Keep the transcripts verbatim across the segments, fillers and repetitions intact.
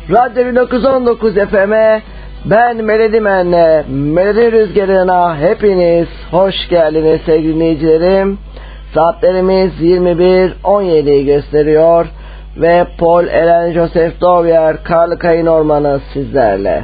Radyo bin dokuz yüz on dokuz F M'e ben Melodi Men'le Melodi Rüzgarı'na hepiniz hoş geldiniz sevgili dinleyicilerim. Saatlerimiz yirmi bir on yediyi gösteriyor ve Paul Ellen Joseph Dovier Karlı Kayın Ormanı sizlerle.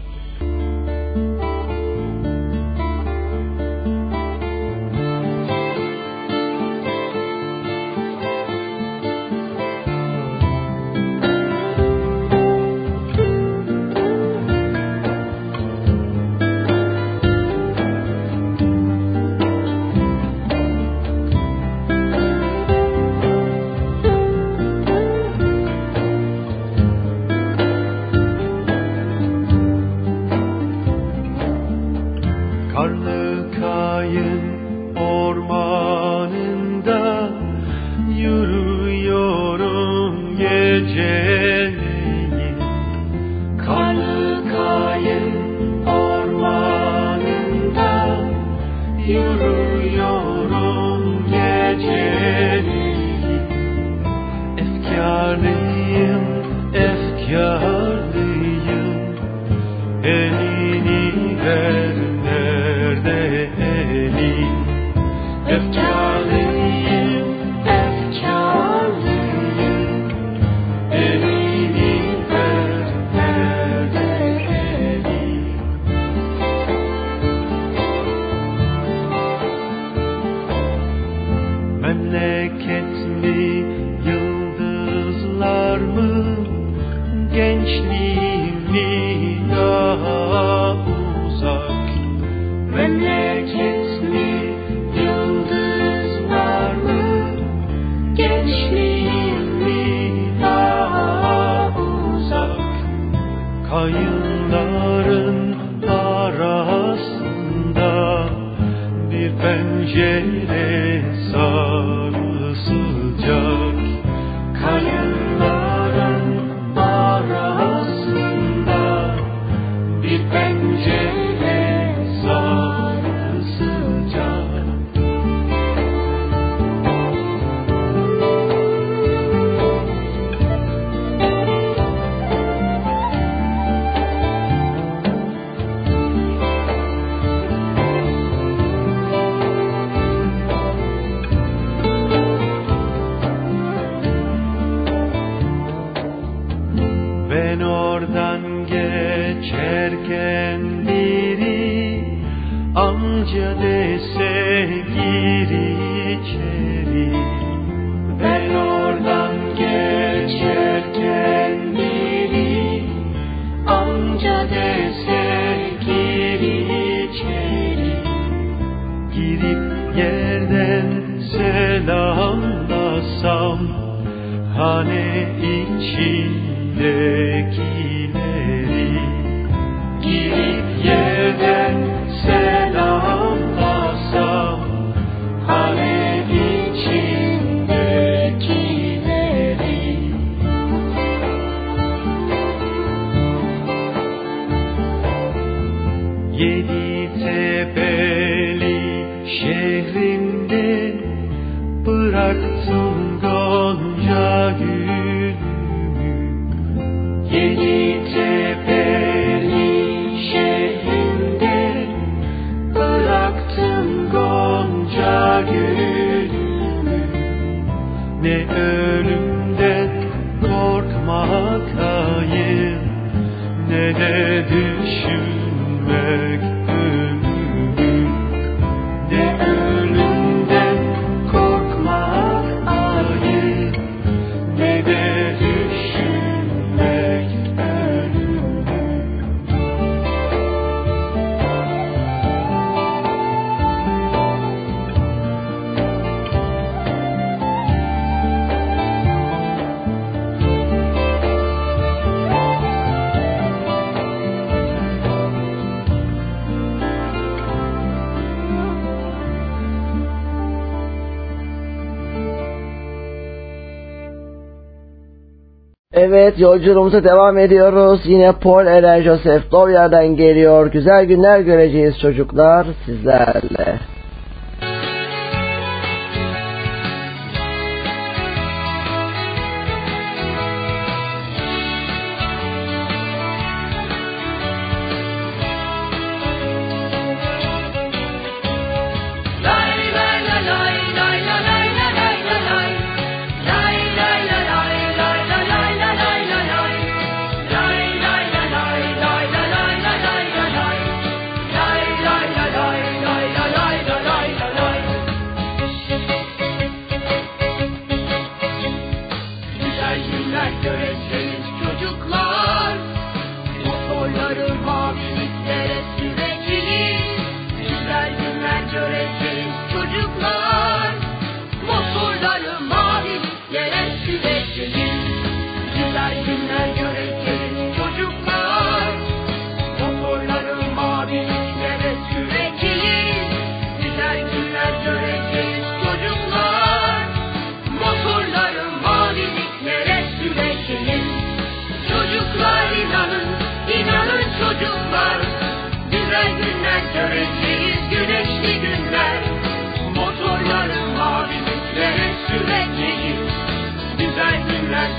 Evet, yolculuğumuza devam ediyoruz. Yine Paul Ellen Joseph Dovier'den geliyor. Güzel günler göreceğiz çocuklar sizlerle.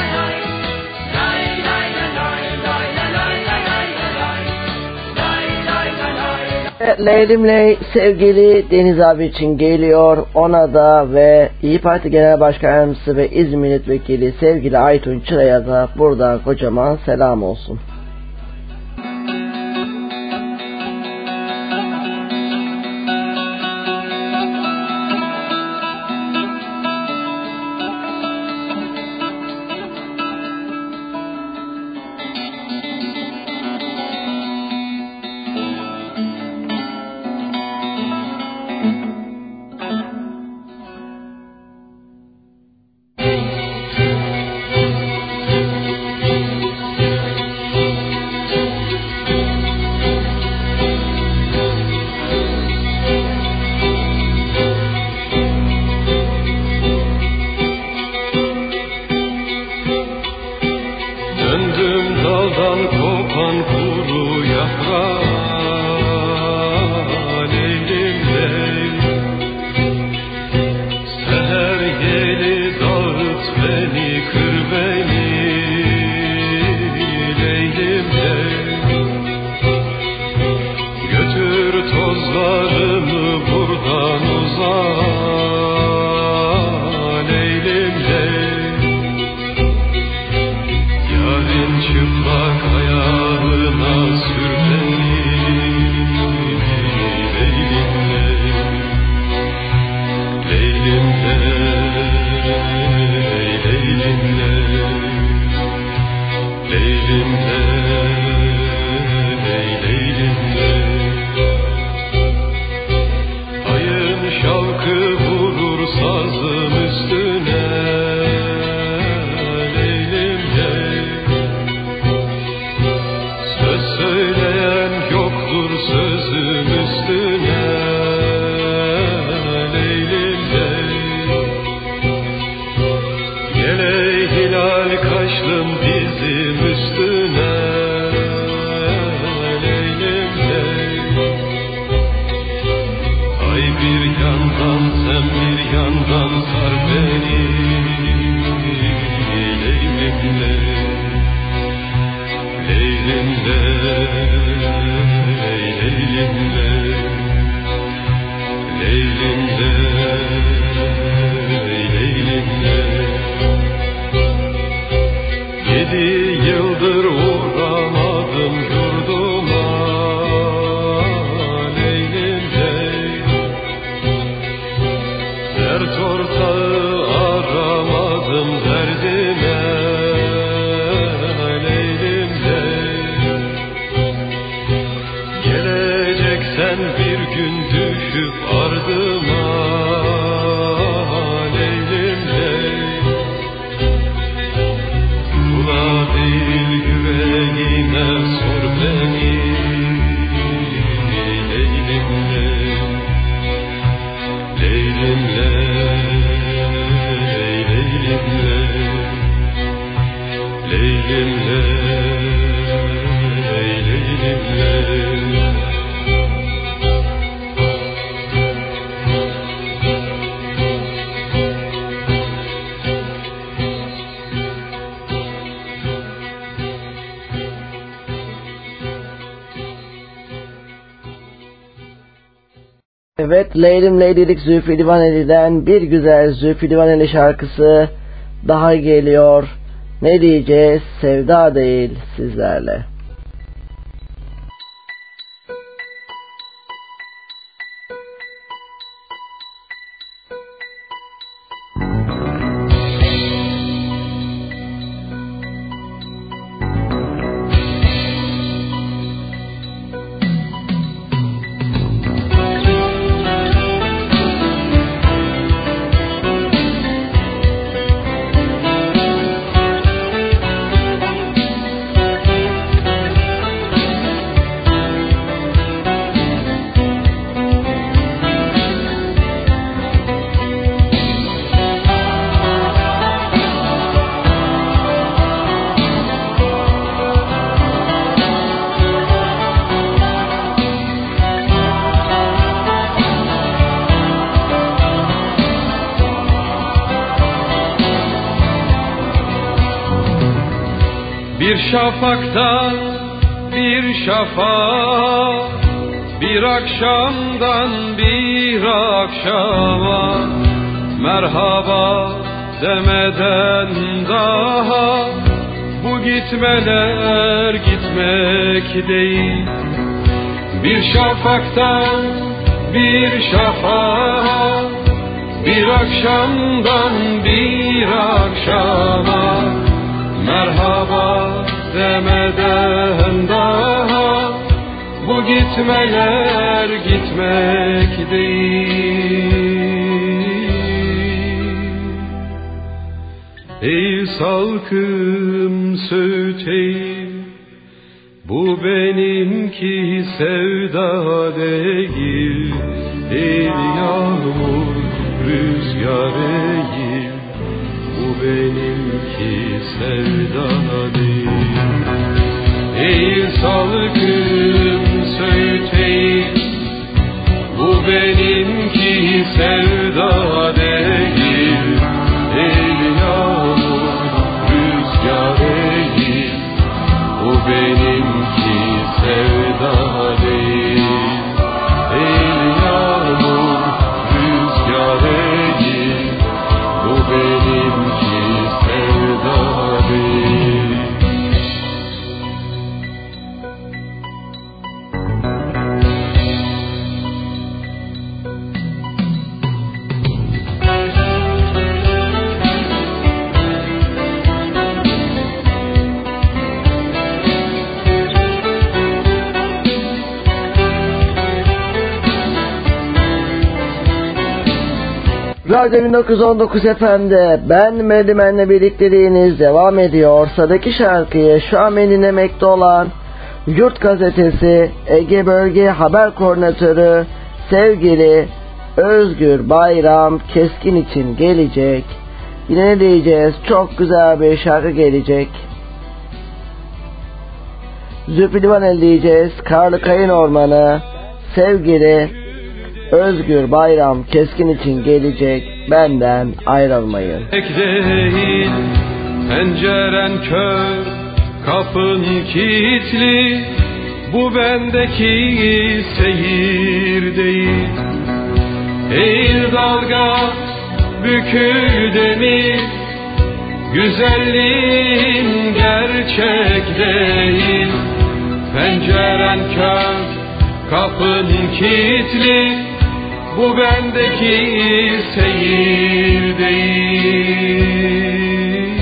Leylimley sevgili Deniz abi için geliyor. Ona da ve İyi Parti Genel Başkan Yardımcısı ve İzmir Milletvekili sevgili Aytun Çıra'ya da buradan kocaman selam olsun. Leylimde elli yıldır uğramadım yurduma. Leylim leylim, dert ortağı aramadım derdime. Leylim leylim, geleceksen bir gün düşüp ardıma. Leylim leylim, kula değil yüreğine sor beni. Leylim leylim, leylim leylim, leylim leylim, leylim leylim, leylim leylim. Evet, Leylim Leylilik Zülfü Livaneli'den bir güzel Zülfü Livaneli şarkısı daha geliyor. Ne diyeceğiz? Sevda değil sizlerle. Bir şafaktan bir şafağa, bir akşamdan bir akşama, merhaba demeden daha bu gitmeler gitmek değil. Bir şafaktan bir şafağa, bir akşamdan bir akşama, merhaba demeden daha bu gitmeler gitmek değil. Ey salkım söğüteyim, bu benimki sevda değil. Ey yağmur rüzgar değil, bu benimki sevda değil. Ey salkım söğüteyim, bu benimki sevda değil. Ey yağmur rüzgar değil, bu benimki sevda değil. Ey yağmur rüzgar değil, bu benimki sevda değil. Radyo bin dokuz yüz on dokuz Efendi, ben Medimen'le birlikteliğiniz devam ediyor. Sıradaki şarkıyı şu an beni dinlemekte olan Yurt Gazetesi Ege Bölge Haber Koordinatörü sevgili Özgür Bayram Keskin için gelecek. Yine ne diyeceğiz? Çok güzel bir şarkı gelecek. Zülfü Livaneli diyeceğiz. Karlı Kayın Ormanı sevgili Özgür Bayram Keskin için gelecek. Benden ayrılmayın. Değil, penceren kör, kapın kilitli, bu bendeki seyir değil. Eğil dalga, bükül deniz, Güzelliğin gerçek değil, penceren kör, kapın kilitli, bu bendeki seyir değil.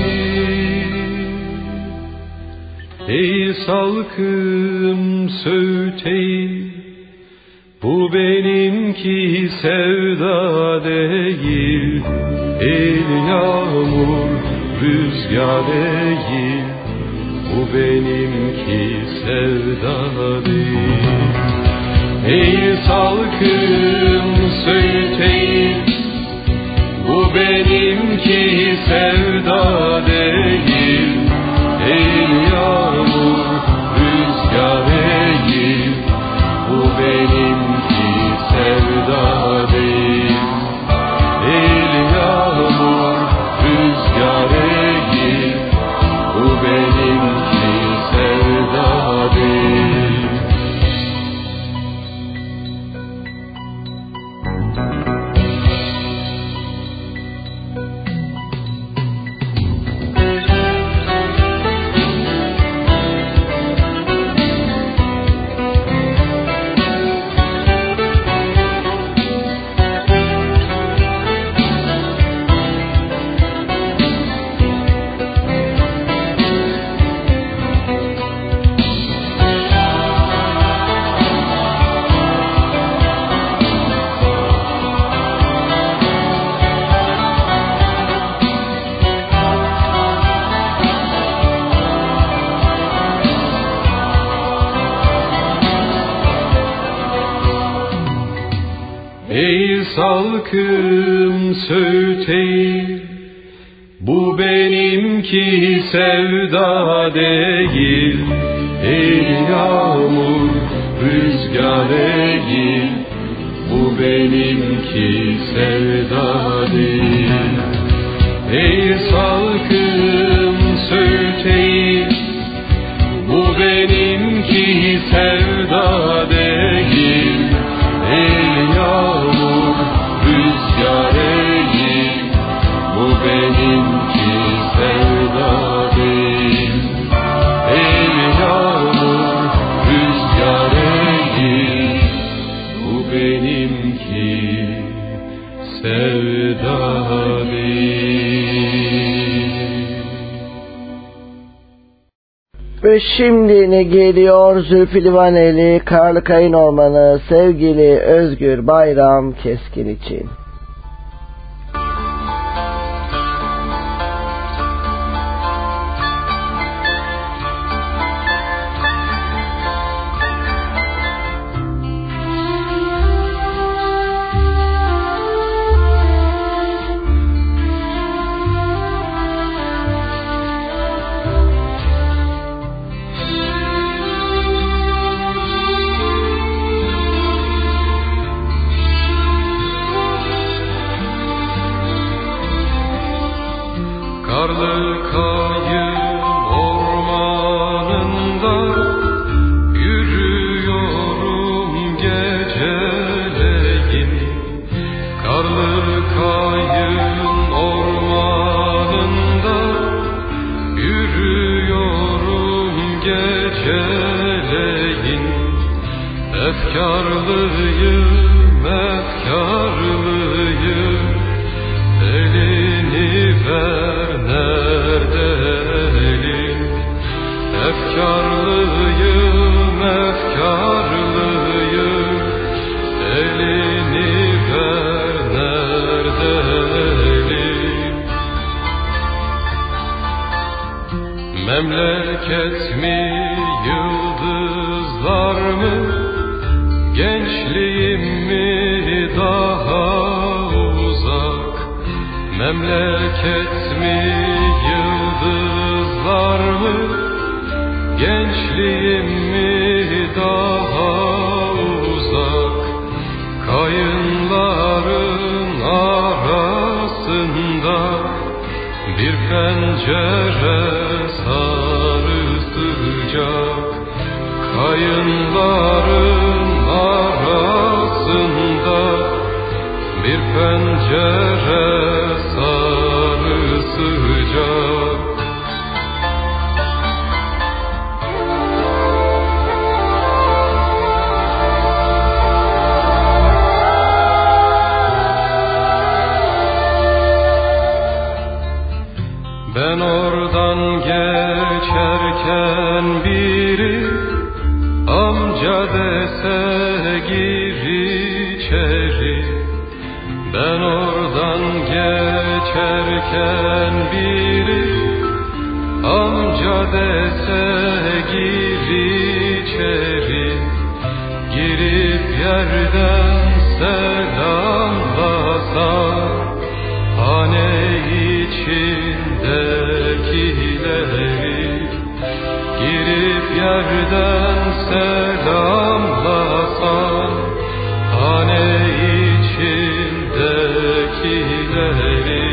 Ey salkım söğüteyim, bu benimki sevda değil. El yağmur rüzgar değil, bu benimki sevda değil. Ey salkım söğüteyim, bu benimki sevda değil. Ey yağmur rüzgar değil, bu benimki sevda değil. Ey yağmur rüzgar değil, bu benimki sevda değil. Ey salkım söğüteyim, bu benimki sevda değil. Ey yağmur rüzgar değil, bu benimki sevda değil. Ey salkım söğüteyim, bu benimki sevda değil. Ey yağmur rüzgar değil, bu benimki sevda değil. Ey yağmur rüzgar değil, bu benimki sevda değil. Ve şimdi ne geliyor? Zülfü Livaneli, Karlıkayın Ormanı, sevgili Özgür Bayram Keskin için. Efkarlıyım, efkarlıyım, elini ver nerede elin? Efkarlıyım, efkarlıyım, elini ver nerede elin? Memleket mi, yıldızlar mı? Gençliğim mi daha uzak? Memleket mi, yıldızlar mı? Gençliğim mi daha uzak? Kayınların arasında bir pencere sarı sıcak. Kayınların arasında bir pencere sarı sıcak. Ben oradan geçerken biri amca dese gir içeri. Ben oradan geçerken biri amca dese gir içeri. Girip yerden selamlasa hane içindekileri. Girip yerden selamlasan hane içindekileri.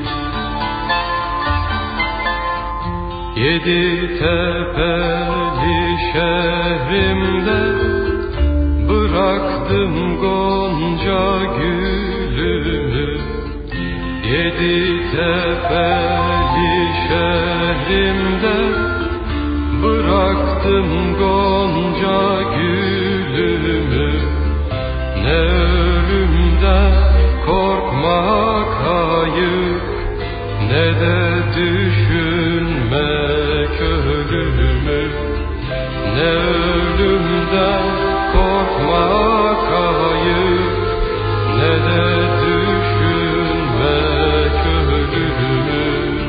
Yedi tepeli şehrimde bıraktım gonca gülümü. Yedi tepeli şehrimde bıraktım gonca gülümü. Ne ölümden korkmak ayıp, ne de düşünmek ölümü. Ne ölümden korkmak ayıp, ne de düşünmek ölümü.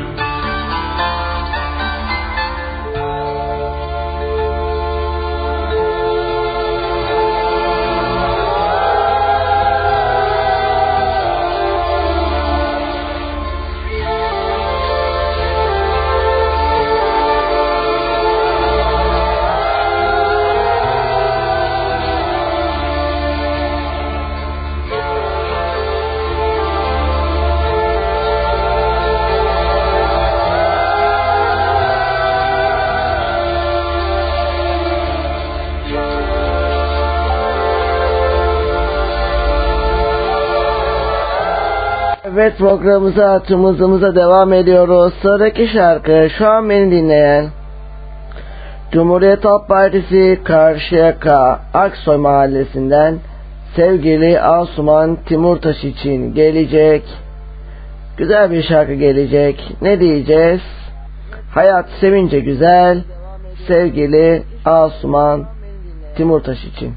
Evet, programımıza, tüm hızımıza devam ediyoruz. Sonraki şarkı şu an beni dinleyen Cumhuriyet Halk Partisi Karşıyaka Aksoy Mahallesi'nden sevgili Asuman Timurtaş için gelecek. Güzel bir şarkı gelecek. Ne diyeceğiz? Hayat sevince güzel. Sevgili Asuman Timurtaş için.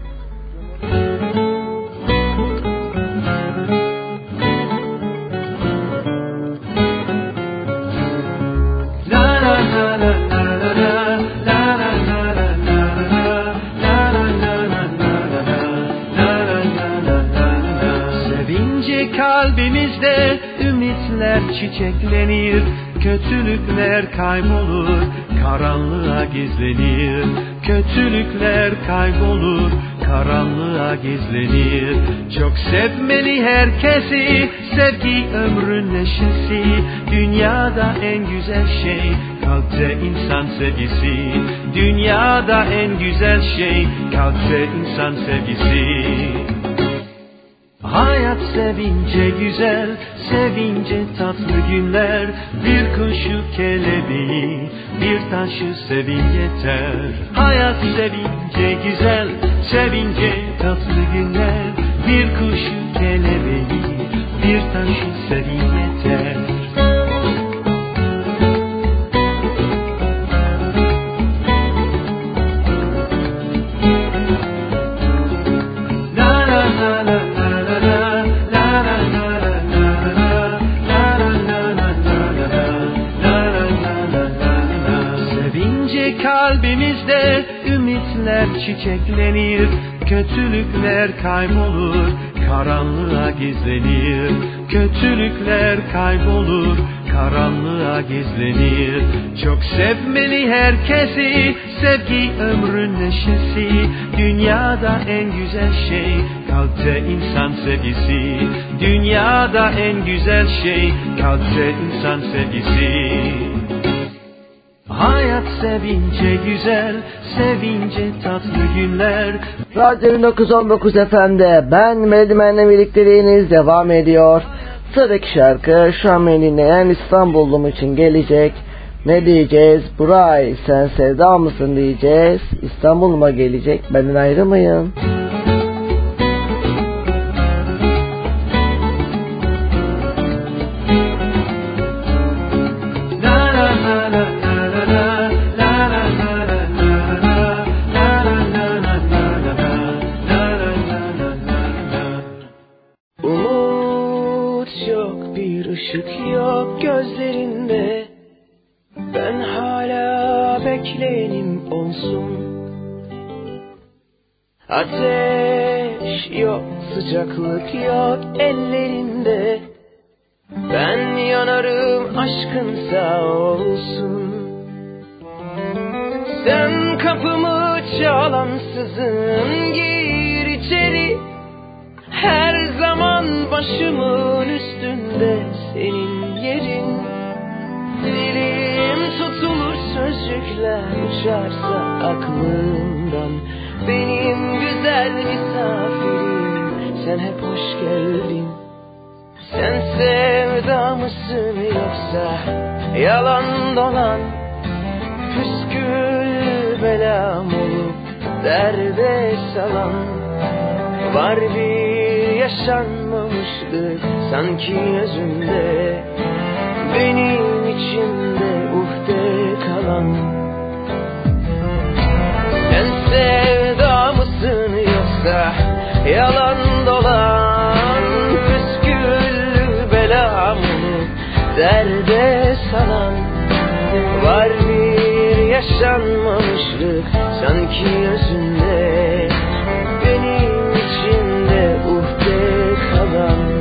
Kalbimizde ümitler çiçeklenir, kötülükler kaybolur, karanlığa gizlenir. Kötülükler kaybolur, karanlığa gizlenir. Çok sevmeli herkesi, sevgi ömrün neşesi. Dünyada en güzel şey, kalpte insan sevgisi. Dünyada en güzel şey, kalpte insan sevgisi. Hayat sevince güzel, sevince tatlı günler. Bir kuşu kelebeği, bir taşı sevin yeter. Hayat sevince güzel, sevince tatlı günler. Bir kuşu kelebeği, bir taşı sevin yeter. Kalbimizde ümitler çiçeklenir, kötülükler kaybolur, karanlığa gizlenir. Kötülükler kaybolur, karanlığa gizlenir. Çok sevmeli herkesi, sevgi ömrün neşesi. Dünyada en güzel şey, kalpte insan sevgisi. Dünyada en güzel şey, kalpte insan sevgisi. Hayat sevince güzel, sevince tatlı günler. Radyo bin dokuz yüz on dokuz F M'de ben Melodi'menle birlikteliğiniz devam ediyor. Sıradaki şarkı şu an beni dinleyen İstanbullum için gelecek. Ne diyeceğiz? Buray sen sevda mısın diyeceğiz. İstanbul'uma gelecek. Benden ayrılmayın. Ateş yok, sıcaklık yok ellerinde. Ben yanarım aşkın sağ olsun. Sen kapımı çalansızın gir içeri. Her zaman başımın üstünde senin yerin. Dilim tutulur sözcükler uçarsa aklımdan. Benim güzel misafirim, sen hep hoş geldin. Sen sevda mısın yoksa yalan dolan? Püskül belam olup derde salan. Var bir yaşanmamışlık sanki özünde, benim içimde uhde kalan. Sen sevda mısın yoksa yalan dolan? Püskül belamı derde salan. Var bir yaşanmamışlık sanki özünde, benim içimde uhde kalan.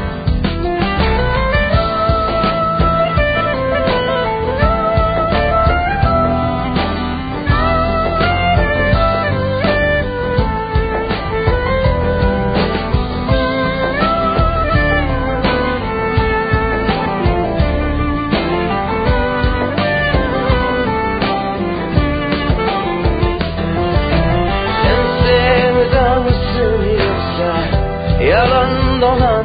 Yalan dolan,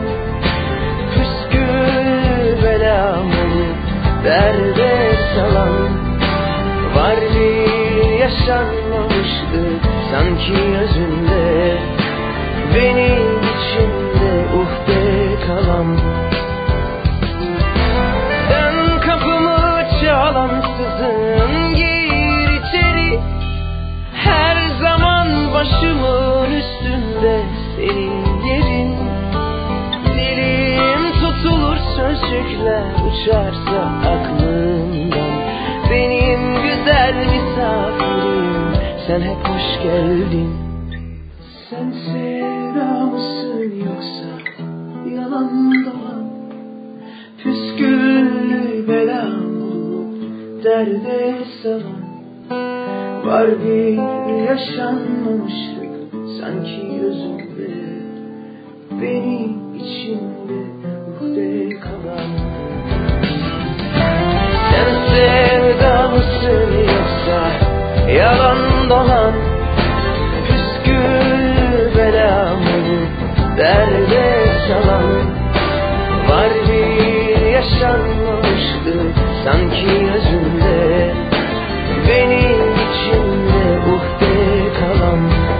püskül belamı derde salan. Var bir yaşanmamışlık sanki özünde, benim içimde uhde kalan. Sen kapımı çalansızın gir içeri. Her zaman başımın üstünde senin yerin. Dilim tutulur sözcükler uçarsa aklımdan. Benim güzel misafirim, sen hep hoş geldin. Sen sevda mısın yoksa yalan dolan? Püsküllü belam olup derde salan. Var bir yaşanmamışlık sanki özümde, benim içimde uhde kalan. Sen sevda mısın yoksa yalan dolan? Püskül belamı derde salan. Var bir yaşanmamışlık sanki özümde, benim içimde uhde kalan.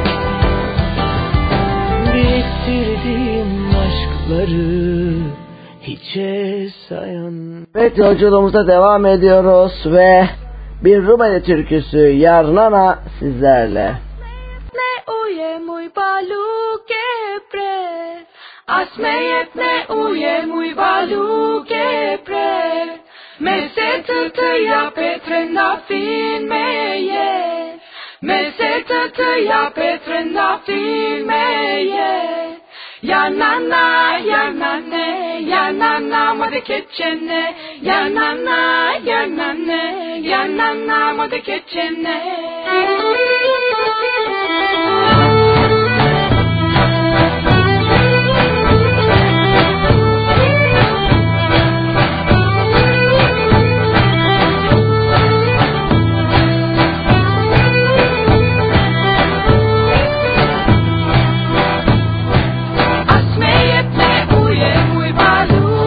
Biriktirdiğim aşkları hiçe sayan. Evet, yolculuğumuza devam ediyoruz ve bir Rumeli türküsü Yarnana sizlerle. Ne uye muy balu kepre, asmeyet ne uye muy balu kepre. Me se tătă ia pe trandafir meye, me se tătă ia pe trandafir meye. Ya nana, ya nane, ya nana mă de kepçene, ya nana, ya nane, ya nana mă de kepçene. Asmeyet ne uye muy balu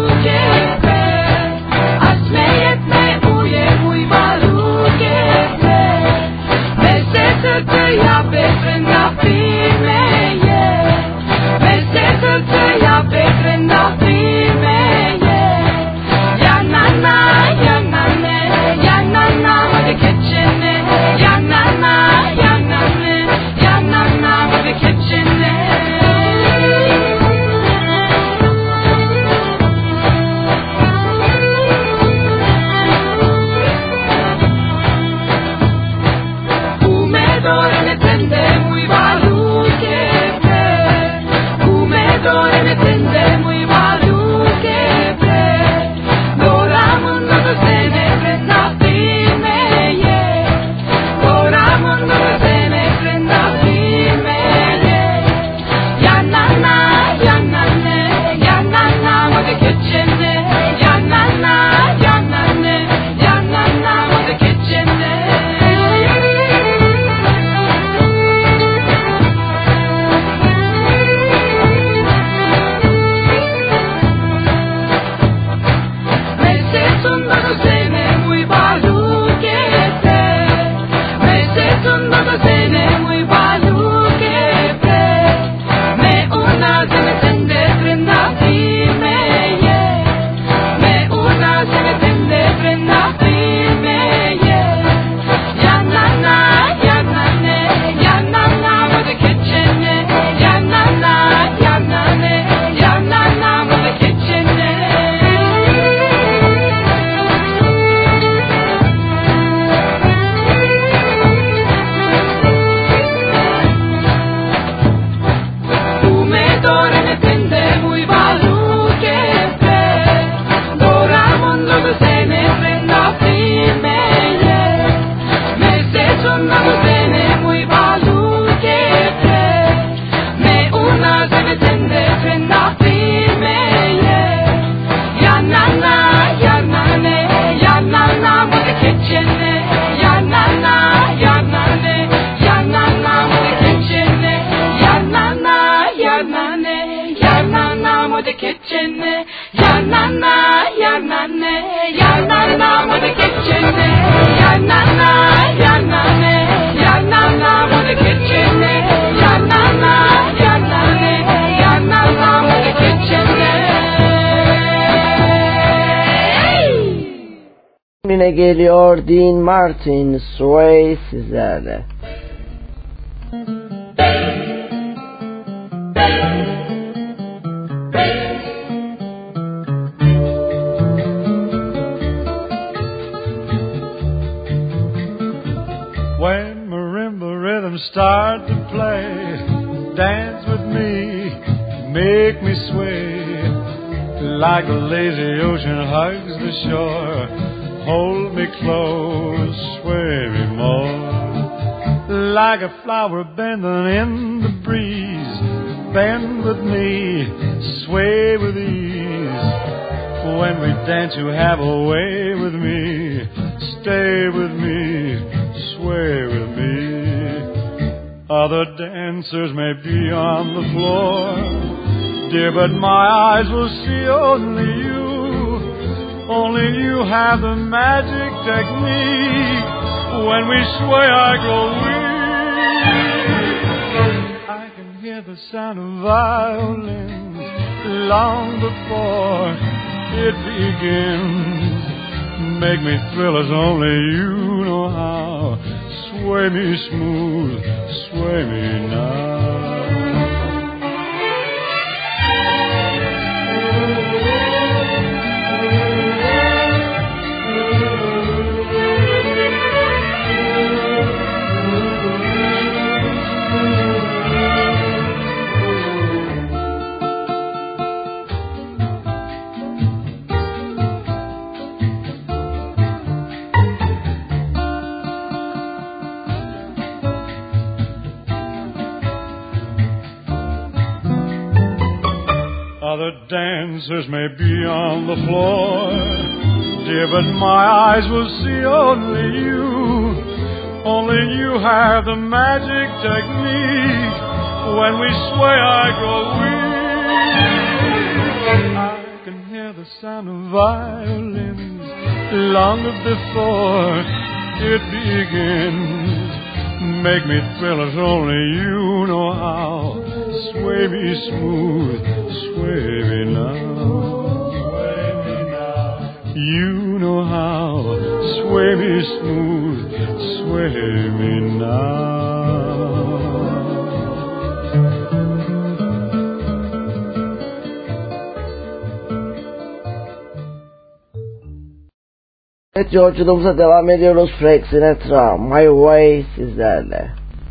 na na, ya na ne, ya na na, wanna kitchen ya na na, ya na ne, ya na na, wanna kitchen ya na na, ya na ne, ya na na, wanna kitchen Yine geliyor Dean Martin, Sway sizlerle. When marimba rhythms start to play, dance with me, make me sway, like the lazy ocean hugs the shore. Hold me close, sway me more, like a flower bending in the breeze. Bend with me, sway with ease. When we dance, you have a way with me. Stay with me, sway with me. Other dancers may be on the floor, dear, but my eyes will see only you. Only you have the magic technique. When we sway, I grow weak. I can hear the sound of violins long before it begins. Make me thrill as only you know how. Sway me smooth, sway me now. Other dancers may be on the floor, dear, but my eyes will see only you. Only you have the magic technique. When we sway, I grow weak. I can hear the sound of violins long before it begins. Make me thrill as only you know how. Sway me smooth, sway me now. Sway me now. You know how. Sway me smooth, sway me now. Evet, yolculuğumuza devam ediyoruz. Frank Sinatra, My Way sizlerle.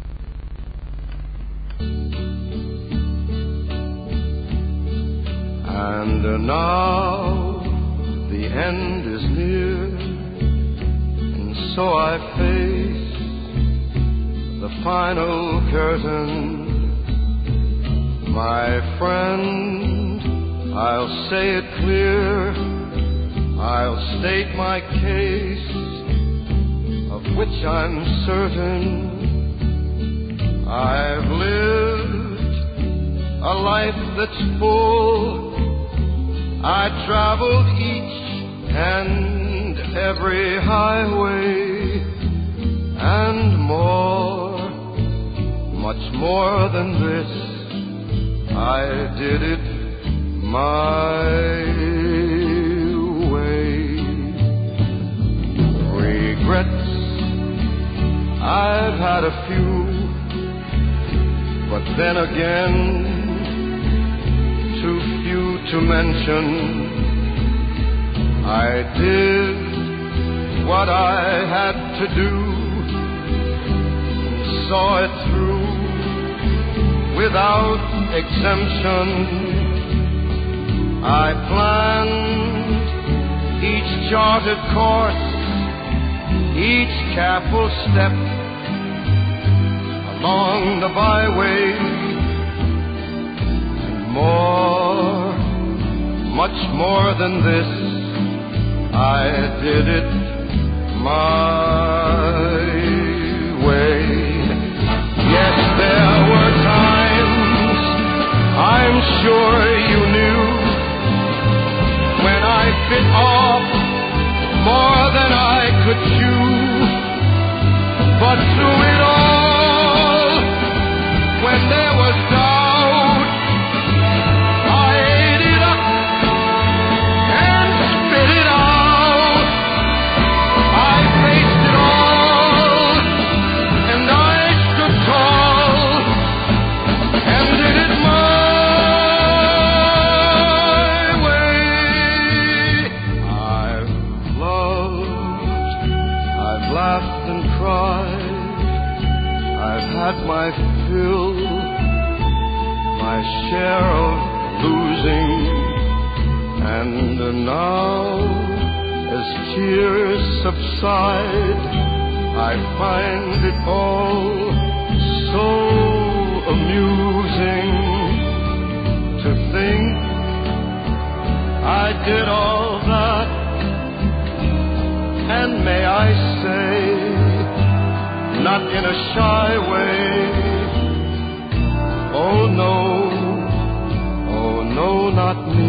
And now the end is near, and so I face the final curtain. My friend, I'll say it clear, I'll state my case, of which I'm certain. I've lived a life that's full. I traveled each and every highway, and more, much more than this, I did it my way. Regrets, I've had a few, but then again, too few to mention. I did what I had to do, saw it through without exemption. I planned each charted course, each careful step along the byway. More, much more than this, I did it my way. Yes, there were times, I'm sure you knew, when but you. But through it all, when there was doubt, I ate it up and spit it out. I faced it all and I stood tall and did it my way. I've loved, I've laughed and cried, I've had my fill, my share of losing, and now as tears subside, I find it all so amusing to think I did all that, and may I say, not in a shy way, oh no, oh no, not me.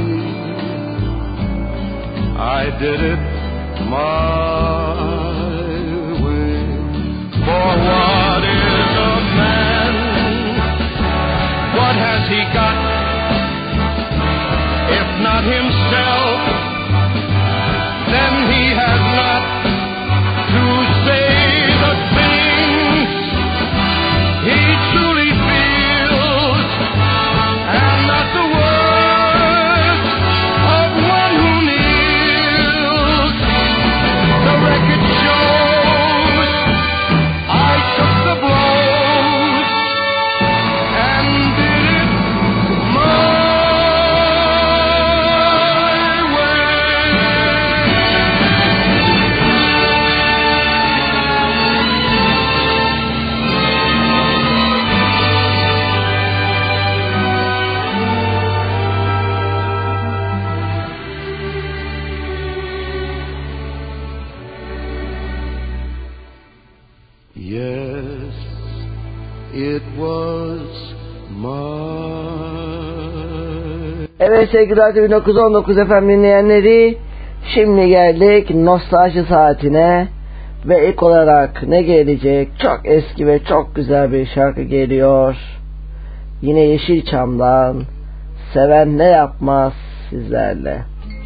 I did it my way. For what is a man? What has he got? If not himself, then he has not to say the things he truly feels, and not the words of one who kneels. The record shows I took the blows and did it my Yes, it was mine. Evet sevgili Radyo bin dokuz yüz on dokuz F M dinleyenleri, şimdi geldik nostalji saatine ve ilk olarak ne gelecek? Çok eski ve çok güzel bir şarkı geliyor. Yine Yeşilçam'dan Seven Ne Yapmaz sizlerle.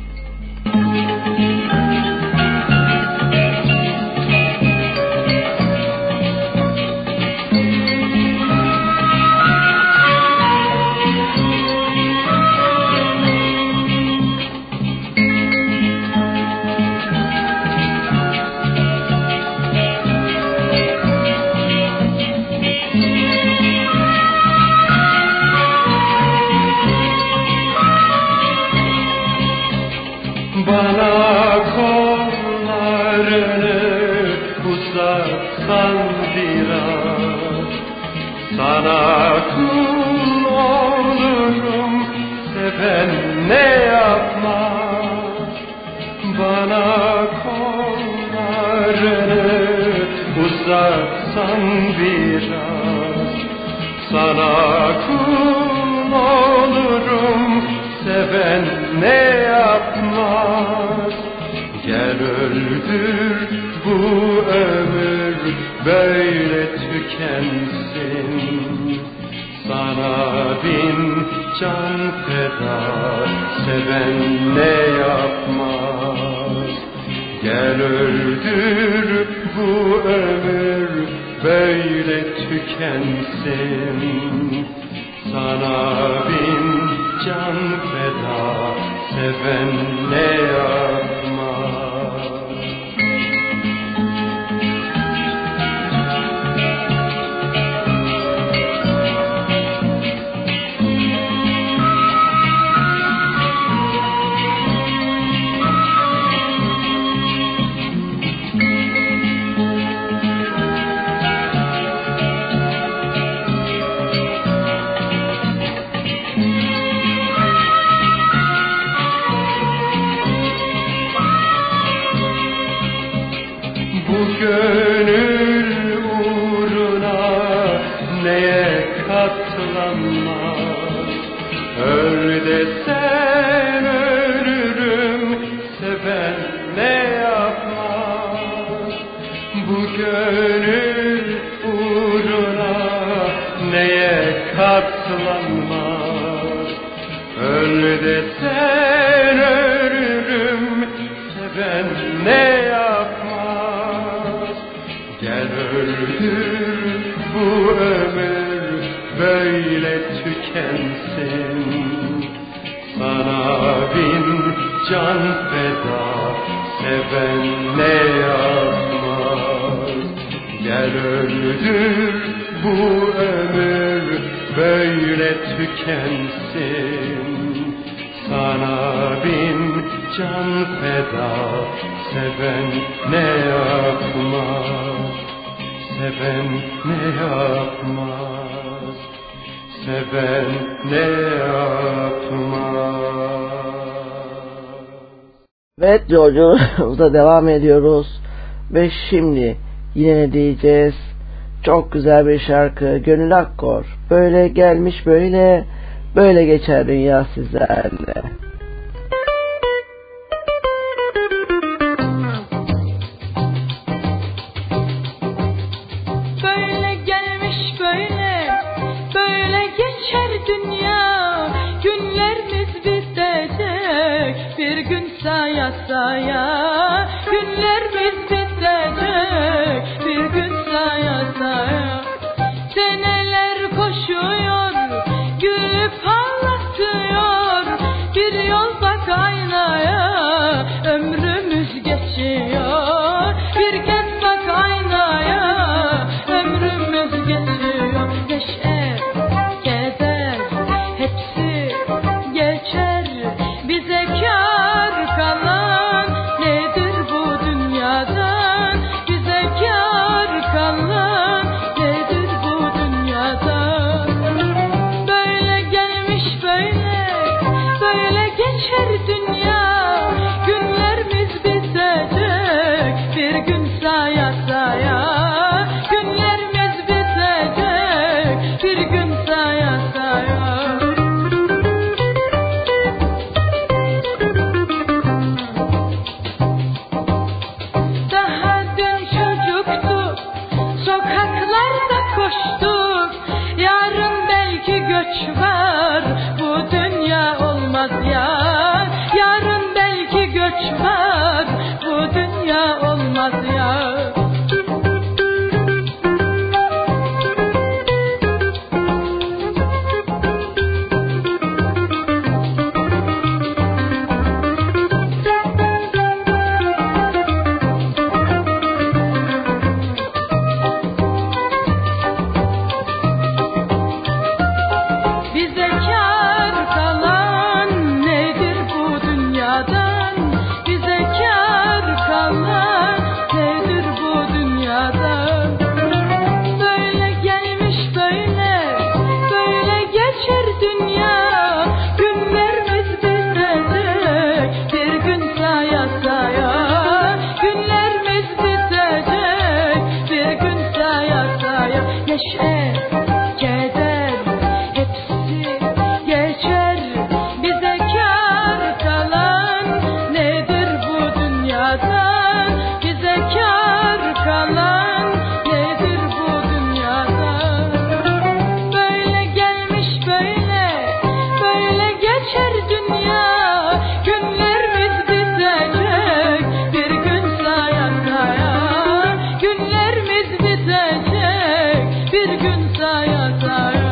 Bana kollarını uzatsan biraz, sana kul olurum, seven ne yapmaz. Bana kollarını uzatsan biraz, sana kul olurum, seven ne yapmaz. Gel öldür bu ömür böyle tükensin, sana bin can feda, seven ne yapmaz. Gel öldür bu ömür böyle tükensin, sana bin can feda, seven ne yapmaz. Gönül uğruna neye katlanmaz, öl desen ölürüm, seven ne yapmaz. bu gönül uğruna neye katlanmaz. Öl desen ölürüm, seven ne yapmaz. Gel öldür bu ömür böyle tükensin. Sana bin can feda, seven ne yapmaz. Gel öldür bu ömür böyle tükensin. Sana bin can feda, seven ne yapmaz. Seven ne yapmaz. Seven ne yapmaz. Evet, yolculuğumuza devam ediyoruz ve şimdi yine ne diyeceğiz? Çok güzel bir şarkı, Gönül Akkor. Böyle gelmiş böyle, böyle geçer dünya sizlerle. Böyle gelmiş böyle, böyle geçer dünya. Günlerimiz bitecek, bir gün saya saya. Günlerimiz bitecek, bir gün saya saya. Seneler koşuyor, gülüp ağlatıyor. Bir yol bak aynaya, ömrümüz geçiyor. Bir kez bak aynaya, ömrümüz geçiyor. Neşe, keder, hepsi geçer. Bize kâr kalan nedir bu dünyadan? Bize kâr kalan nedir bu dünyadan? Böyle gelmiş böyle, böyle geçer dünya. Günlerimiz bitecek, bir gün saya saya. Günlerimiz bitecek, bir gün saya saya. Daha dün çocuktuk, sokaklarda koştuk. Yarın belki göç var, bu dünya olmaz ya. Yarın belki göç var, bu dünya olmaz ya. Bize kâr kalan nedir bu dünyadan? Bize kâr kalan nedir bu dünyadan? Böyle gelmiş böyle, böyle geçer dünya. Günlerimiz bitecek, bir gün saya saya. Günlerimiz bitecek, bir gün saya saya. Neşe, keder, hepsi geçer. Bize kâr kalan nedir bu dünyadan? Bize kâr kalan nedir bu dünyadan? Böyle gelmiş böyle, böyle geçer dünya. Günlerimiz bitecek, bir gün saya saya. Günlerimiz bitecek, bir gün saya saya.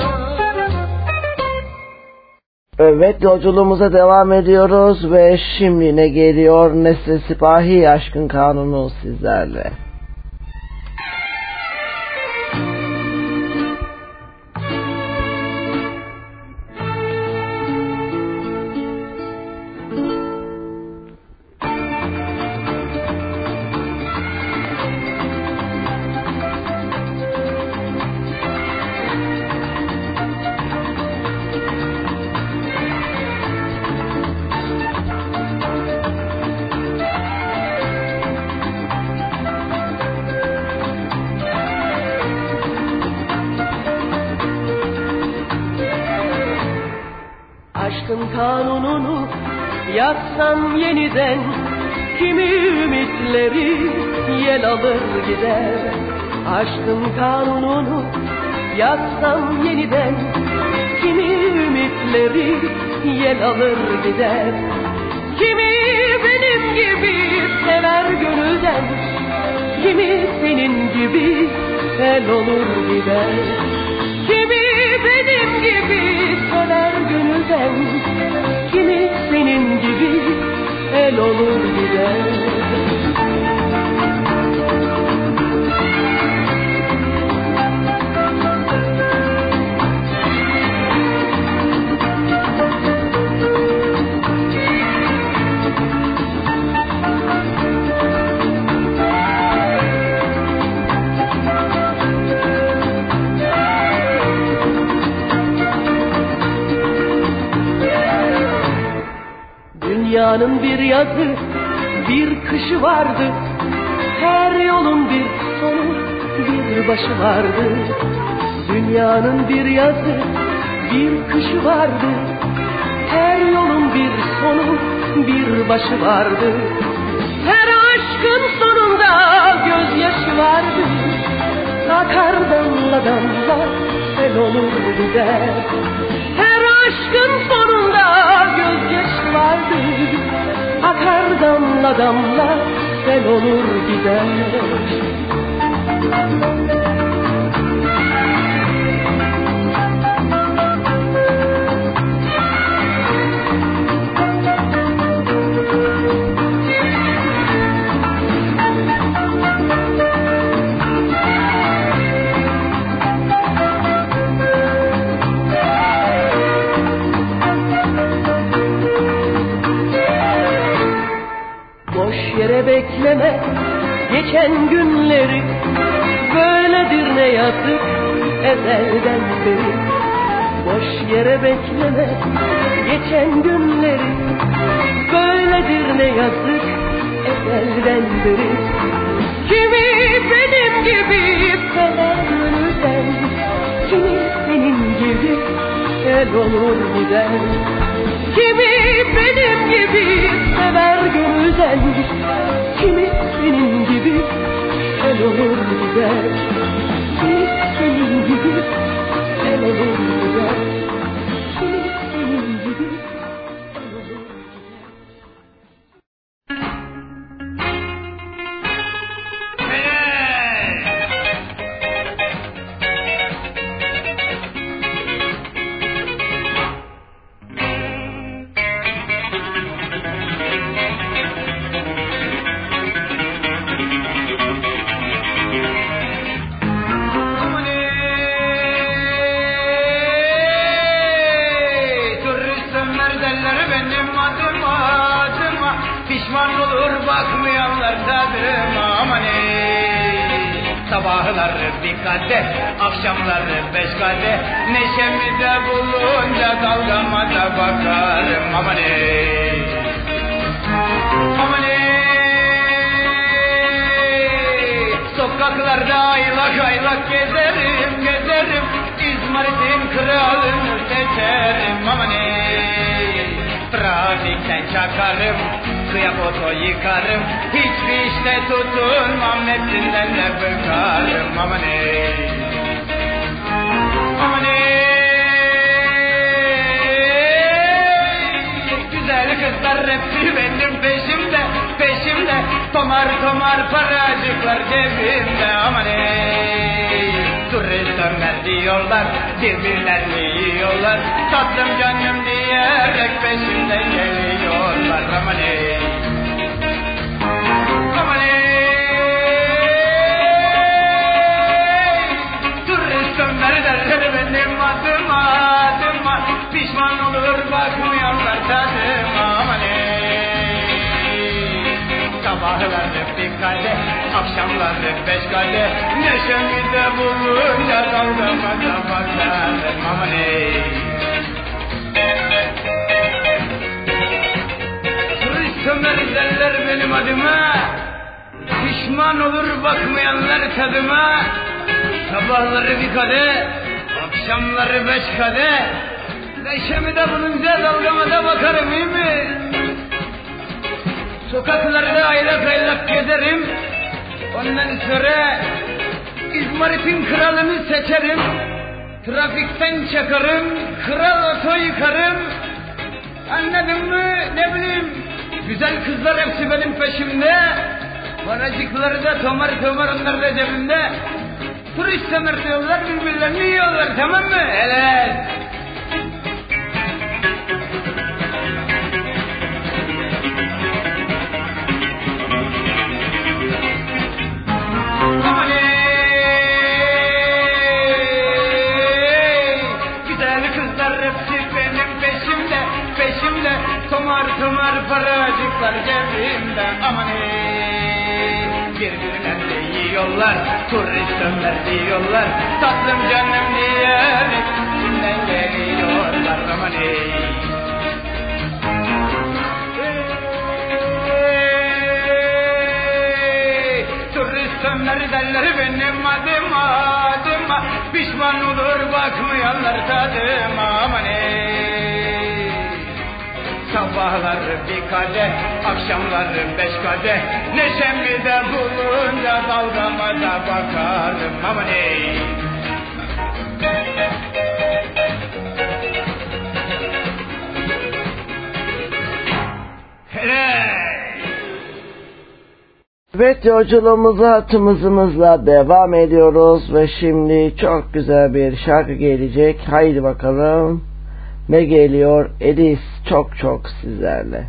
Evet, yolculuğumuza devam ediyoruz ve şimdi ne geliyor? Nesrin Sipahi, Aşkın Kanunu sizlerle. Aşkın kanununu yazsam yeniden, kimi ümitleri yel alır gider. Aşkın kanununu yazsam yeniden, kimi ümitleri yel alır gider. Kimi benim gibi sever gönülden, kimi senin gibi el olur gider. Kimi benim gibi sever gönülden, kimi senin gibi el olur gider. Dünyanın bir yazı, bir kışı vardı. Her yolun bir sonu, bir başı vardı. Dünyanın bir yazı, bir kışı vardı. Her yolun bir sonu, bir başı vardı. Her aşkın sonunda gözyaşı vardı. Akar damla damla, sel olur gider. Her aşkın sonunda gözyaşı vardı. Akar damla damla, sel olur gider. Yere bekleme geçen günleri, böyledir ne yazık ezelden beri. Boş yere bekleme geçen günleri, böyledir ne yazık ezelden beri. Kimi benim gibi sever gönülden, kimi senin gibi el olur gider. Kimi benim gibi sever gönülden, kimi senin gibi el olur gider. Kimi senin gibi el olur gider. Kimi senin gibi el olur gider. Sabahları bir kadeh, akşamları beş kadeh, neşemi de bulunca dalgama da bakarım. Aman ey, aman ey, sokaklarda aylak aylak gezerim, gezerim, İzmarit'in kralını seçerim. Aman ey, trafikten çakarım, kıyamoto yıkarım, hiçbir işte tutunmam, hepsinden de bıkarım. Aman ey, aman ey, güzel kızlar hepsi benim peşimde, peşimde, tomar tomar paracıklar cebimde. Aman ey, turist Ömer diyorlar, birbirlerini yiyorlar, tatlım canım diyerek peşimden geliyorlar. Aman ey, aman ey, turist Ömer derler benim adıma, adıma, pişman olur bakmayanlar tadıma. Aman ey, sabahları bir kadeh, akşamları beş kadeh, neşemi de bulunca dalgama da bakarım. Aman ey, turist Ömer derler benim adıma, pişman olur bakmayanlar tadıma. Sabahları bir kadeh, akşamları beş kadeh, neşemi de bulunca dalgama da bakarım, iyi mi? Sokaklarda aylak aylak gezerim. Ondan sonra İzmarit'in kralını seçerim. Trafikten çakarım, kral oto yıkarım. Anladın mı? Ne bileyim. Güzel kızlar hepsi benim peşimde. Paracıkları da tomar tomar onlar da cebimde. Turist semertiyorlar, birbirlerini yiyorlar, tamam mı? Helal. Aman ey, güzel kızlar hepsi benim peşimde, peşimde. Tomar tomar paracıklar cebimde. Aman ey, birbirlerini yiyorlar, turist ömer diyorlar. Tatlım canım diyerek kimden geliyorlar. Aman ey. Hey, turist ömer derler benim adıma, adıma. Pişman olur bakmayanlar tadıma. Aman ey. Sabahlar bir kadeh, akşamlar beş kadeh. Neşemi de bulunca dalgama da bakarım. Aman ey. Hey. Evet, yolculuğumuza hatımızımızla devam ediyoruz ve şimdi çok güzel bir şarkı gelecek. Haydi bakalım. Ne geliyor? Edis çok çok sizlerle.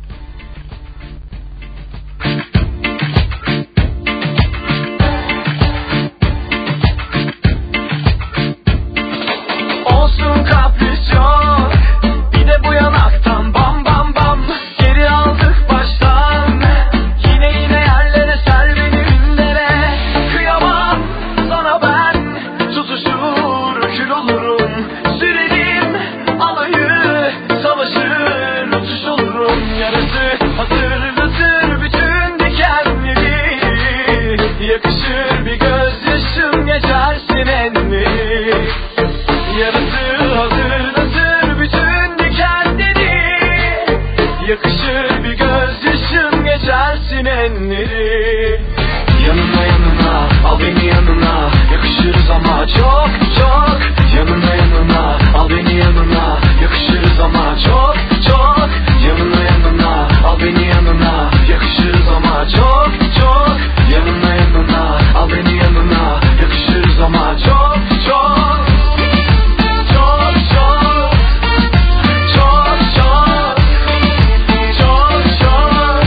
Olsun kapris yok, bir de bu yanaktan bam bam bam. Geri aldık baştan, yine yine yerlere ser beni ünlere. Kıyamam sana ben, tutuşur kül olurum. Sürelim alayı, savaşır uçuş olurum. Yarası hatırlatır bütün dikenleri. Yakışır bir gözyaşım geçersin enleri. Yarası hatırlatır bütün dikenleri. Yakışır bir gözyaşım geçersin enleri. Yanına yanına al beni yanına, yakışırız ama çok çok. Yanına yanına al beni yanına, yakışırız ama çok çok. Yanına yanına al beni yanına, yakışırız ama çok çok. Yanına yanına al beni yanına, yakışırız ama çok çok. Çok çok, çok çok, çok çok.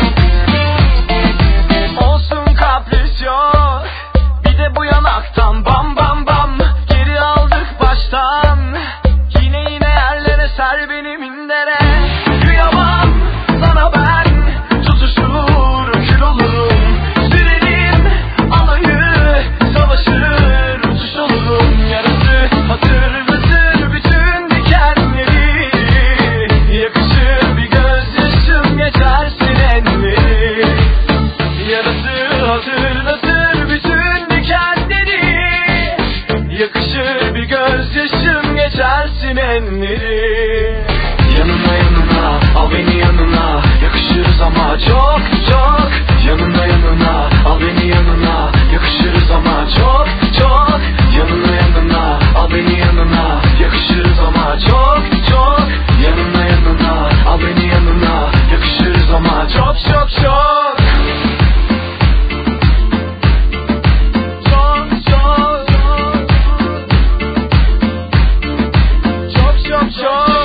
Olsun kapris yok, bir de bu yanaktan bam bam bam. Geri aldık baştan, yine yine yerlere ser beni mindere. Kıyamam sana ben, tutuşur kül olurum. Sürelim alayı, savaşır uçuş olurum. Yarası hatırlatır bütün dikenleri. Yakışır bir gözyaşım geçersin enleri. Yarası hatırlatır bütün dikenleri. Yakışır bir gözyaşım geçersin enleri. Yanına yanına al beni yanına, yakışırız ama çok çok. Yanına yanına al beni yanına, yakışırız ama çok çok. Yanına yanına al beni yanına, yakışırız ama çok çok. Yanına yanına al beni yanına, yakışırız ama çok çok çok. Çok çok çok çok çok.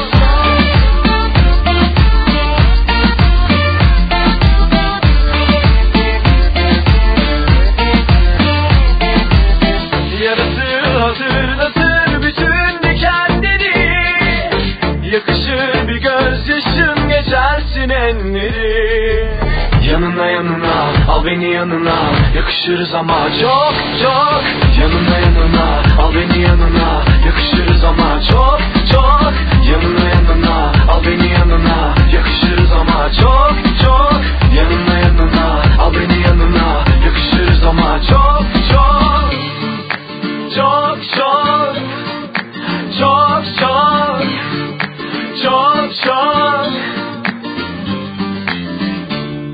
Yarası hatırlatır bütün dikenleri. Yakışır bir gözyaşım geçersin enleri. Yanına yanına al beni yanına, yakışırız ama çok çok. Yanına yanına al beni yanına, yakışırız ama çok çok. Yanına yanına al beni yanına, yakışırız ama çok çok. Yanına yanına al beni yanına, yakışırız ama çok çok. Çok çok, çok çok, çok çok.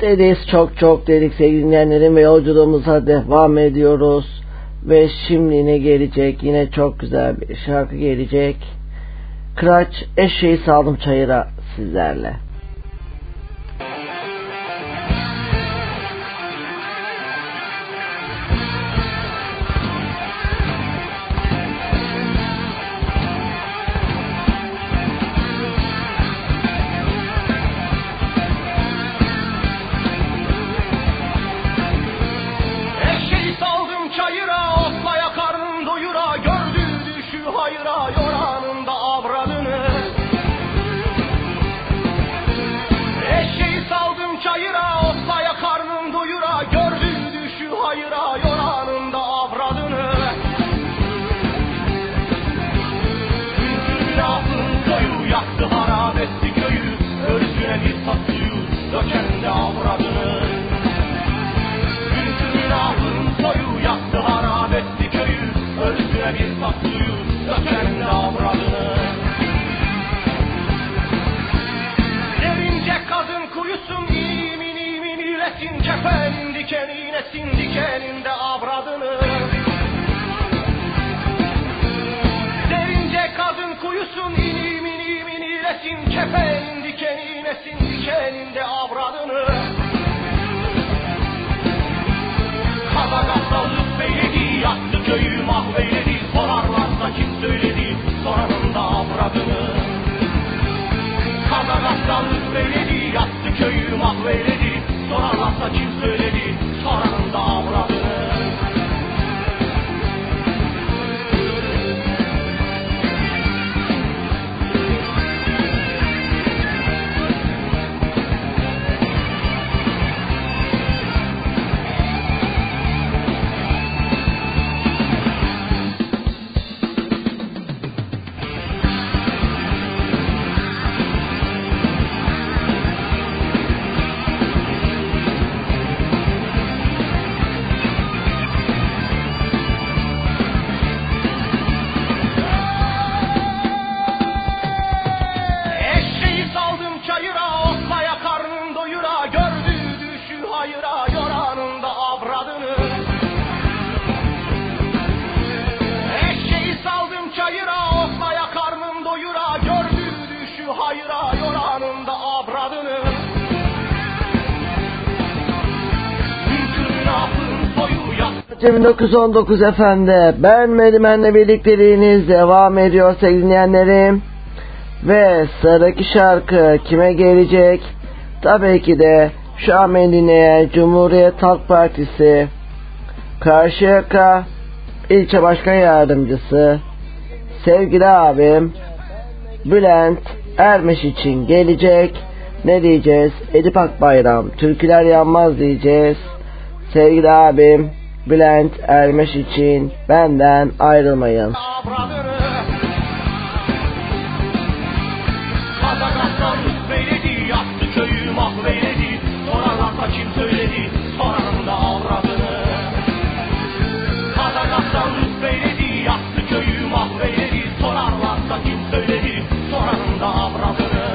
Deriz, çok çok dedik sevgili dinleyenlerim ve yolculuğumuza devam ediyoruz. Ve şimdi yine gelecek, yine çok güzel bir şarkı gelecek. Kıraç, eşeği saldım çayıra sizlerle. Kendi avradını Güntürün ahın soyu yaktı harap etti köyü Ölüsüne bir tat suyu kendi avradını Derince kadın kuyusun inim inim inilesin Kefenin dikenine sin dikeninde avradını Derince kadın kuyusun inim inim inilesin Kefenin dikenine sin dikeninde avradını Kazakastallık beyledi yaktı köyü mahveyledi Sorarlarsa kim söyledi soranın da avradını Kazakastallık beyledi yaktı köyü mahveyledi Sorarlarsa kim söyledi soranın da avradını bin dokuz yüz on dokuz efendi, ben Medimen'le birlikteliğiniz devam ediyor sevgili dinleyenlerim. Ve sıradaki şarkı kime gelecek? Tabii ki de şu an beni dinleyen Cumhuriyet Halk Partisi Karşıyaka İlçe Başkan Yardımcısı sevgili abim Bülent Ermiş için gelecek. Ne diyeceğiz? Edip Akbayram, türküler yanmaz diyeceğiz. Sevgili abim Bülent Ermiş için benden ayrılmayın. Kazakastallık beyledi, yaktı köyü mahveyledi. Sorarlarsa kim söyledi, soranın da avradını. Kazakastallık beyledi, yaktı köyü mahveyledi. Sorarlarsa kim söyledi, soranın da avradını.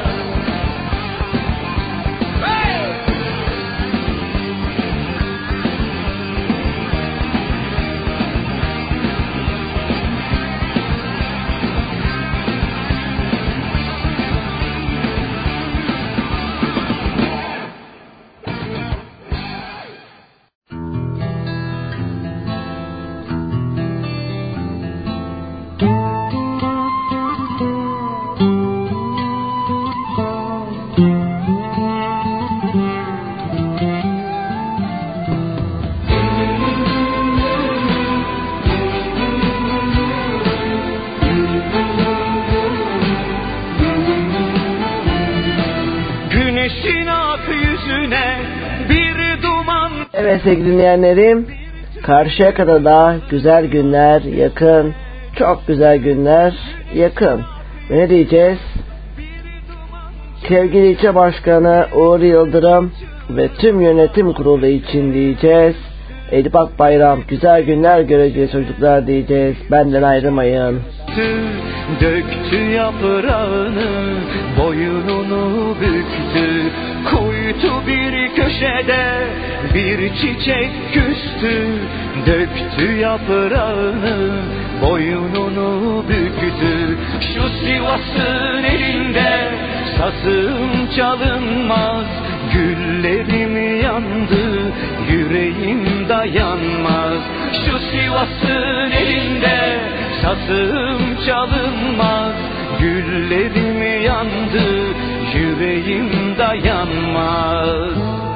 Evet sevgili dinleyenlerim, Karşıyaka'da da güzel günler yakın, çok güzel günler yakın. Ve ne diyeceğiz? Sevgili ilçe başkanı Uğur Yıldırım ve tüm yönetim kurulu için diyeceğiz. Edip Akbayram, güzel günler göreceğiz çocuklar diyeceğiz. Benden ayrılmayın. küstü, döktü yaprağını, boynunu büktü. Kuytu bir köşede bir çiçek küstü, döktü yaprağını, boynunu büktü. Şu Sivas'ın elinde sazım çalınmaz, güllerim yandı, yüreğim dayanmaz. Şu Sivas'ın elinde sazım çalınmaz, güllerim yandı, yüreğim dayanmaz.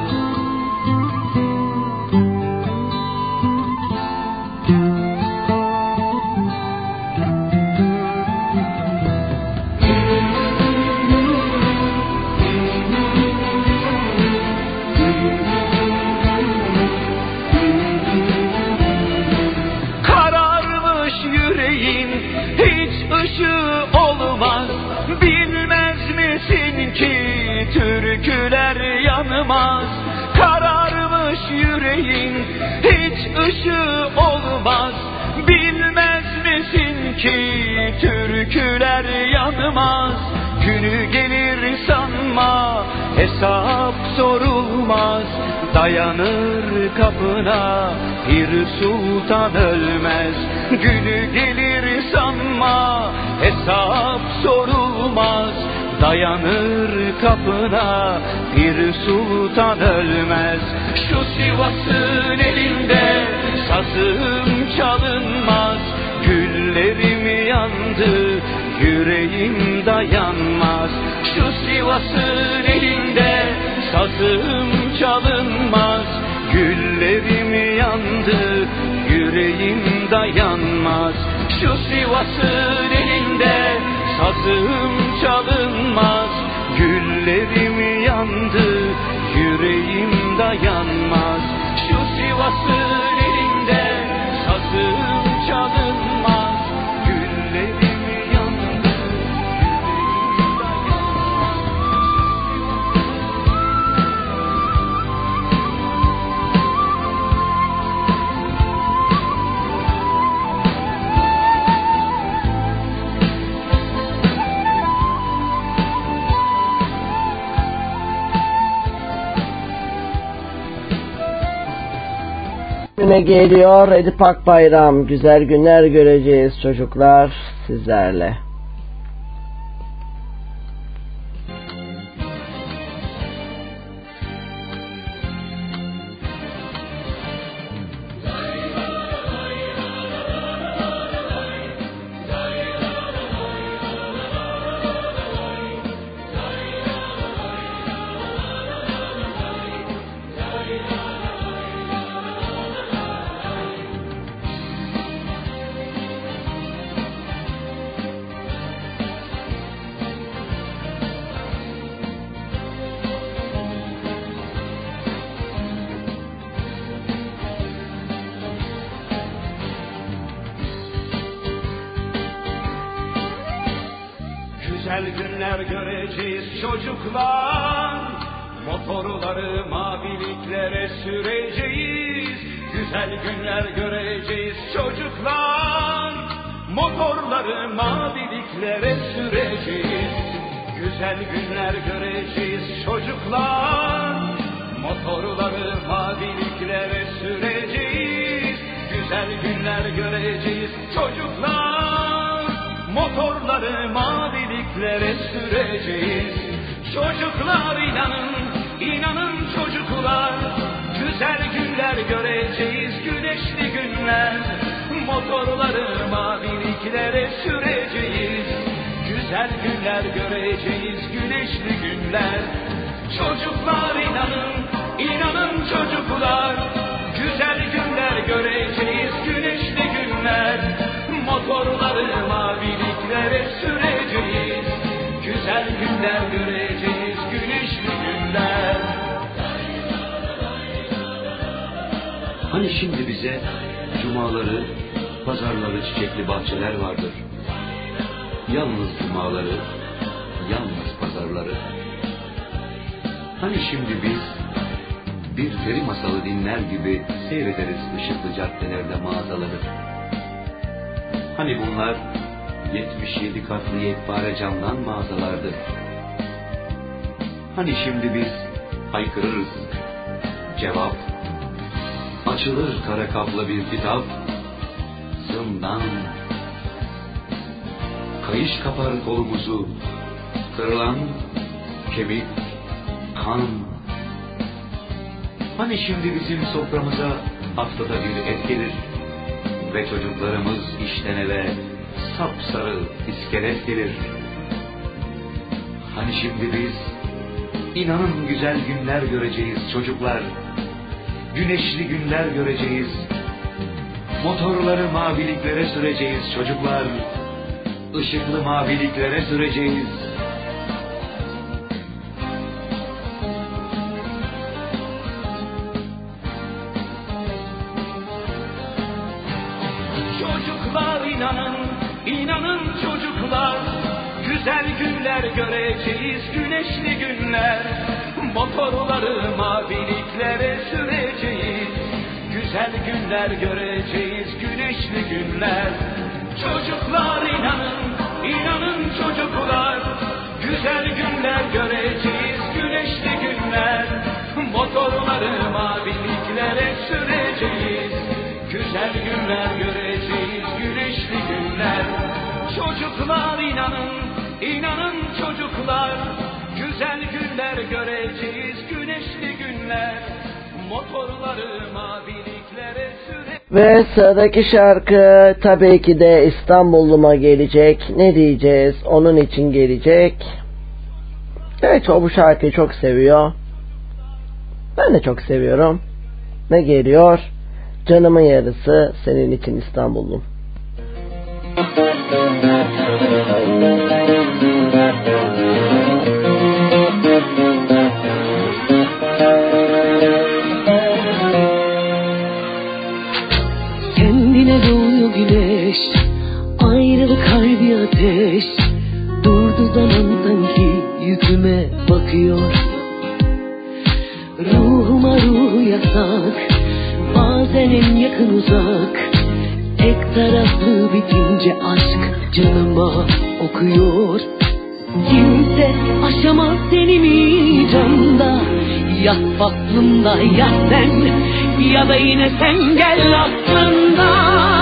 Türküler yanmaz, kararmış yüreğin, hiç ışığı olmaz. Bilmez misin ki türküler yanmaz. Günü gelir sanma, hesap sorulmaz. Dayanır kapına, bir sultan ölmez. Günü gelir sanma, hesap sorulmaz. Dayanır kapına, bir sultan ölmez. Şu Sivas'ın elinde sazım çalınmaz, güllerim yandı, yüreğim dayanmaz. Şu Sivas'ın elinde sazım çalınmaz, güllerim yandı, yüreğim dayanmaz. Şu Sivas'ın elinde sazım çalınmaz, güllerim yandı, yüreğim dayanmaz. Şu Sivas'ın elinde sazım çalınmaz, güllerim yandı, yüreğim dayanmaz. Güne geliyor Edip Akbayram. Güzel günler göreceğiz çocuklar sizlerle. Güzel günler göreceğiz çocuklar, motorları maviliklere süreceğiz. Güzel günler göreceğiz çocuklar, motorları maviliklere süreceğiz. Güzel günler göreceğiz çocuklar, motorları maviliklere süreceğiz. Güzel günler göreceğiz çocuklar, motorları maviliklere süreceğiz. Çocuklar inanın, inanın çocuklar, güzel günler göreceğiz, güneşli günler. Motorları maviliklere süreceğiz, güzel günler göreceğiz, güneşli günler. Çocuklar inanın, inanın çocuklar, güzel günler göreceğiz, güneşli günler. Motorları maviliklere süreceğiz, güzel günler göreceğiz, güneşli günler. Hani şimdi bize cumaları, pazarları, çiçekli bahçeler vardır. Yalnız cumaları, yalnız pazarları. Hani şimdi biz bir peri masalı dinler gibi seyrederiz ışıklı caddelerde mağazaları. Hani bunlar yetmiş yedi katlı yekpare camdan mağazalardı. Hani şimdi biz haykırırız, cevap, açılır kara kaplı bir kitap, zindan, kayış kapar kolumuzu, kırılan kemik, kan. Hani şimdi bizim soframıza haftada bir et gelir ve çocuklarımız işten eve sapsarı iskelet gelir. Hani şimdi biz inanın güzel günler göreceğiz çocuklar, güneşli günler göreceğiz, motorları maviliklere süreceğiz çocuklar, ışıklı maviliklere süreceğiz. Çocuklar inanın, inanın çocuklar, güzel günler göreceğiz, güneşli günler. Motorları maviliklere süreceğiz, güzel günler göreceğiz, güneşli günler. Çocuklar inanın, inanın çocuklar, güzel günler göreceğiz, güneşli günler. Motorları maviliklere süreceğiz, güzel günler göreceğiz, güneşli günler. Çocuklar inanın, inanın çocuklar, güzel günler göreceğiz, güneşli günler. Motorları maviliklere süre... Ve sıradaki şarkı tabii ki de İstanbulluma gelecek. Ne diyeceğiz? Onun için gelecek. Evet, o bu şarkıyı çok seviyor. Ben de çok seviyorum. Ne geliyor? Canımın yarısı senin için İstanbullum. Kendine doğuyor güneş, ayrılık kalbi ateş. Durdu zaman sanki yüzüme bakıyor. Ruhuma ruhu yasak, bazen en yakın uzak. Tek taraflı bitince aşk canıma okuyor. Kimse aşamaz seni mi camda, ya faslımda ya sen, ya da yine sen gel aslında.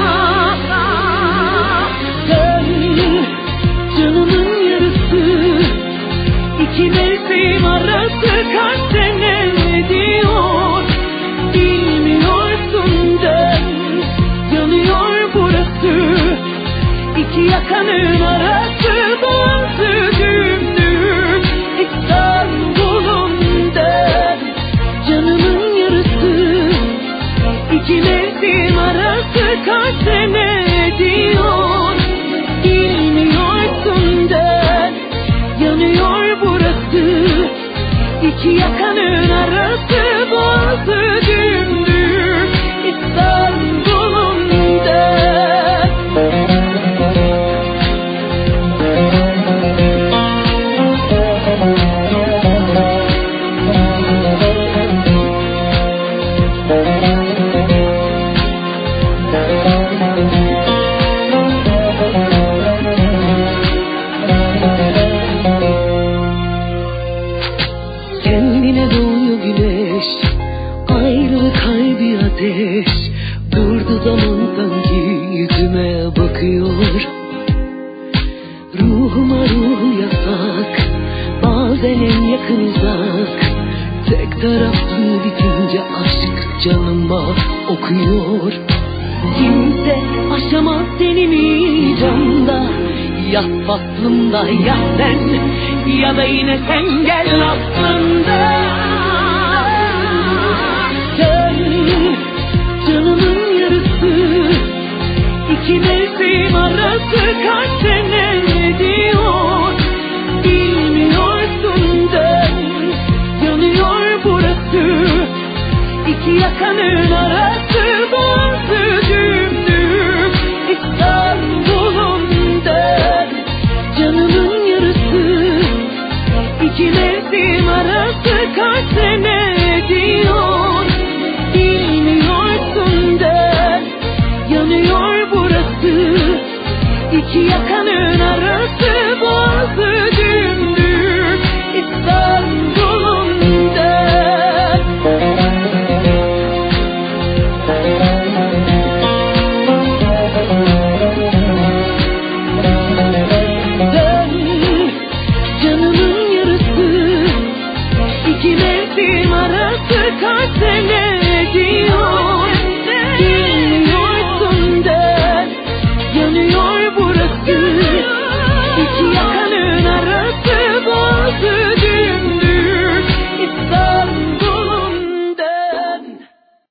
Dön canımın yarısı, iki mevsim arası kaç sene diyor. Bilmiyorsun dön, yanıyor burası, iki yakanın arası bazı düğümlük. İstanbul'un dön canımın yarısı, iki mevsim arası kaç sene diyor. Bilmiyorsun dön, yanıyor burası, iki yakanın arası bazı düğümlük. İstanbul'un dön. Kendine doğuyor güneş, ayrılık kalbi ateş. Durdu zaman sanki yüzüme bakıyor. Ruhuma ruhu yasak, bazen en yakın uzak. Tek taraflı bitince aşk canıma okuyor. Kimse aşamaz seni mi camda, ya faslımda ya sen, ya da yine sen gel aslında. Dön canımın yarısı, iki mevsim arası kaç sene diyor. Bilmiyorsun dön, yanıyor burası, iki yakanın arası bazı düğümlük. İstanbul'un dön canımın yarısı, iki mevsim arası kaç sene diyor. Bilmiyorsun dön, yanıyor burası, iki yakanın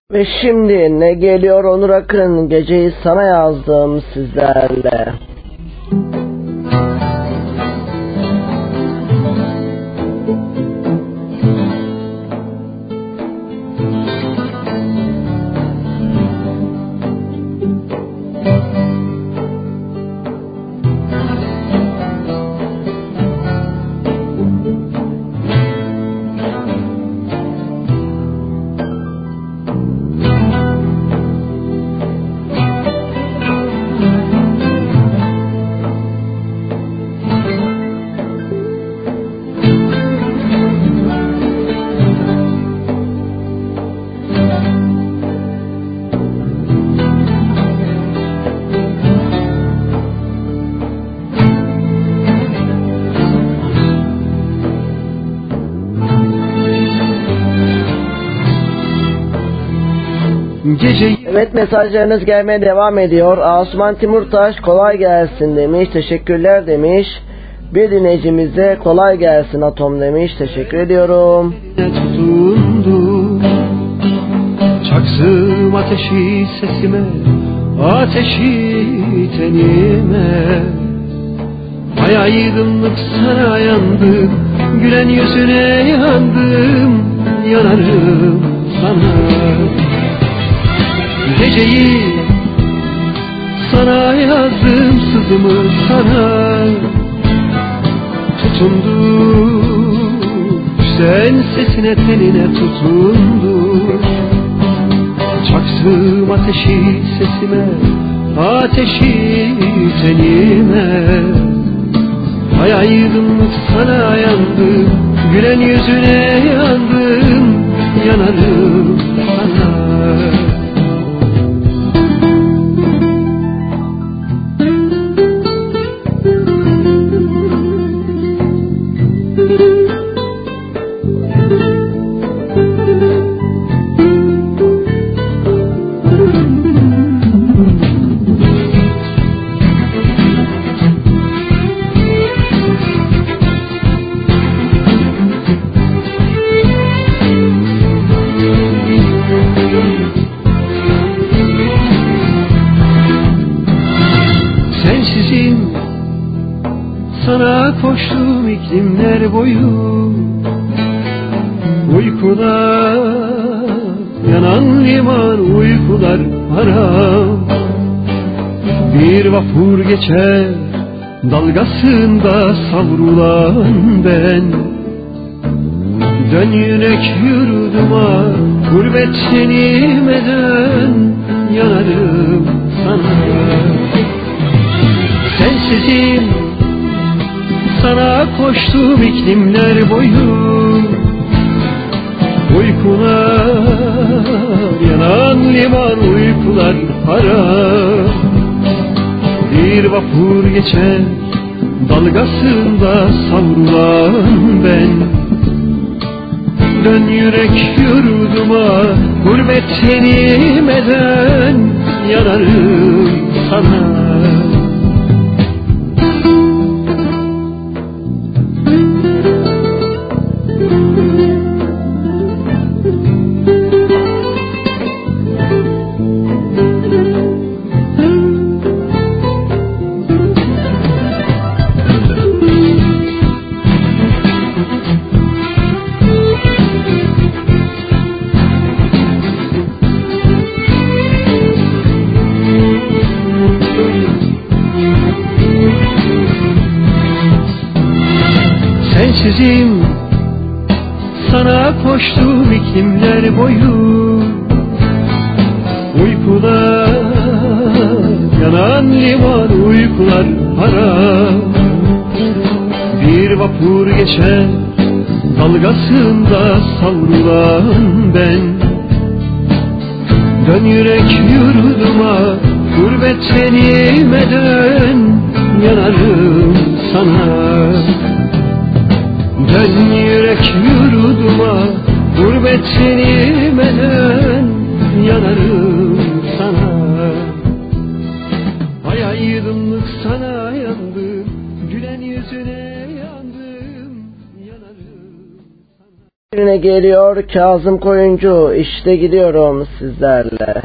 Ve şimdi ne geliyor Onur Akın, geceyi sana yazdım sizlerle. Evet, mesajlarınız gelmeye devam ediyor. Asuman Timurtaş kolay gelsin demiş. Teşekkürler demiş. Bir dinleyicimize kolay gelsin Atom demiş. Teşekkür ediyorum. Tutundu, çaksım ateşi sesime, ateşi tenime. Ay aydınlık sana yandım, gülen yüzüne yandım, yanarım sana. Geceyi sana yazdım, sızımı sana tutundu. Sen sesine tenine tutundu. Çaksım ateşi sesime, ateşi tenime. Ay aydınlık sana yandım, gülen yüzüne yandım, yanarım sana. Koştum iklimler boyu, uykuda yanan liman, uykular haram. Bir vapur geçer dalgasında savrulan ben. Dön yürek yurduma, gurbet senime dön, yanarım sana. Sensizim sana koştum iklimler boyu, uykular yanan liman, uykular haram. Bir vapur geçer dalgasında savrulan ben. Dön yürek yurduma, gurbet tenime dön, yanarım sana. Sensizim sana koştum iklimler boyu, uykular yanan liman, uykular haram. Bir vapur geçer dalgasında savrulan ben. Dön yürek yurduma, gurbet tenime dön, yanarım sana. Dön yürek yurduma, gurbet tenime dön, yanarım sana. Ay aydınlık sana yandım, gülen yüzüne yandım, yanarım sana. geliyor Kazım Koyuncu. İşte gidiyorum sizlerle.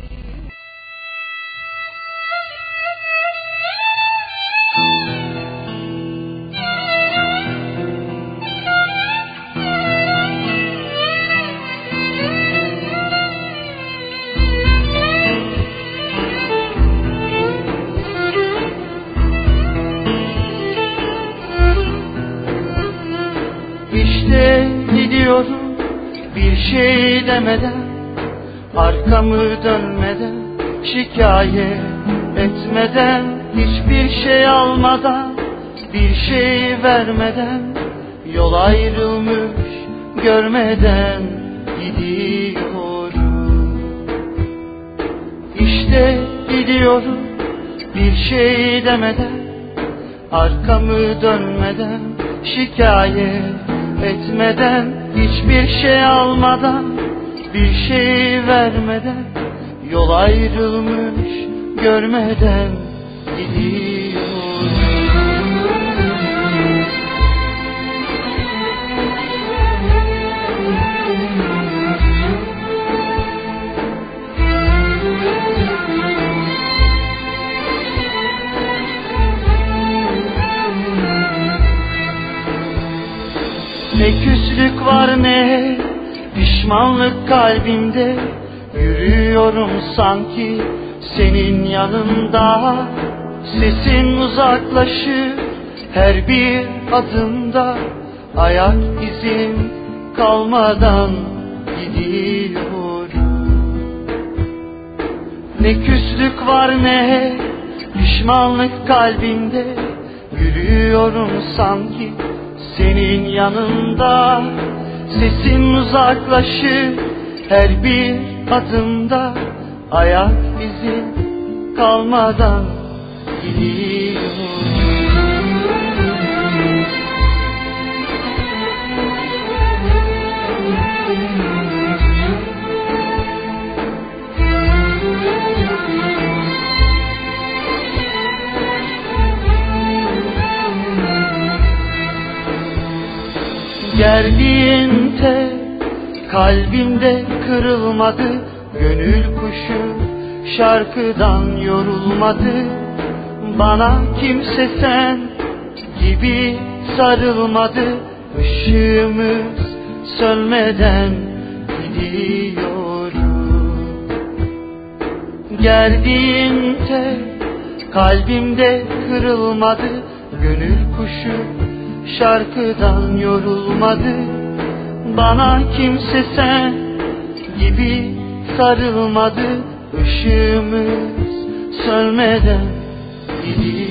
Bir şey demeden, arkamı dönmeden, şikayet etmeden, hiçbir şey almadan, bir şey vermeden, yol ayrılmış görmeden gidiyorum. İşte gidiyorum bir şey demeden, arkamı dönmeden, şikayet etmeden, hiçbir şey almadan, bir şey vermeden, yol ayrılmış görmeden gidiyorum. Ne küslük var ne pişmanlık kalbimde, yürüyorum sanki senin yanında. Sesin uzaklaşır her bir adımda, ayak izin kalmadan gidiyorum. Ne küslük var ne pişmanlık kalbimde, yürüyorum sanki senin yanında. Sesin uzaklaşır her bir adımda, ayak izin kalmadan gidiyorum. Gerdiğin tel kalbimde kırılmadı, gönül kuşu şarkıdan yorulmadı. Bana kimse sen gibi sarılmadı, ışığımız sönmeden gidiyorum. Gerdiğin tel kalbimde kırılmadı, gönül kuşu şarkıdan yorulmadı. Bana kimse sen gibi sarılmadı, ışığımız sönmeden gidiyor.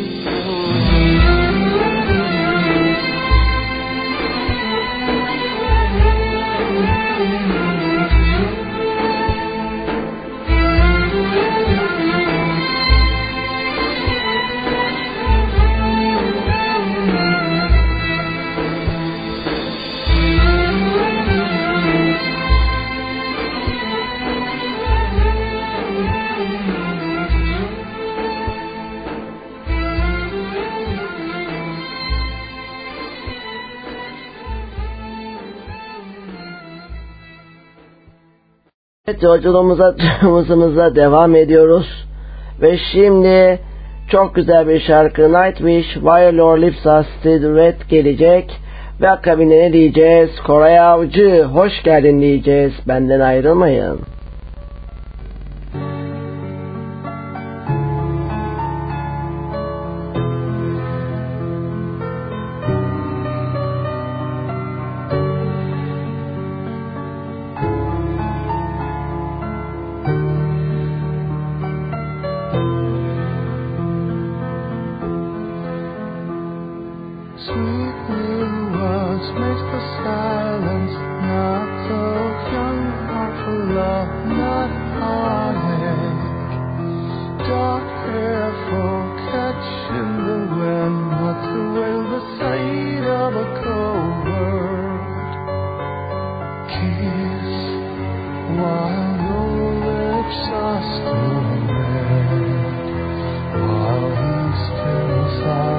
Evet, yolculuğumuza, yolculuğumuza devam ediyoruz. Ve şimdi çok güzel bir şarkı Nightwish, While Your Lips Are Still Red gelecek. Ve akabinde ne diyeceğiz? Koray Avcı, hoş geldin diyeceğiz. Benden ayrılmayın.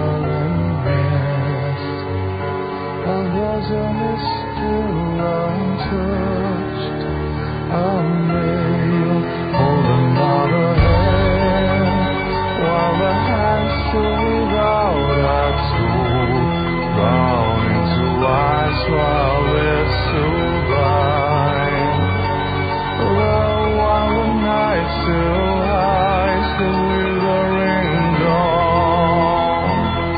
Was a mist to love. still hides the withering dawn.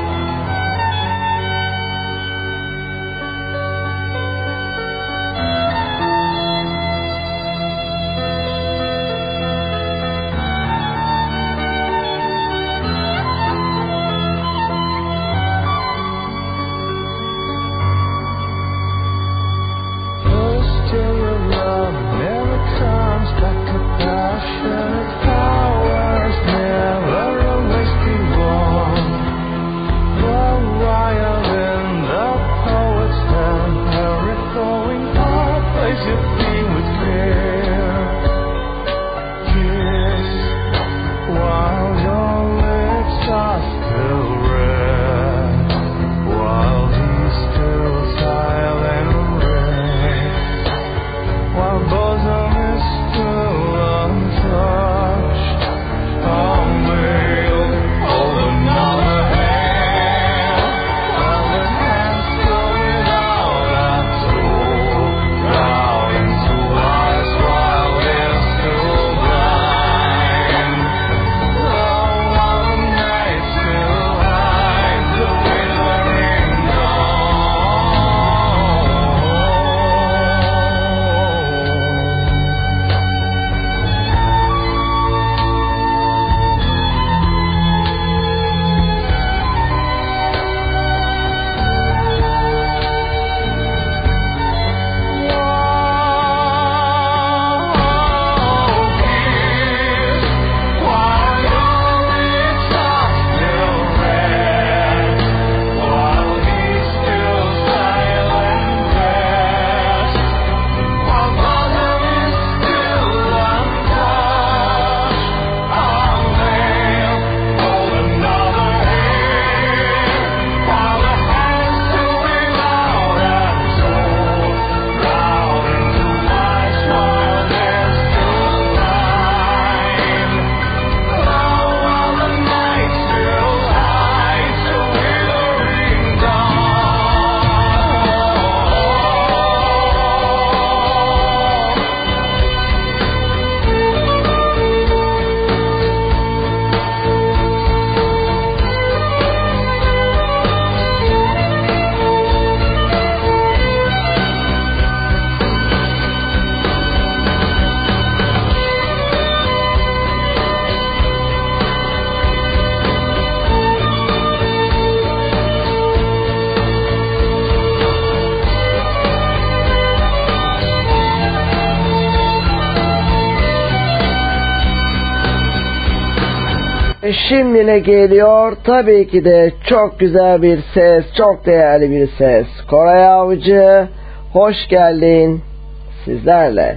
First day of love never comes back to passionate flowers, never a wasted one. The violin, the poet's hand, every flowing heart plays your theme with care. Kiss while your lips are still red, while he's still silent red, while bosom is still untouched. I'll mail hold another hand, while the hand still without a soul, out into eyes while they're still blind. Oh, while the night still hides the withering Şimdi ne geliyor? Tabii ki de çok güzel bir ses, çok değerli bir ses. Koray Avcı, hoş geldin sizlerle.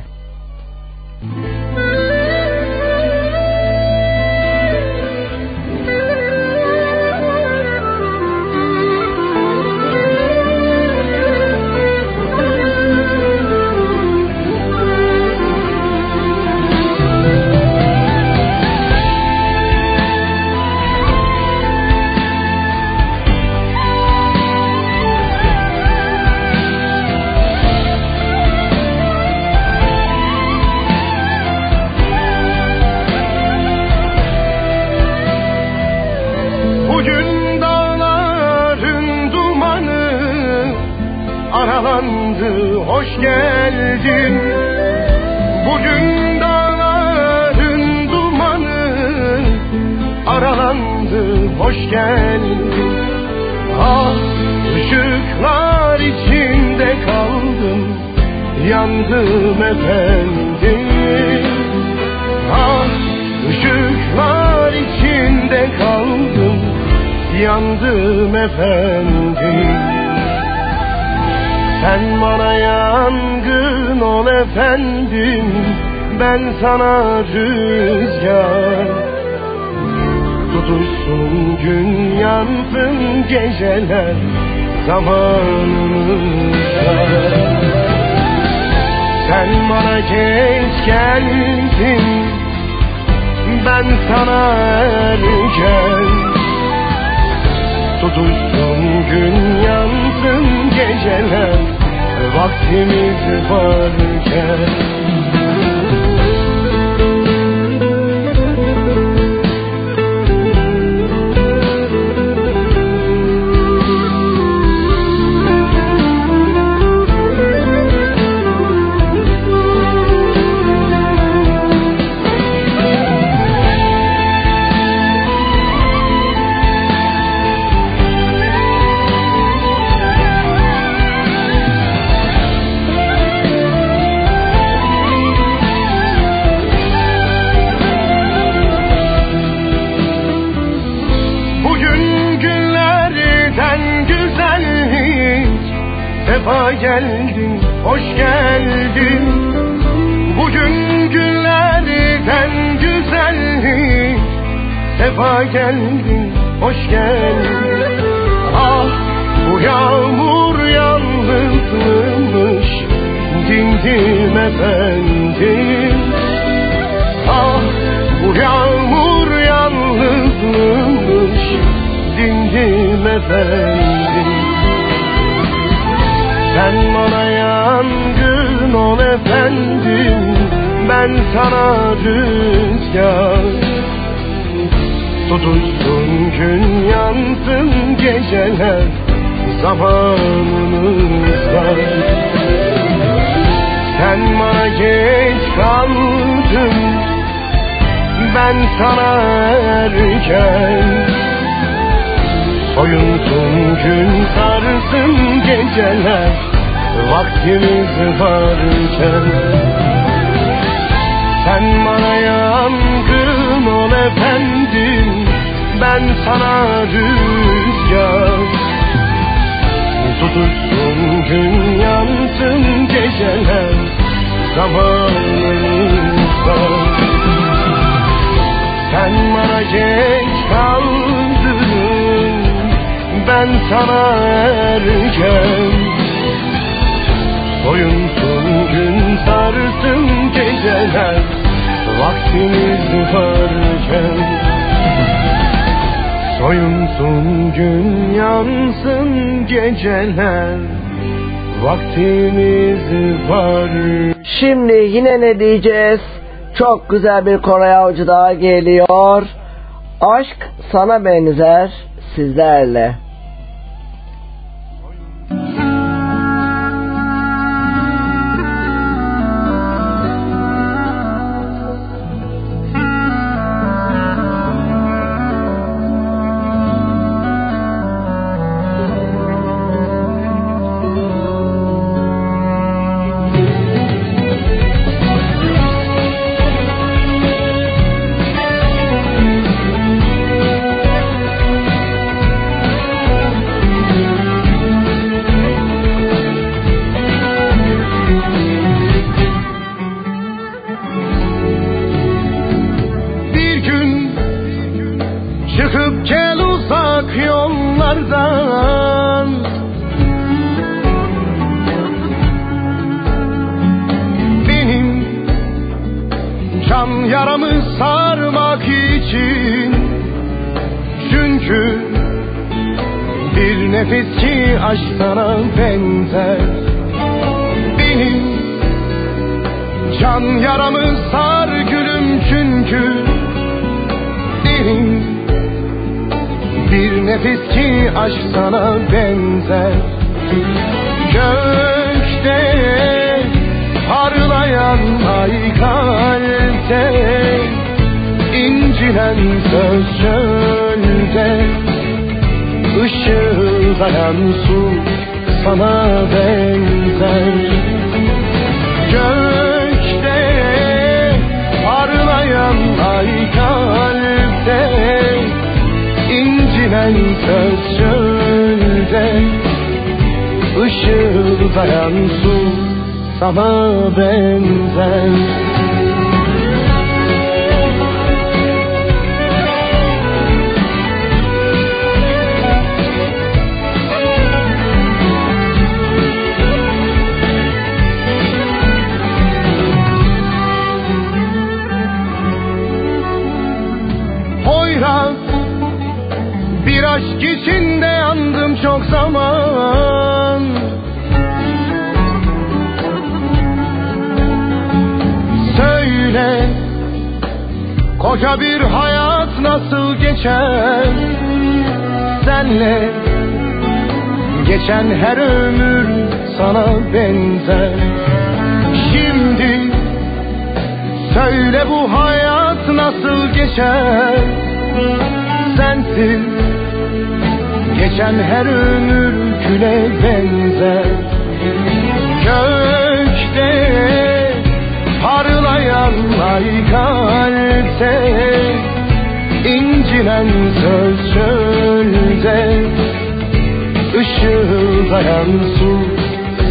Bugün dağların dumanı aralandı, hoş geldin. Bugün dağların dumanı aralandı, hoş geldin. Ah, ışıklar içinde kaldım, yandım efendim. Ah, ışıklar içinde kaldım, yandım efendim. Sen bana yangın ol efendim, ben sana rüzgar. Tutuşsun gün, yansın geceler zamanımızda. Sen bana geç geldin, ben sana erken. Tutuşsun gün, yansın geceler vaktimiz varken. sefa geldin, hoş geldin. Bugün günlerden güzellik, sefa geldin, hoş geldin. Ah bu yağmur yalnızmış, dindim efendim. Ah bu yağmur yalnızmış, dindim efendim. Sen bana yangın ol efendim, ben sana rüzgar. Tutuşsun gün yansın geceler, zamanımız var. Sen bana geç kaldın, ben sana erken. Soyunsun gün sarsın geceler, vaktimiz varken. Sen bana yangın ol efendim, ben sana rüzgar. Tutuşsun gün yansın geceler, zamanımız var. Sen bana geç kaldın, ben sana erken. Soyunsun gün sarsın geceler, vaktimiz varken. Soyunsun gün yansın geceler, vaktimiz var. Şimdi yine ne diyeceğiz? Çok güzel bir Koray Avcı daha geliyor. Aşk sana benzer sizlerle.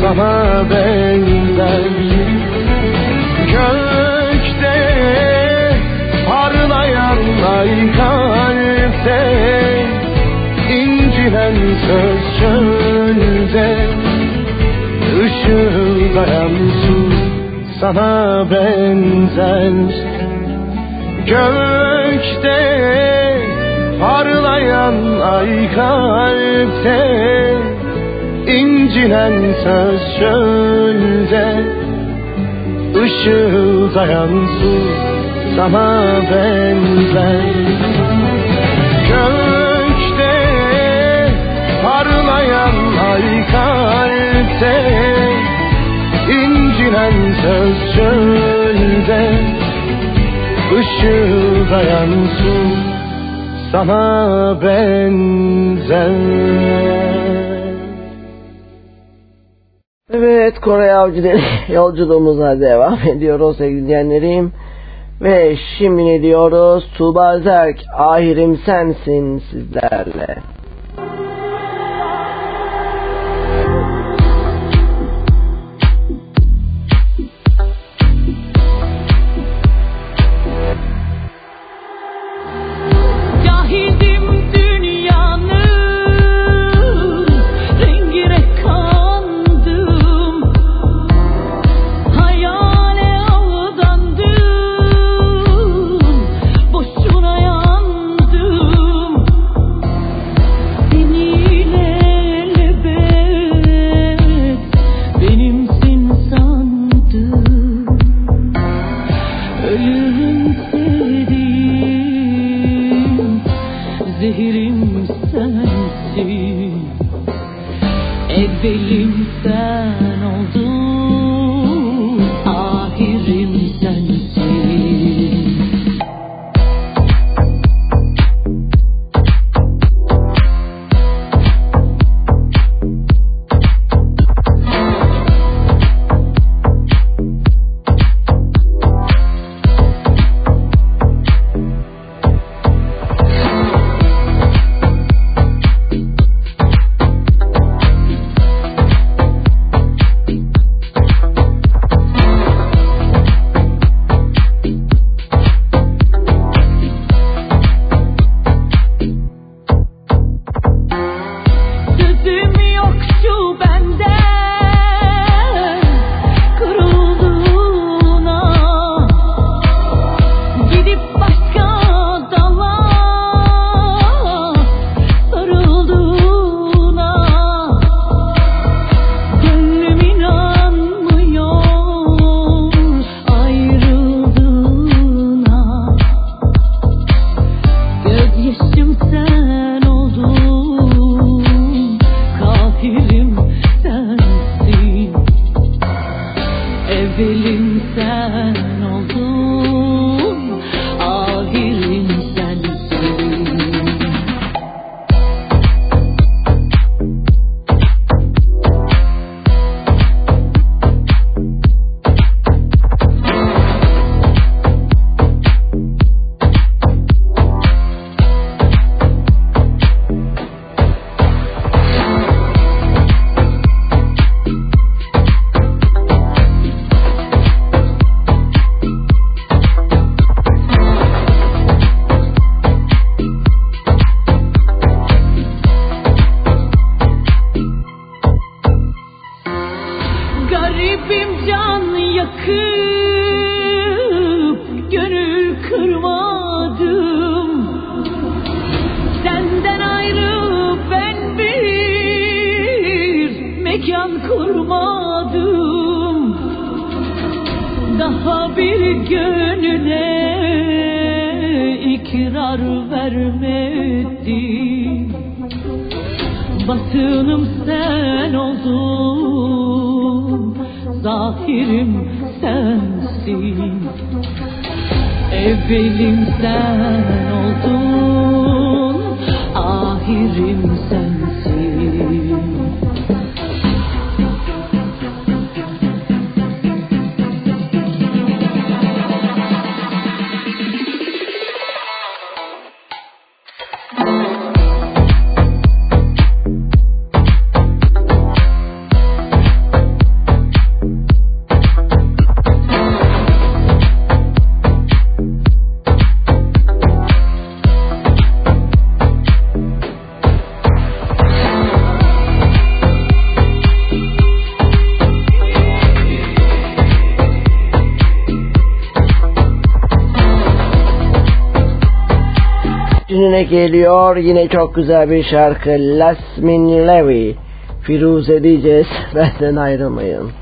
sana benzer. Gökte parlayan ay kalpte, incinen söz çölde, ışıldayan su sana benzer. Gökte parlayan ay kalpte, incinen söz çölde, ışıldayan su sana benzer. Gökte parlayan ay kalpte, incinen söz çölde, ışıldayan su sana benzer. Evet, Kore Avcı'da yolculuğumuza devam ediyoruz sevgili dinleyenlerim. Ve şimdi ne diyoruz? Tuğba Zerk, ahirim sensin sizlerle. Gününe geliyor yine çok güzel bir şarkı, Lasmin Levi, Firuze diyeceğiz. Benden ayrılmayın.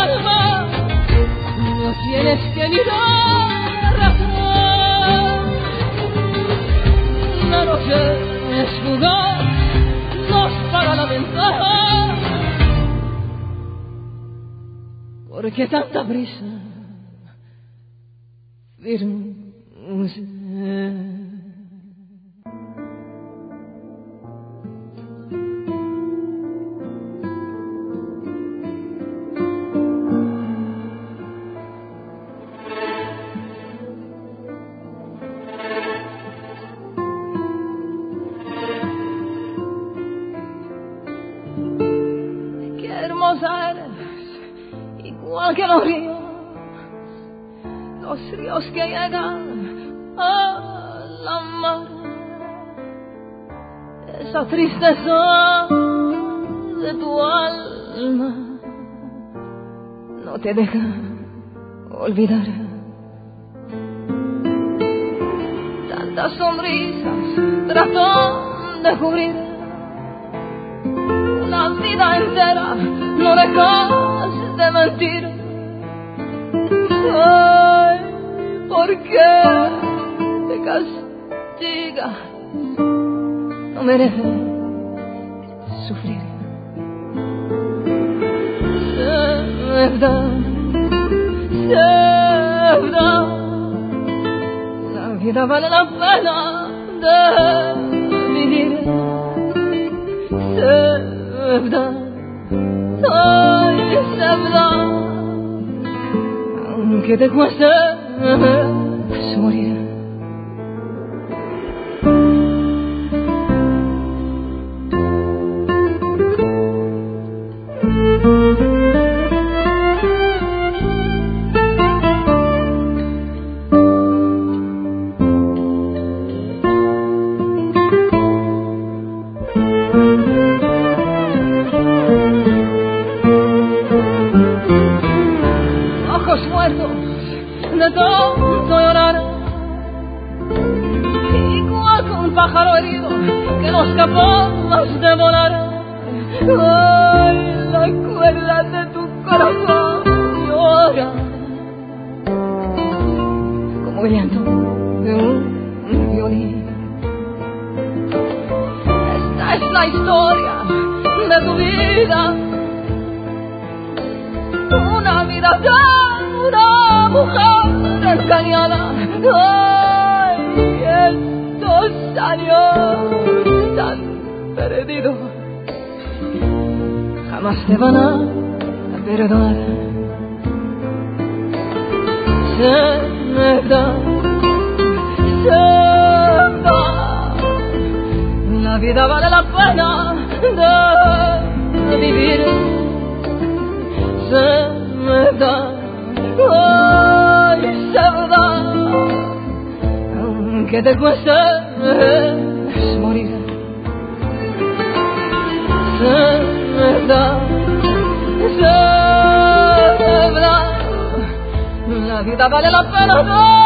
Tienes que mirar atrás. noche es fugaz, nos para la ventaja. ¿Por qué tanta prisa? Firmus. Igual que los ríos, los ríos que llegan a la mar, esa tristeza de tu alma no te deja olvidar. Tantas sonrisas tratan de cubrir una vida entera, no dejas de mentir. Ay, ¿por qué te castiga? No merece sufrir. Sevda, Sevda, la vida vale la pena de vivir. Sevda, ay, Sevda, aunque te cueste morir. Pájaro herido que no es capaz de volar. Ay, la cuerda de tu corazón llora como el llanto de un violín. Esta es la historia de tu vida, una vida de una mujer engañada. Ay, estos años tan perdidos jamás te van a perdonar. Sevda, Sevda, la vida vale la pena de vivir. Sevda, ay, Sevda, aunque te cueste morir. Sevda, Sevda, la vida vale la pena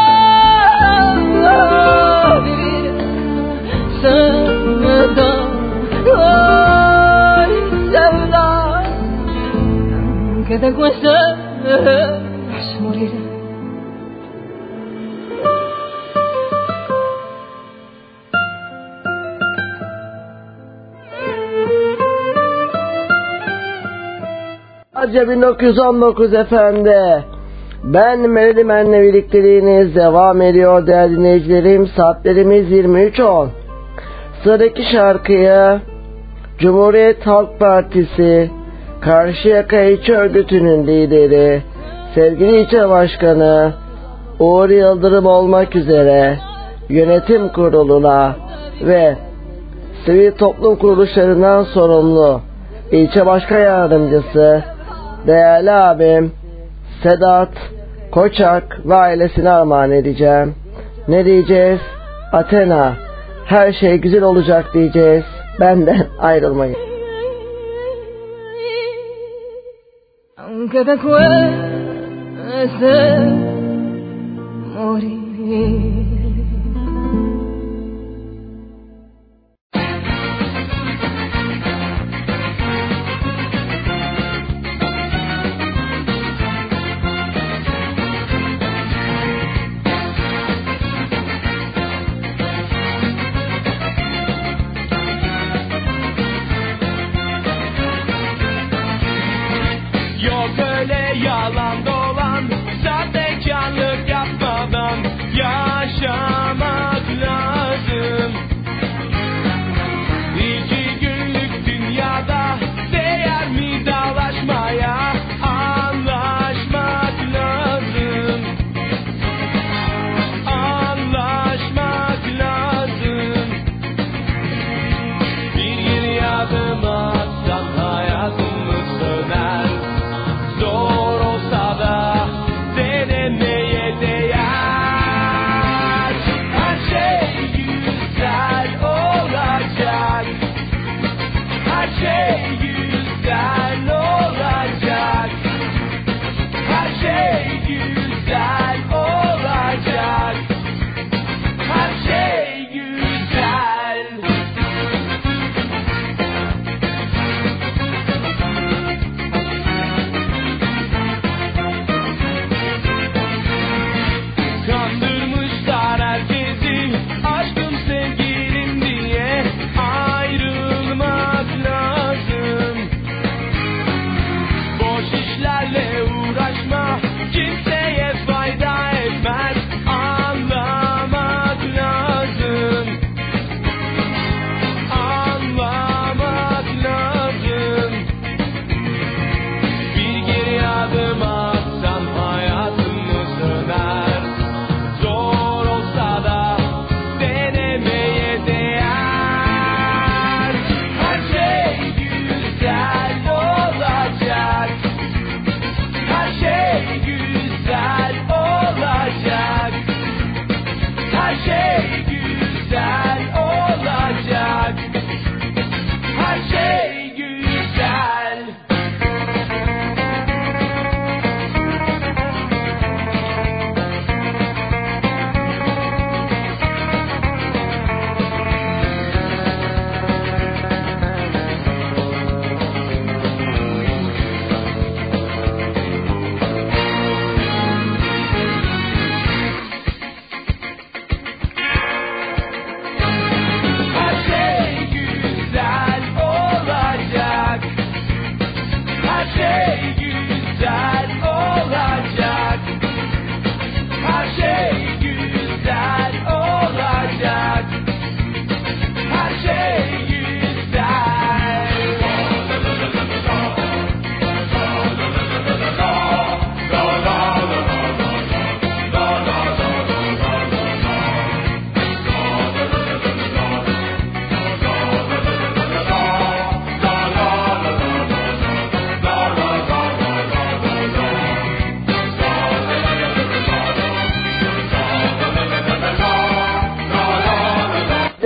de vivir. Sevda, ay, Sevda, aunque te cueste morir. bin dokuz yüz on dokuz efendi. Ben Melodi Men'le birlikteliğiniz devam ediyor değerli dinleyicilerim. Saatlerimiz yirmi üç on. Sıradaki şarkıyı Cumhuriyet Halk Partisi Karşıyaka İlçe Örgütü'nün lideri, sevgili ilçe başkanı Uğur Yıldırım olmak üzere yönetim kuruluna ve sivil toplum kuruluşlarından sorumlu ilçe başkan yardımcısı değerli abim Sedat Koçak ve ailesine armağan edeceğim. Ne diyeceğiz? Athena, her şey güzel olacak diyeceğiz. Benden ayrılmayın. Aunque te cueste morir.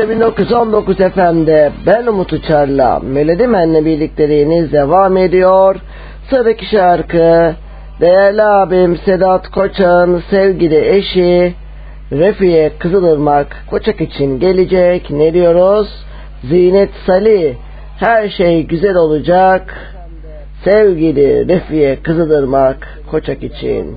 bin dokuz yüz on dokuz F M'de ben Umut Uçar'la Melodi Men'le birlikteliğiniz devam ediyor. Sıradaki şarkı değerli abim Sedat Koçak'ın sevgili eşi Refiye Kızılırmak Koçak için gelecek. Ne diyoruz? Zinet Salih, her şey güzel olacak sevgili Refiye Kızılırmak Koçak için.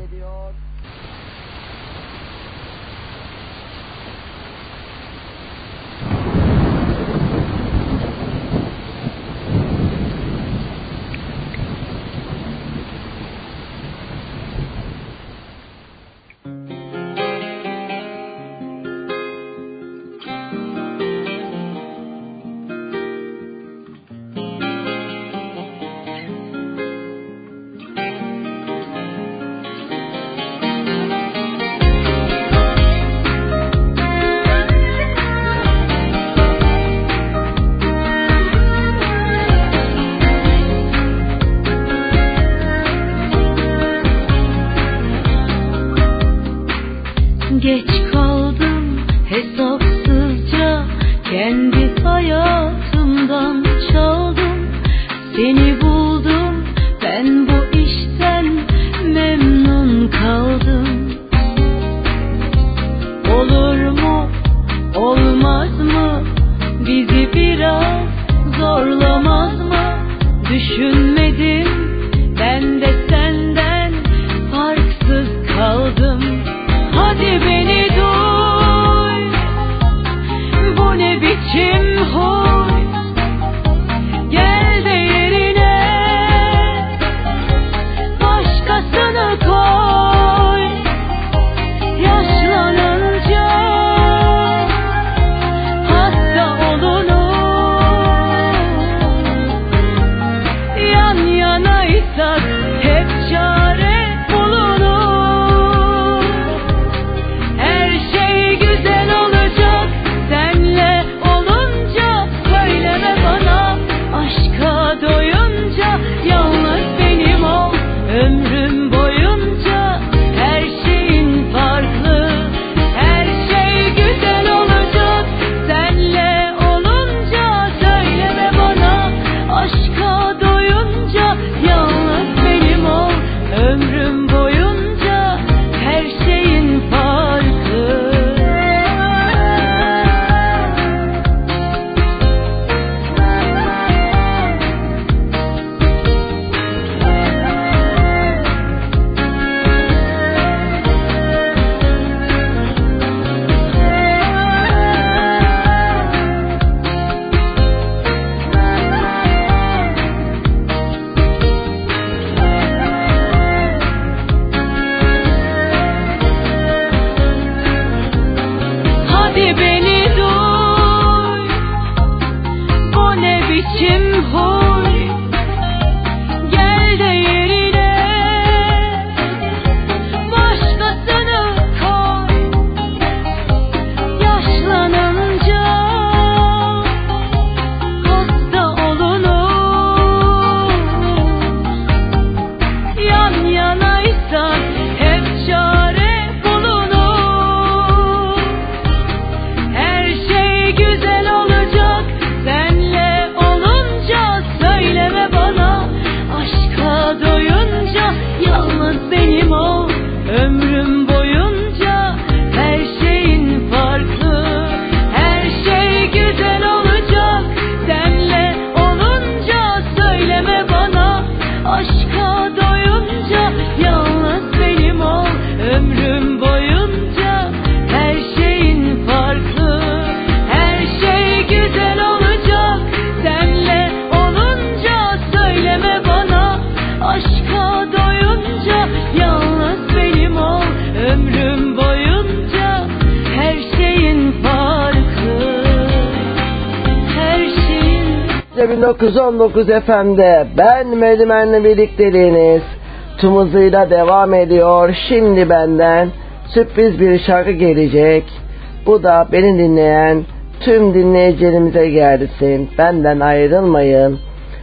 bin dokuz yüz on dokuz F M'de ben Melodi Men'le birlikteliğiniz tüm hızıyla devam ediyor. Şimdi benden sürpriz bir şarkı gelecek. Bu da beni dinleyen tüm dinleyicilerimize gelsin. Benden ayrılmayın.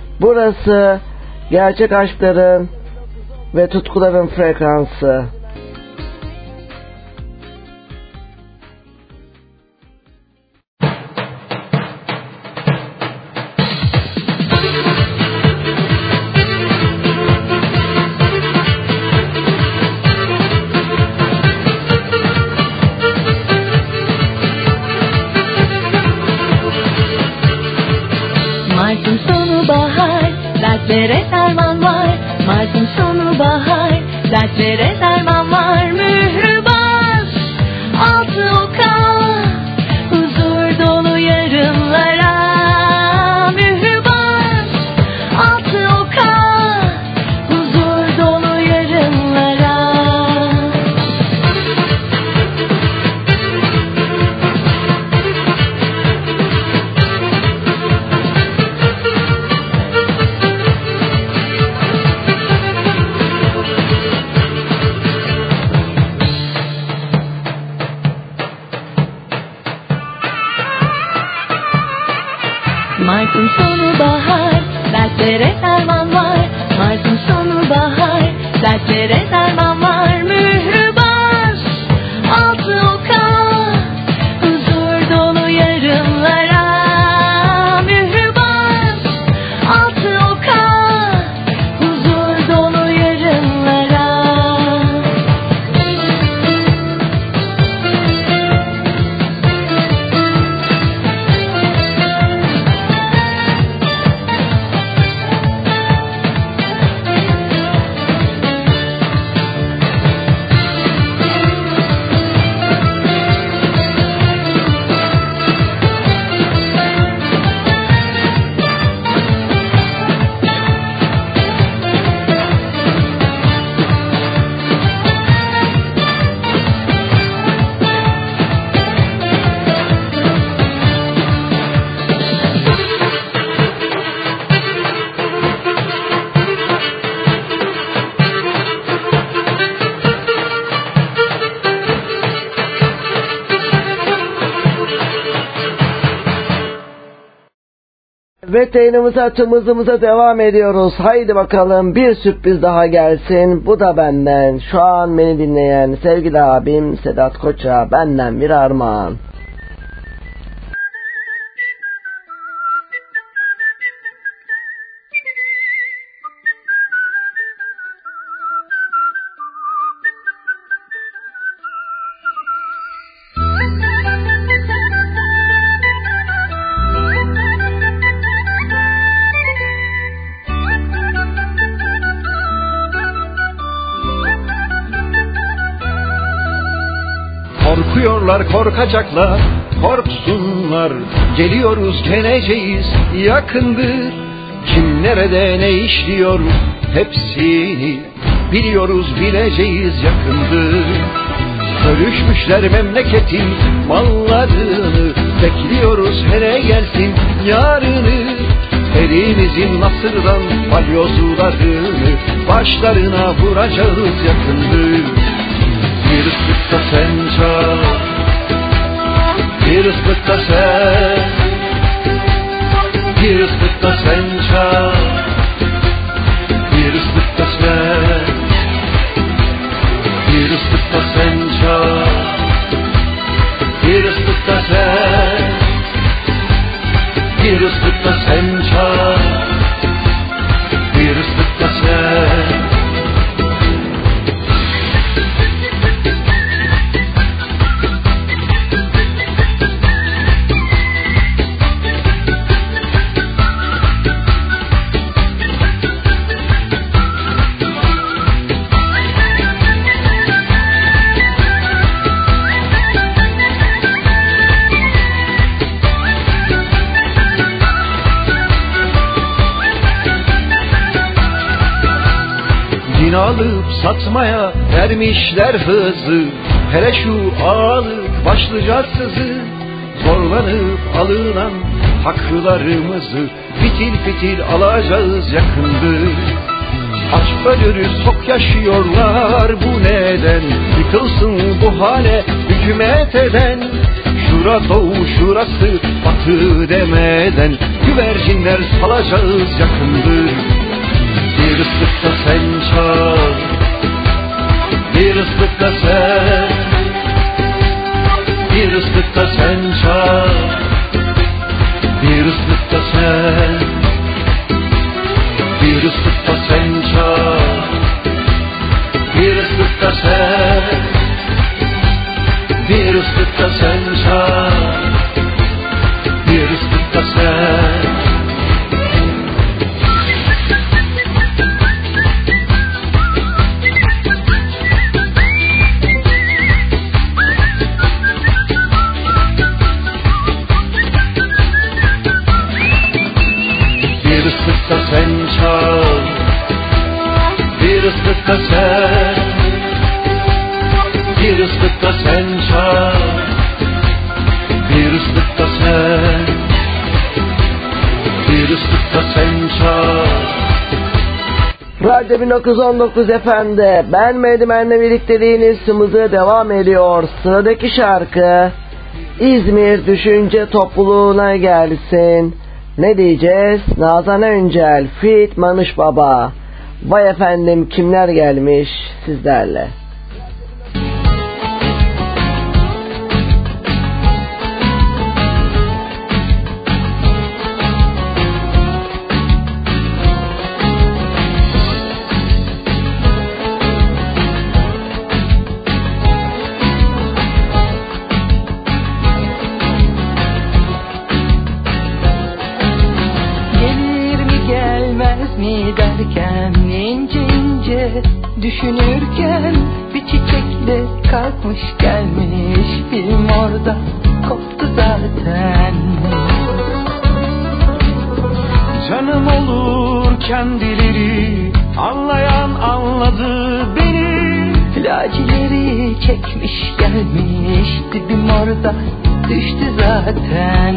Burası gerçek aşkların ve tutkuların frekansı. dertlere derman var. Mart'ın sonu bahar, dertlere derman var. Mührü bas, altı oka, huzur dolu yarınlara. Mührü bas, altı oka, huzur dolu yarınlara. Mart'ın sonu bahar, dertlere derman var. Mart'ın sonu bahar, dertlere derman var. Mührü bas, altı oka, huzur dolu yarınlara. Mührü bas, altı oka, huzur dolu yarınlara. Ve yayınımıza, tımızımıza devam ediyoruz. Haydi bakalım bir sürpriz daha gelsin. Bu da benden. Şu an beni dinleyen sevgili abim Sedat Koç'a benden bir armağan. Korkuyorlar, korkacaklar, korksunlar. Geliyoruz, geleceğiz, yakındır. Kim nerede ne işliyor hepsini biliyoruz, bileceğiz, yakındır. Bölüşmüşler memleketin mallarını, bekliyoruz hele gelsin yarını. Elimizin nasırdan balyozlarını başlarına vuracağız, yakındır. Bir ıslıkta sen çal, bir ıslıkta sen, bir ıslıkta sen çal, bir ıslıkta sen, bir ıslıkta sen çal, bir ıslıkta sen, bir ıslıkta sen çal, bir ıslıkta sen. Alıp satmaya vermişler hızı. Hele şu ağalık başlıca sızı, zorlanıp alınan haklarımızı fitil fitil alacağız, yakındır. Aç ölürüz, tok yaşıyorlar, bu neden? Yıkılsın bu hale hükümet eden. Şura doğu şurası batı demeden güvercinler salacağız, yakındır. Bir ıslıkta sen çal, bir ıslıkta sen, bir ıslıkta sen çal, bir ıslıkta sen, bir ıslıkta sen çal, bir ıslıkta sen, bir ıslıkta sen çal, bir ıslıkta sen. da sen çal, bir ıslık da sen, bir ıslık da sen çal. Radyo bin dokuz yüz on dokuz Efendi, ben Medimen'le birlikteliğiniz hızı devam ediyor. Sıradaki şarkı İzmir Düşünce Topluluğu'na gelsin. Ne diyeceğiz? Nazan Öncel, Fit Manış Baba. Vay efendim kimler gelmiş sizlerle. Düşünürken bir çiçekle kalkmış gelmiş, film orada koptu zaten. Canım olur kendileri, anlayan anladı beni. Lacileri çekmiş gelmiş, dibim orada düştü zaten.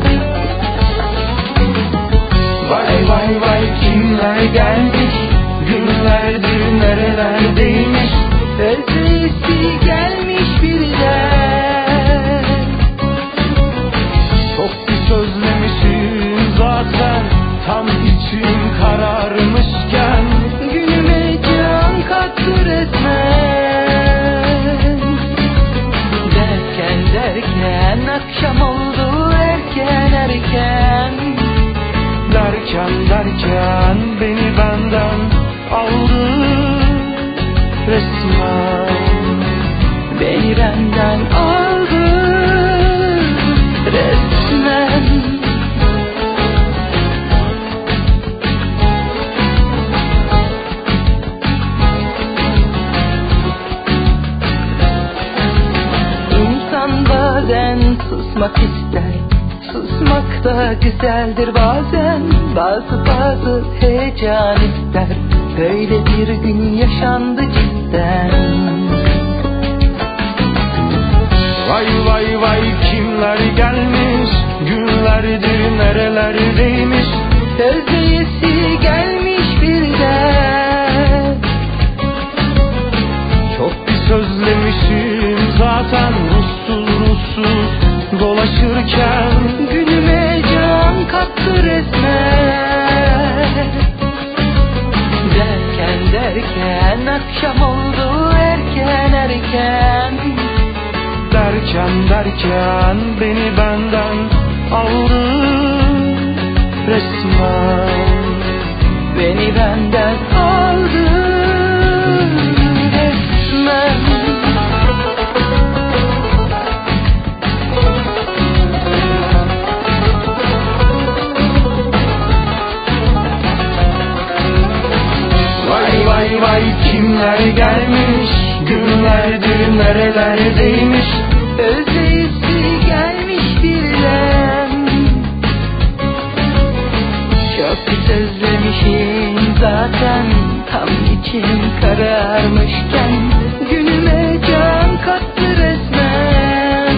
Vay vay vay kimler gelmiş, günlerdir nerelerdeymiş, özlesi gelmiş birden. Çok bir sözlemişim zaten, tam içim kararmışken, günüme can kattı resmen. Derken derken akşam oldu erken erken. Derken derken beni benden aldı resmen, beni benden aldı resmen. İnsan bazen susmak ister, susmak da güzeldir bazen. Bazı bazı heyecan ister, böyle bir gün yaşandı cidden. Vay vay vay kimler gelmiş, günlerdir nerelerdeymiş, özleyesi gelmiş birden. Çok bir sözlemişim zaten, ruhsuz ruhsuz dolaşırken, günüme can kattı resmen. Derken derken akşam oldu erken erken. Derken derken beni benden aldı resmen, beni benden aldı resmen. Vay vay vay kimler gelmiş, günlerdir nerelerdeymiş, özleyisi gelmiş birden. Çok bir özlemişim zaten, tam içim kararmışken, günüme can kattı resmen.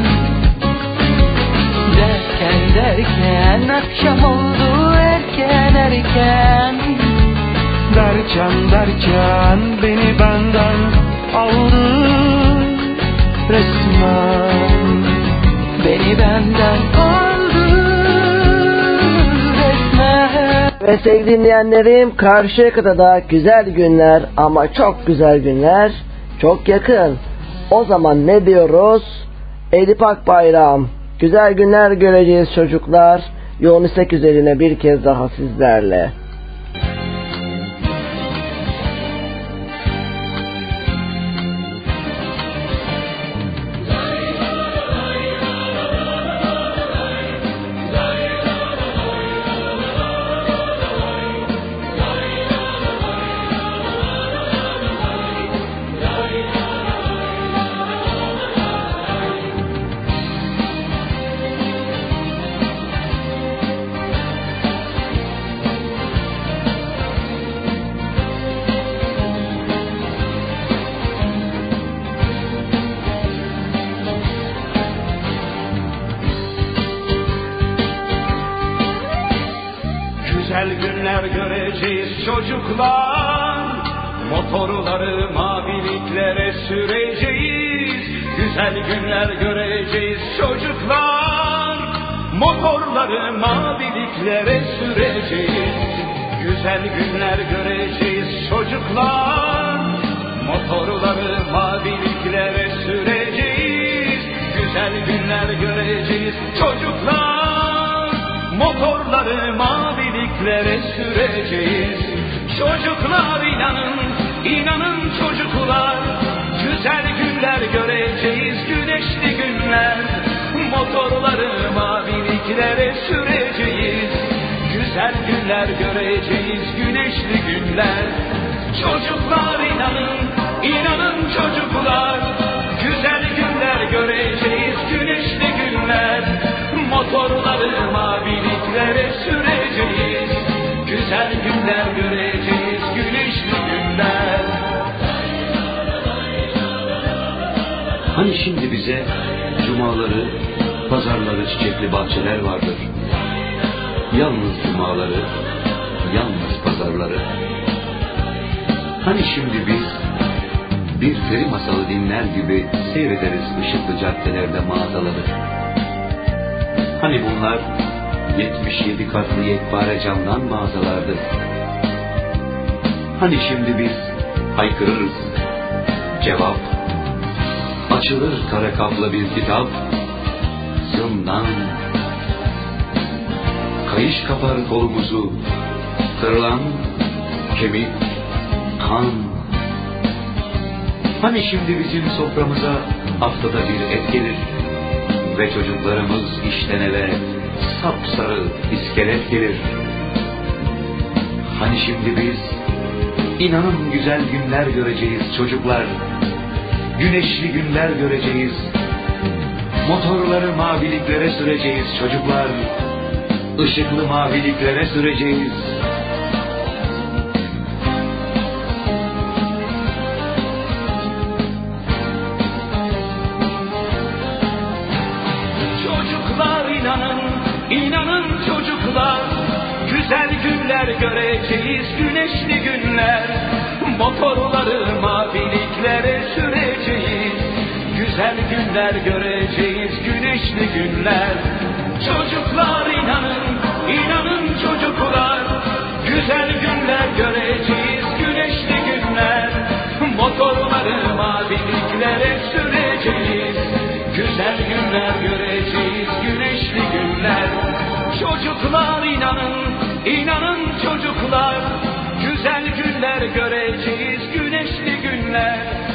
Derken derken akşam oldu erken erken. Derken derken beni benden aldı resmen, beni benden aldı resmen. Ve sevgili dinleyenlerim, Karşıyaka'da güzel günler ama çok güzel günler çok yakın. O zaman ne diyoruz? Edip Akbayram, güzel günler göreceğiz çocuklar. Yoğun istek üzerine bir kez daha sizlerle. güzel günler göreceğiz çocuklar. Motorları maviliklere süreceğiz. Güzel günler göreceğiz çocuklar. Motorları maviliklere süreceğiz. Güzel günler göreceğiz çocuklar. Motorları maviliklere süreceğiz. Güzel günler göreceğiz çocuklar. Motorları maviliklere süreceğiz. Çocuklar inanın, inanın çocuklar. Güzel günler göreceğiz, güneşli günler. Motorları maviliklere süreceğiz. Güzel günler göreceğiz, güneşli günler. Çocuklar inanın, inanın çocuklar. Güzel günler göreceğiz, güneşli günler. Motorları maviliklere süreceğiz. Güzel günler göreceğiz, güneşli günler. Hani şimdi bize cumaları, pazarları, çiçekli bahçeler vardır. Yalnız cumaları, yalnız pazarları. Hani şimdi biz bir peri masalı dinler gibi seyrederiz ışıklı caddelerde mağazaları. Hani bunlar yetmiş yedi katlı yekpare camdan mağazalardı. Hani şimdi biz haykırırız, cevap, açılır kara kaplı bir kitap, zindan, kayış kapar kolumuzu, kırılan kemik, kan. Hani şimdi bizim soframıza haftada bir et gelir ve çocuklarımız işten eve sapsarı iskelet gelir. Hani şimdi biz inanın güzel günler göreceğiz çocuklar. Güneşli günler göreceğiz. Motorları maviliklere süreceğiz çocuklar. Işıklı maviliklere süreceğiz. Çocuklar inanın, inanın çocuklar. Güzel günler göreceğiz, güneşli günler. Motorları maviliklere süreceğiz. Güzel günler göreceğiz, güneşli günler. Çocuklar inanın, inanın çocuklar. Güzel günler göreceğiz, güneşli günler. Motorları maviliklere süreceğiz. Güzel günler göreceğiz, güneşli günler. Çocuklar inanın, inanın çocuklar. Güzel günler göreceğiz, güneşli günler.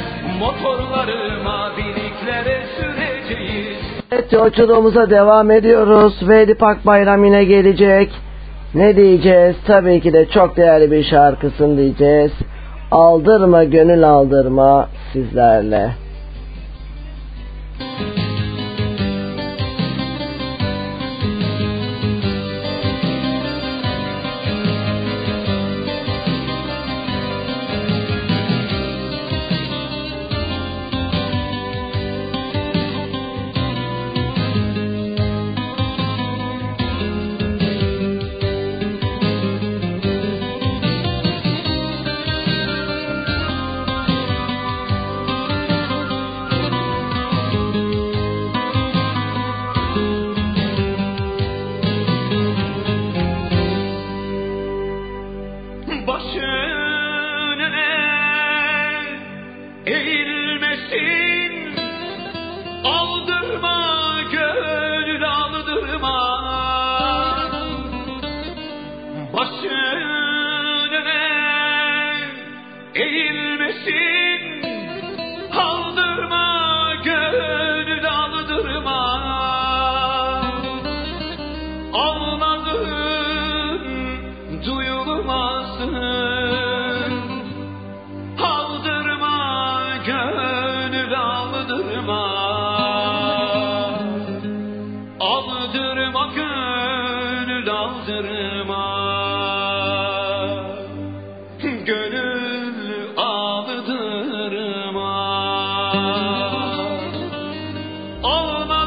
Motorları maviliklere süreceğiz. Evet, yolculuğumuza devam ediyoruz ve Edip Akbayram yine gelecek. Ne diyeceğiz? Tabii ki de çok değerli bir şarkısını diyeceğiz. Aldırma gönül aldırma sizlerle.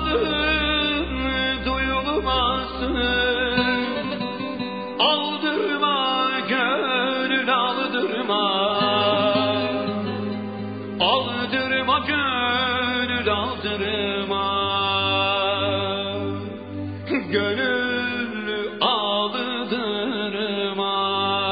Aldırma aldırma, gönül aldırma.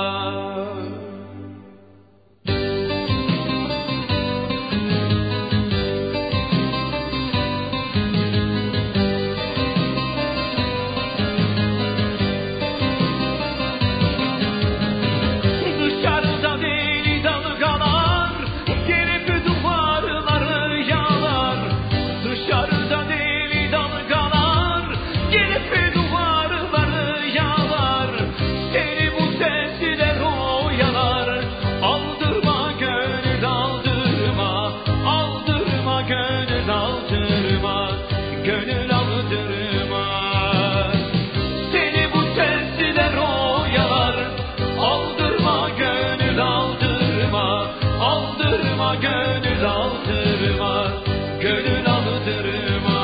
Dışarıda deli dalgalar gelip duvarları yalar. Dışarıda deli dalgalar gelip duvarları yalar. Seni bu sesler oyalar. Aldırma gönül aldırma, aldırma gönül aldırma, gönül aldırma. Seni bu sesler oyalar. Aldırma gönül aldırma, aldırma gönül aldırma, gönül aldırma.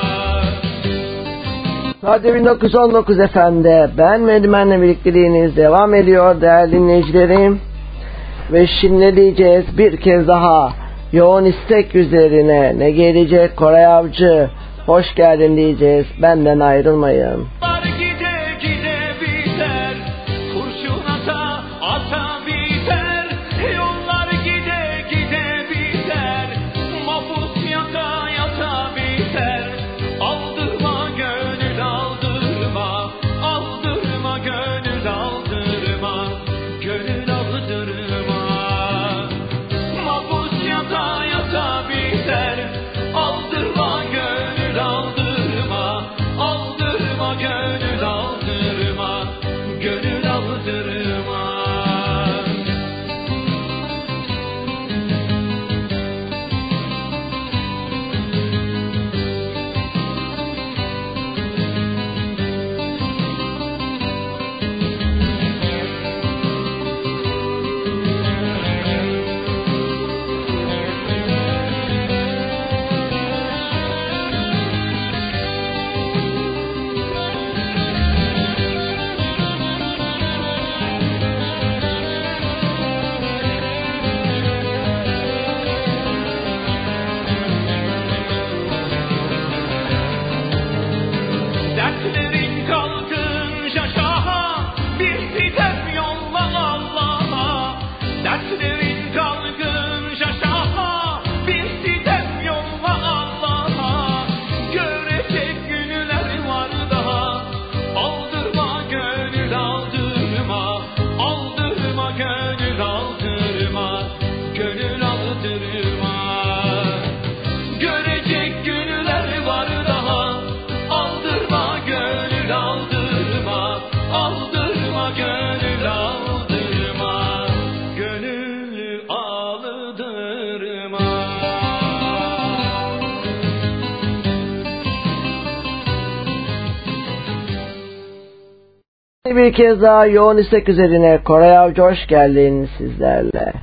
Radyo bin dokuz yüz on dokuz efendi, ben Medimen'le birlikteliğiniz devam ediyor değerli dinleyicilerim. Ve şimdi diyeceğiz bir kez daha yoğun istek üzerine ne gelecek Koray Avcı, hoş geldin diyeceğiz, benden ayrılmayın. Gide gide biter, kurşun ata ata biter. Yollar gide gide biter, mahpus yata yata biter. Aldırma gönül aldırma, aldırma gönül aldırma, gönül aldırma. Mahpus yata yata biter. Aldırma gönül aldırma, aldırma gönül aldırma, gönül aldırma. Dertlerin kalkınca şaha, bir sitem yolla Allah'a. Dertlerin kalkınca şaha, bir sitem yolla Allah'a. Görecek günler var daha. Aldırma gönül aldırma, aldırma gönül aldırma, gönül aldırma. Görecek günler var daha. Aldırma gönül aldırma, aldırma gönül aldırma, gönül aldırma. Bir kez daha yoğun istek üzerine Koray Avcı, hoş geldin sizlerle.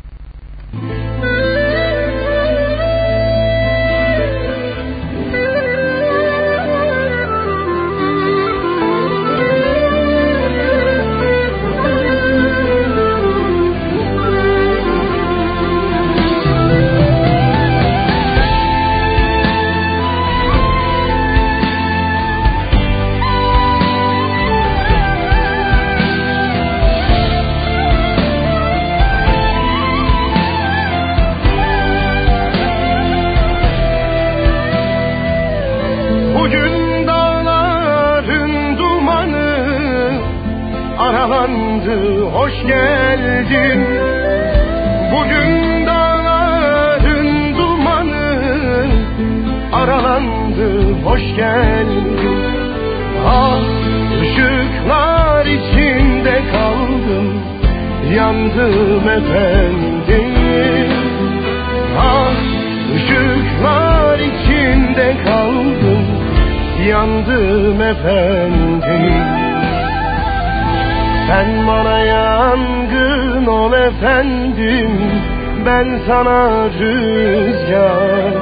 Bugün dağların dumanı aralandı, hoş geldin. Bugün dağların dumanı aralandı, hoş geldin. Ah, ışıklar içinde kaldım, yandım efendim. Ah, ışıklar içinde kaldım, yandım efendim. Sen bana yangın ol efendim, ben sana rüzgar.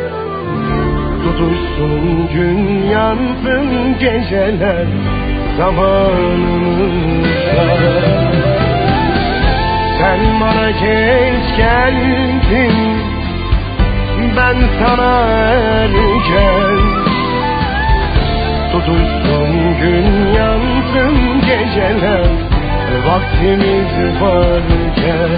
Tutuşsun gün, yansın geceler zamanımızda. Sen bana geç geldin, ben sana erken. Tutuşsun gün yansın geceler, vaktimiz varken.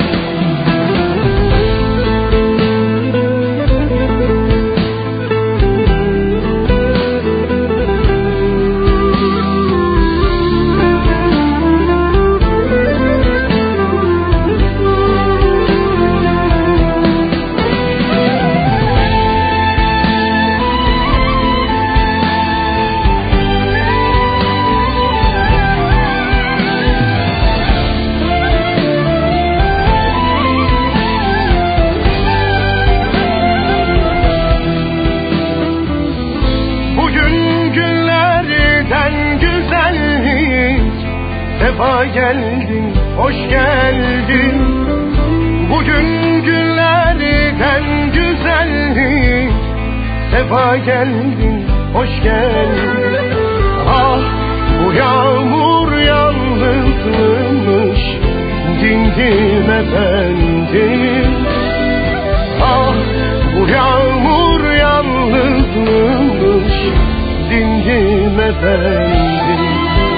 Sefa geldin, hoş geldin. Bugün günlerden güzellik. Sefa geldin, hoş geldin. Ah, bu yağmur yalnızmış, dindim efendim. Ah, bu yağmur yalnızmış, dindim efendim.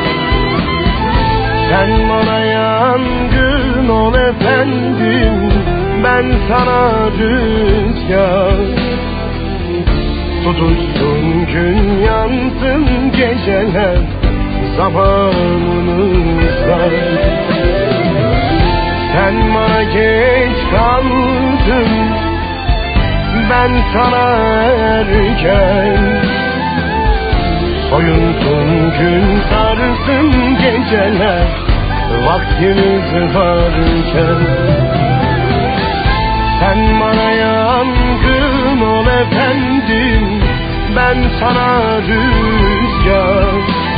Sen bana yangın ol efendim, ben sana rüzgar. Tutuşsun gün yansın geceler, zamanımızda. Sen bana geç kaldın, ben sana erken. Soyunsun gün sarsın geceler, vaktimiz varken. Sen bana yangın ol efendim, ben sana rüzgar.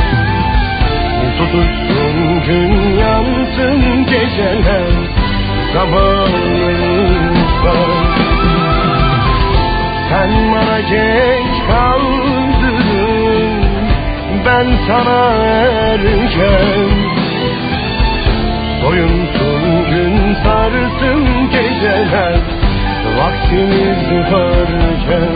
Tutuşsun gün yansın geceler, zamanımız var. Sen bana geç kaldın, ben sana erken. Soyunsun gün sarsın geceler, vaktimiz varken.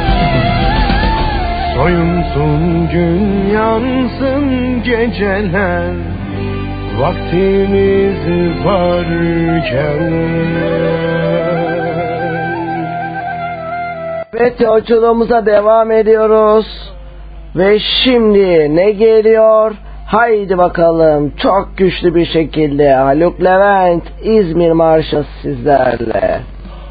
Soyunsun gün yansın geceler, vaktimiz varken. Evet, yolculuğumuza devam ediyoruz. Ve şimdi ne geliyor? Haydi bakalım, çok güçlü bir şekilde Haluk Levent, İzmir Marşı sizlerle.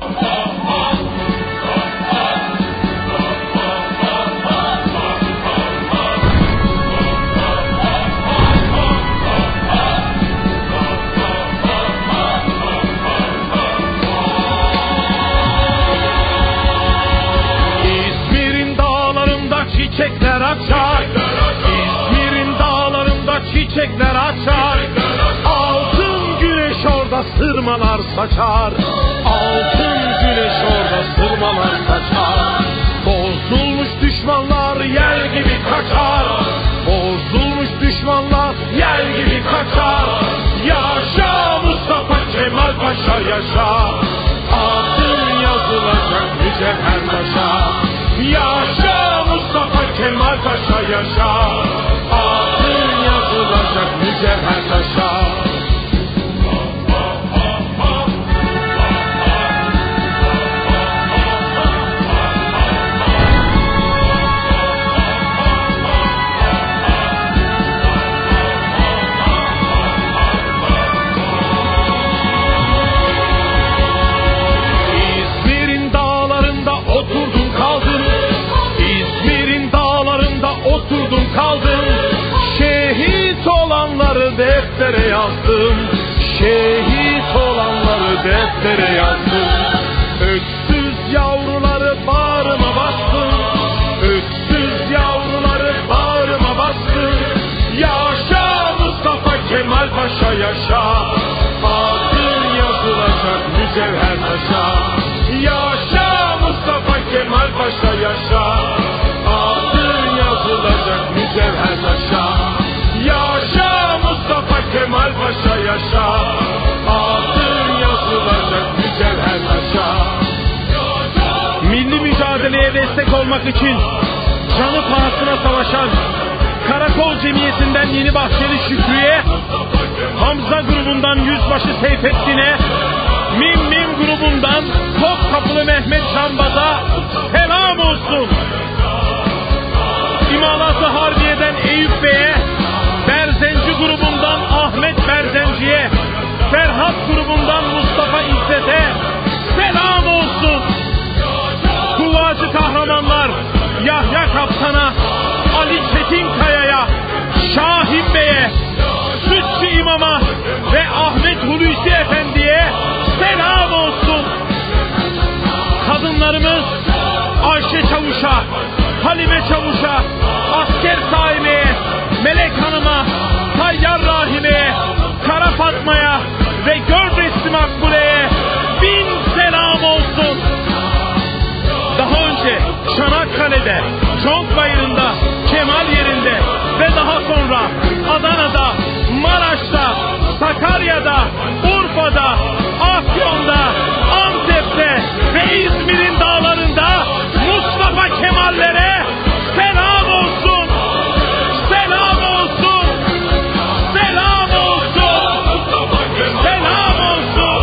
İzmir'in dağlarında çiçekler açar. İzmir'in dağlarında çiçekler açar. Altın güneş orada sırmalar saçar. Altın güneş orada sırmalar saçar. Bozulmuş düşmanlar yer gibi kaçar. Bozulmuş düşmanlar yer gibi kaçar. Yaşa Mustafa Kemal Paşa yaşa. Adın yazılacak mücevher taşa. Yaşa Mustafa Kemal Paşa yaşa. Adın yazılacak mücevher taşa. İzmir'in dağlarında oturdum kaldım. İzmir'in dağlarında oturdum kaldım. Şehit olanları deftere yazdım. Şehit olanları deftere yazdım. Öksüz yavruları bağrıma bastım. Öksüz yavruları bağrıma bastım. Yaşa Mustafa Kemal Paşa yaşa. Adın yazılacak mücevher taşa. Yaşa Mustafa Kemal Paşa yaşa. Adın yazılacak mücevher taşa. Yaşa Mustafa Kemal Paşa yaşa. Adın yazılacak mücevher taşa. Milli destek olmak için canı pahasına savaşan Karakol Cemiyeti'nden Yeni Bahçeli Şükrü'ye, Hamza grubundan Yüzbaşı Seyfettin'e, Mim Mim grubundan Topkapılı Mehmet Şambaz'a selam olsun. İmalatı Harbiye'den Eyüp Bey'e, Berzenci grubundan Ahmet Berzenci'ye, Ferhat grubundan Mustafa İzzet'e selam olsun. Kuvacı kahramanlar Yahya Kaptan'a, Ali Çetinkaya'ya, Şahin Bey'e, Sütçü İmam'a ve Ahmet Hulusi Efendi'ye selam olsun. Kadınlarımız Ayşe Çavuş'a, Halime Çavuş'a, Asker Saime'ye, Melek Hanım'a, Tayyar Rahime'ye, Kara Fatma'ya ve Gördesli Makbule'ye bin selam olsun. Daha önce Çanakkale'de, Çonkbayırı'nda, Kemal yerinde ve daha sonra Adana'da, Maraş'ta, Sakarya'da, Urfa'da, Afyon'da, Antep'te ve İzmir'in dağlarında Mustafa Kemal'lere selam olsun. Selam olsun. Selam olsun. Selam olsun.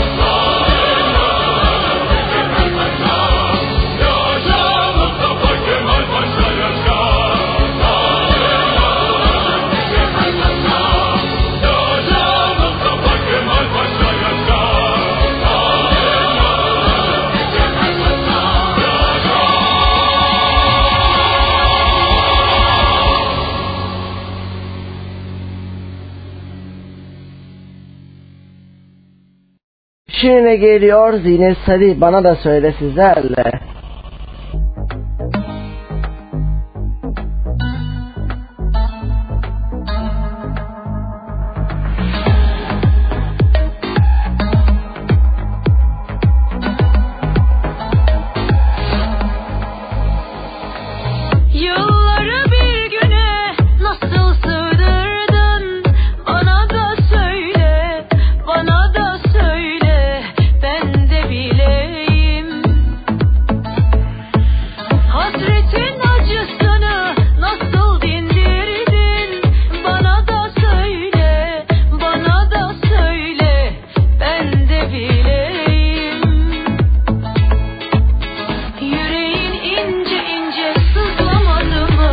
Şimdi geliyor Zinet Salih, bana da söyle sizlerle. Yüreğin ince ince sızlamadı mı?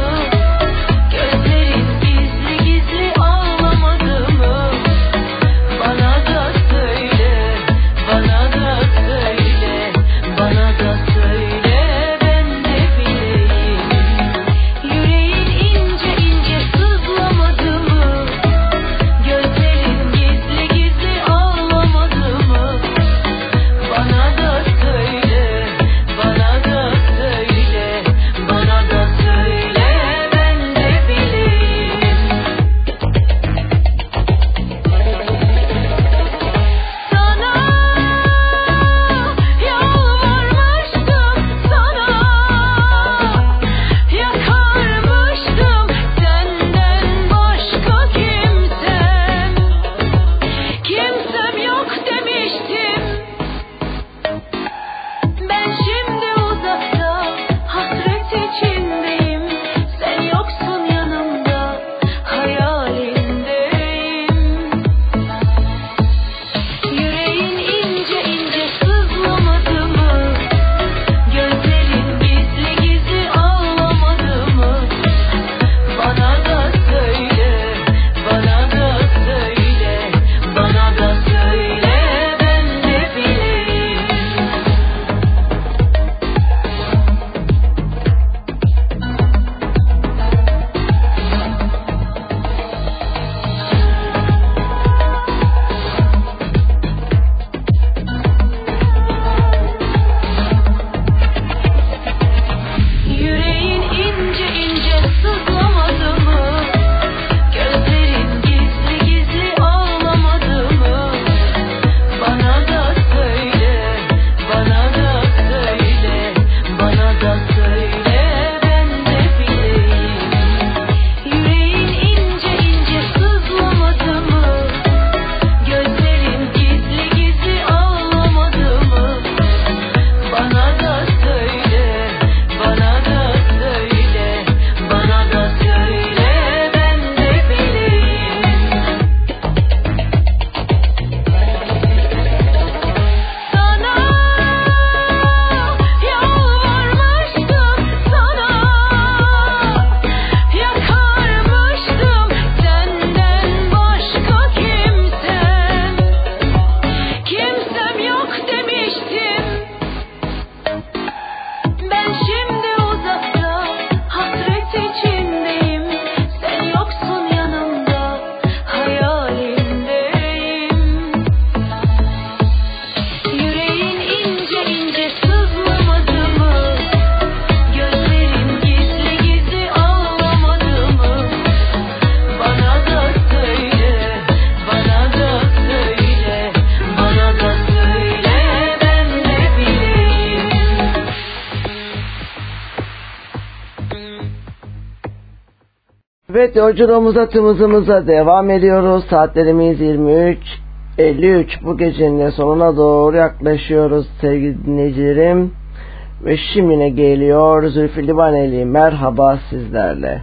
Evet, yolculuğumuza tımızımıza devam ediyoruz. Saatlerimiz yirmi üç elli üç. Bu gecenin sonuna doğru yaklaşıyoruz sevgili dinleyicilerim. Ve şimdi ne geliyor? Zülfü Livaneli merhaba sizlerle.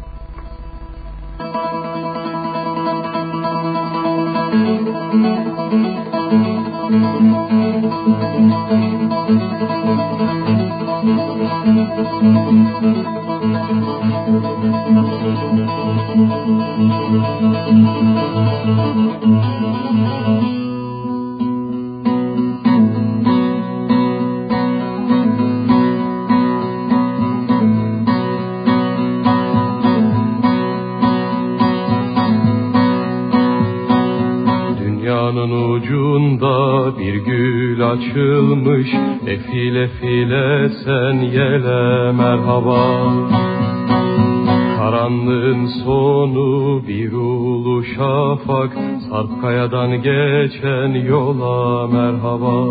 Dünyanın ucunda bir gül açılmış, efil efile sen yele merhaba. Karanlığın sonu bir ulu şafak, sarp kayadan geçen yola merhaba.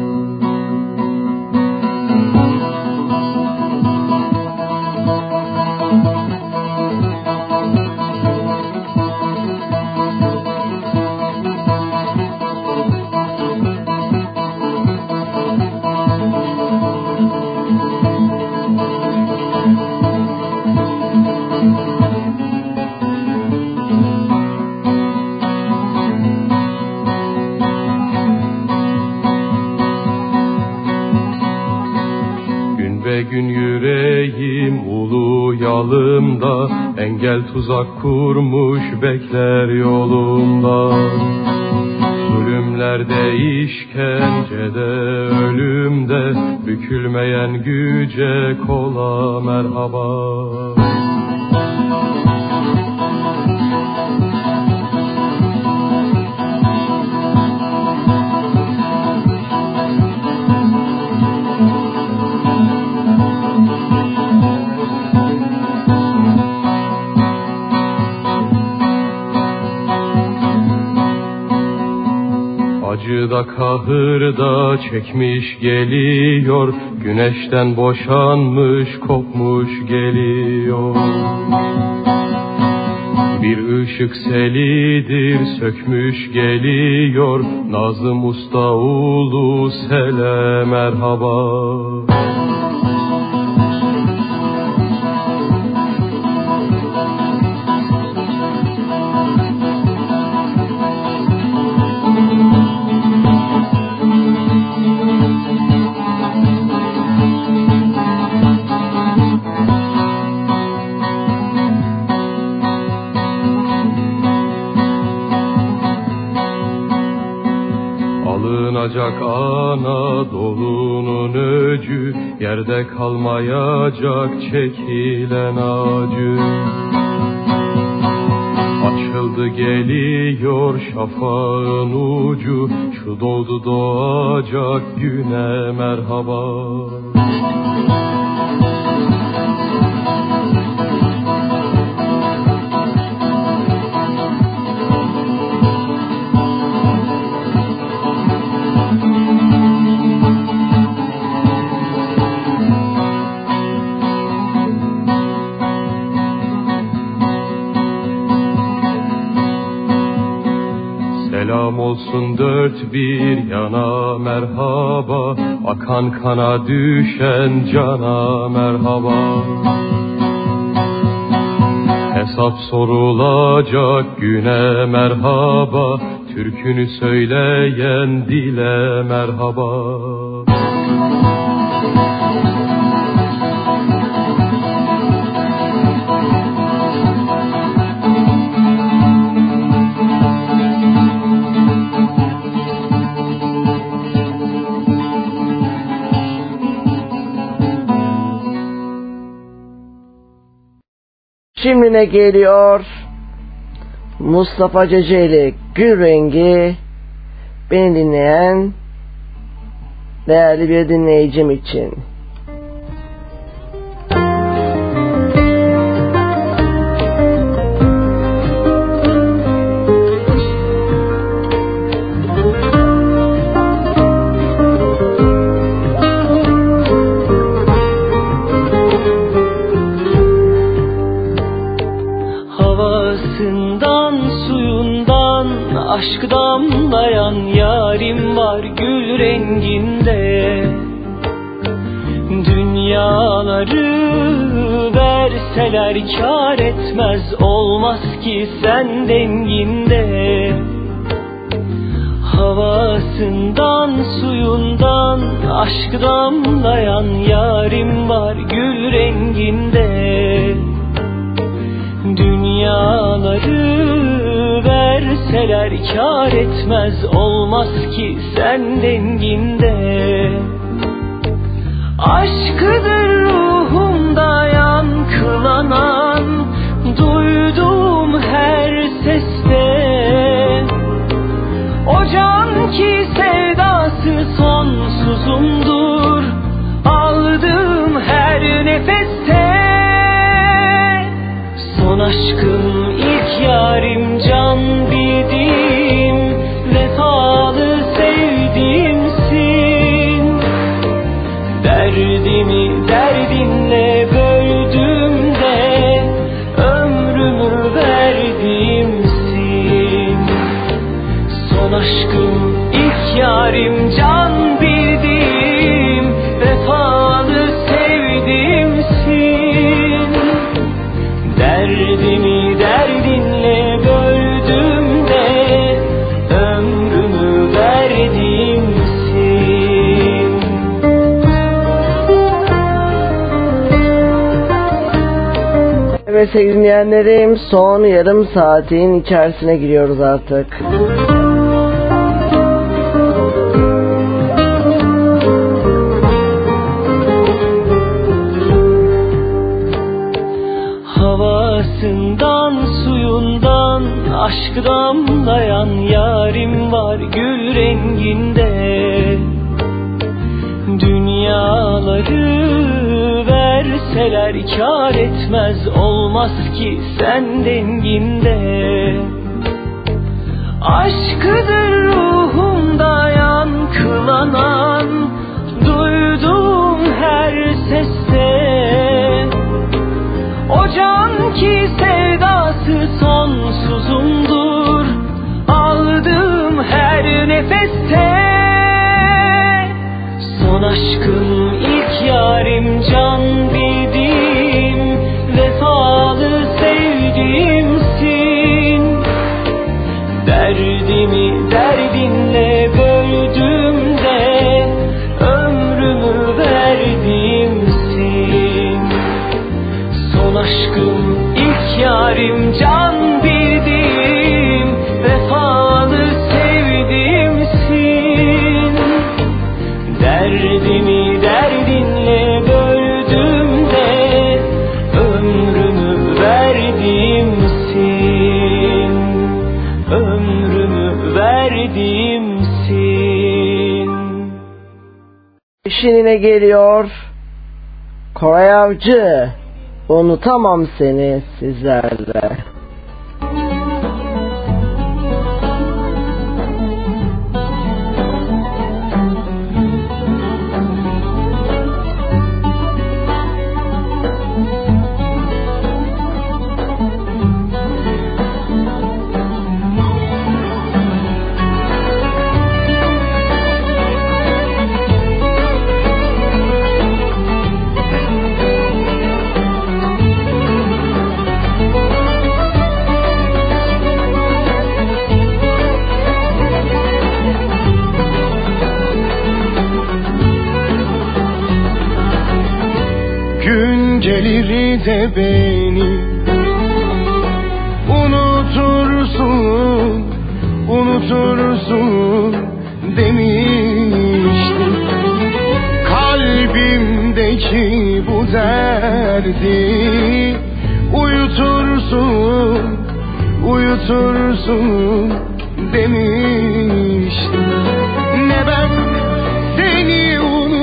Gün yüreğim ulu yalımda, engel tuzak kurmuş bekler yolumda. Zulümlerde, işkencede, ölümde, bükülmeyen güce kola merhaba. Acıda kahırda çekmiş geliyor, güneşten boşanmış kopmuş geliyor. Bir ışık selidir sökmüş geliyor, Nazım Usta ulu sele merhaba. Alınacak Anadolu'nun öcü, yerde kalmayacak çekilen acı. Açıldı geliyor şafağın ucu, şu doğdu doğacak güne merhaba. Selam olsun dört bir yana merhaba, akan kana düşen cana merhaba. Hesap sorulacak güne merhaba, türkünü söyleyen dile merhaba. Şimdi ne geliyor? Mustafa Ceceli Gül Rengi. Beni dinleyen değerli bir dinleyicim için. aşk damlayan yarim var gül renginde. Dünyaları verseler kâr etmez, olmaz ki sen denginde. Havasından suyundan aşk damlayan yarim var gül renginde. Dünyaları verseler kâr etmez, olmaz ki sen denginde. Aşkıdır ruhumda yankılanan, duyduğum her seste. O can ki sevdası sonsuzumdur, aldığım her nefeste. Son aşkım ilk yarim, can bildiğim, vefalı sevdiğimsin. Derdimi derdinle böldüğümde ömrümü verdiğimsin. Son aşkım ilk yarim, can bildiğim, vefalı sevdiğimsin. Derdimi derdinle böldüğümde ömrümü verdiğimsin. Evet sevgili dinleyenlerim, son yarım saatin içerisine giriyoruz artık. Havasından suyundan aşk damlayan yarim var gül renginde. Dünyaları verseler kâr etmez, olmaz ki sen denginde. Aşkıdır ruhumda yankılanan, duyduğum her seste. O can ki sevdası sonsuzumdur, aldığım her nefeste. Son aşkım ilk yarim, can bildiğim, vefalı sevdiğimsin. Derdimi derdinle böldüğümde ömrümü verdiğimsin. Son aşkım ilk yarim, can bildiğim, vefalı sevdiğimsin. Derdimi derdinle böldüğümde ömrümü verdiğimsin. Ömrümü verdiğimsin. Şinine geliyor Koray Avcı, unutamam seni sizlerle. Gelir de beni unutursun, unutursun demiştim. Kalbimdeki bu derdi uyutursun, uyutursun demiştim. Ne ben seni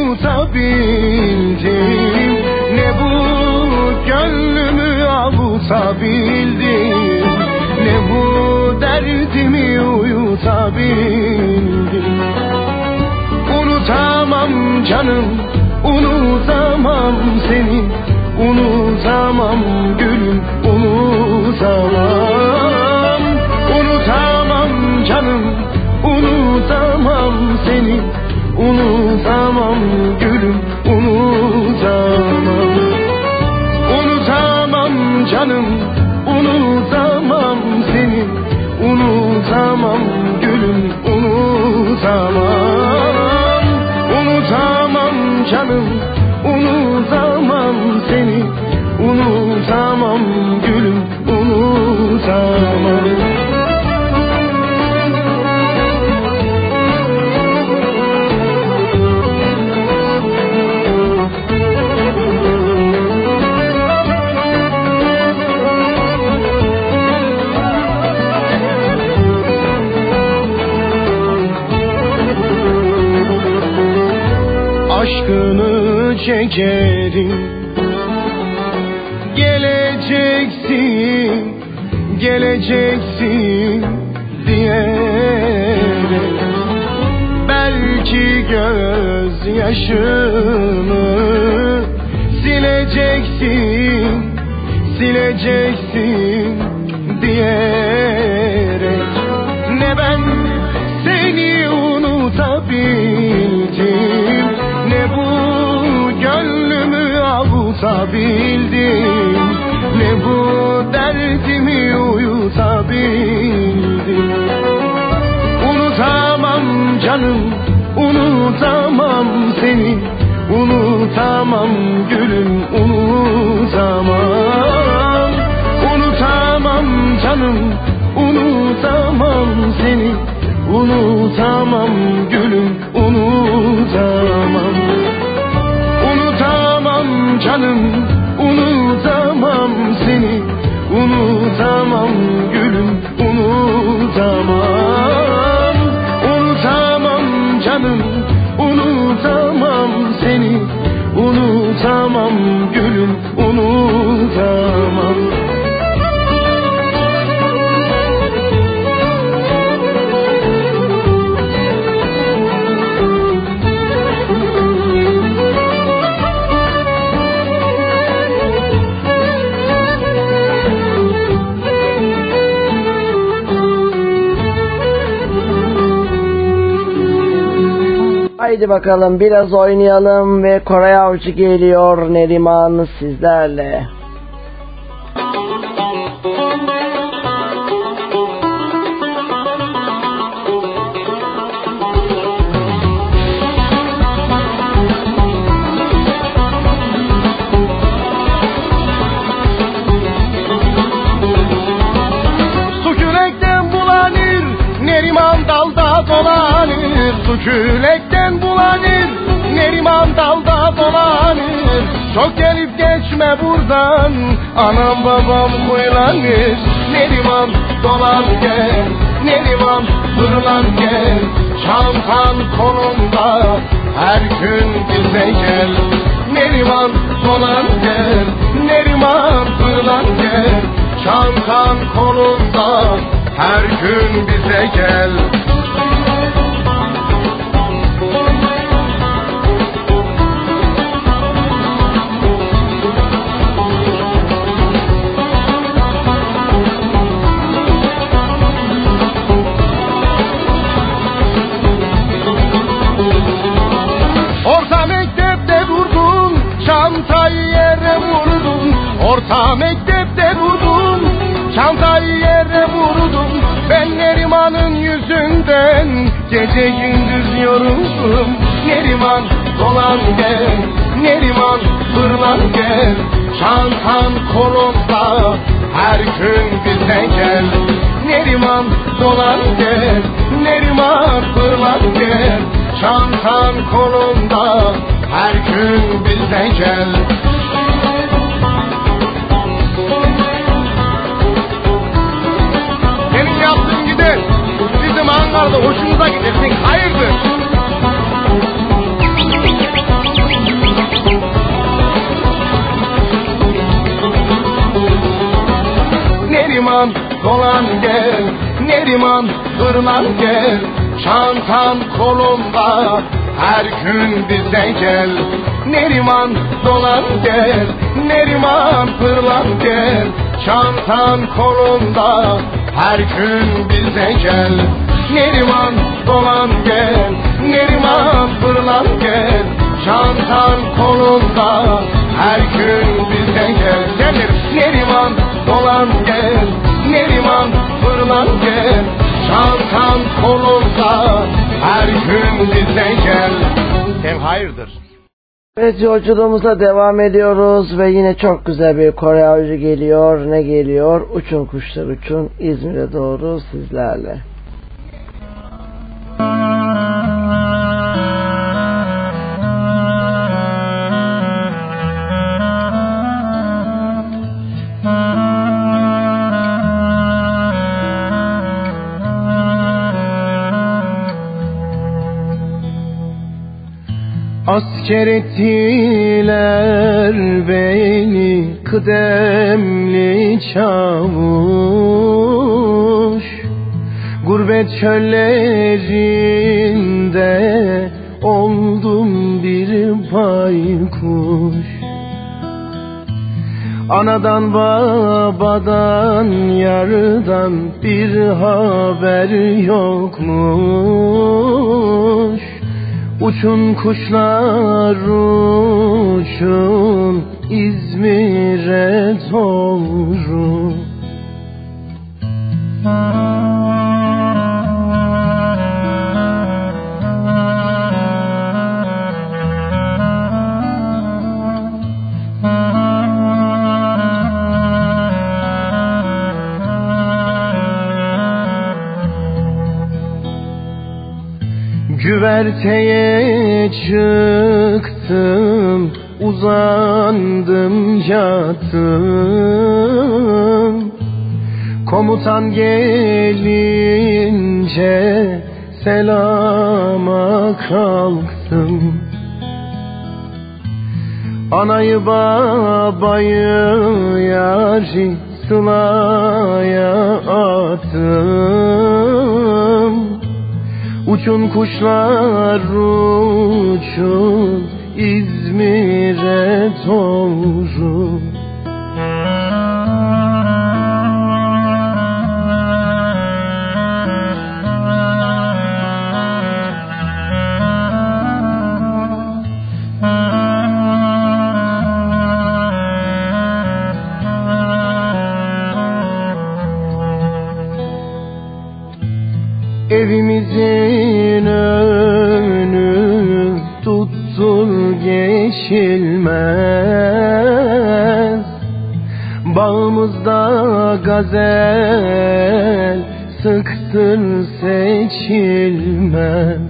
unutabildim, ne bu gönlümü avutabildim, ne bu derdimi uyutabildim. Unutamam canım, unutamam seni, unutamam gülüm, unutamam. Unutamam canım, unutamam gülüm, unutamam. Unutamam canım, unutamam seni, unutamam gülüm, unutamam. Unutamam canım, unutamam seni, unutamam gülüm, unutamam. Aşkını çekerim, geleceksin, geleceksin diyerek. Belki gözyaşımı sileceksin, sileceksin diyerek. Ne ben seni unutabildim, ne bu gönlümü avutabildim, ne bu derdimi uyutabildim. Unutamam canım, unutamam seni, unutamam gülüm, unutamam. Unutamam canım, unutamam seni, unutamam gülüm, unutamam. Unutamam canım, unutamam seni, unutamam gülüm, unutamam. Unutamam canım, unutamam seni, unutamam gülüm, unutamam. Haydi bakalım biraz oynayalım ve Koray Avcı geliyor Neriman sizlerle. Su kürekten bulanır, Neriman dalda dolanır. Su kürekten bulanır, Neriman dalda dolanır. Çok gelip geçme buradan, anam babam huylanır. Neriman dolan gel, Neriman fırlan gel. Çantan kolunda, her gün bize gel. Neriman dolan gel, Neriman fırlan gel. Çantan kolunda, her gün bize gel. Orta mektepte durdum, çantayı yere vurdum. Orta mektepte durdum, çantayı yere vurdum. Ben Neriman'ın yüzünden gece gündüz yoruldum. Neriman dolan gel, Neriman fırlan gel. Çantan kolunda, her gün bize gel. Neriman dolan gel, Neriman fırlan gel. Çantan kolunda, her gün bize gel. Senin yaptığın gider, bizim Ankara'da hoşunuza gidersin, hayırdır? Neriman dolan gel, Neriman fırlan gel. Çantan kolunda, her gün bize gel. Neriman dolan gel, Neriman fırlan gel. Çantan kolunda, her gün bize gel. Neriman dolan gel, Neriman fırlan gel, çantan kolunda, her gün bize gel. Gelir Neriman dolan gel, Neriman fırlan gel, çantan kolunda, her gün bize gel. Sen hayırdır? Evet, yolculuğumuza devam ediyoruz ve yine çok güzel bir Kore avcı geliyor. Ne geliyor? Uçun kuşlar uçun, İzmir'e doğru sizlerle. Asker ettiler beni kıdemli çavuş, gurbet çöllerinde oldum bir baykuş. Anadan babadan yardan bir haber yokmuş. Uçun kuşlar uçun İzmir'e doğru. Güverteye çıktım, uzandım yattım. Komutan gelince selama kalktım. Anayı babayı yari sılaya attım. Uçun kuşlar uçun İzmir'e doğru. Evimizin önü tuttur geçilmez, bağımızda gazel sıktır seçilmez.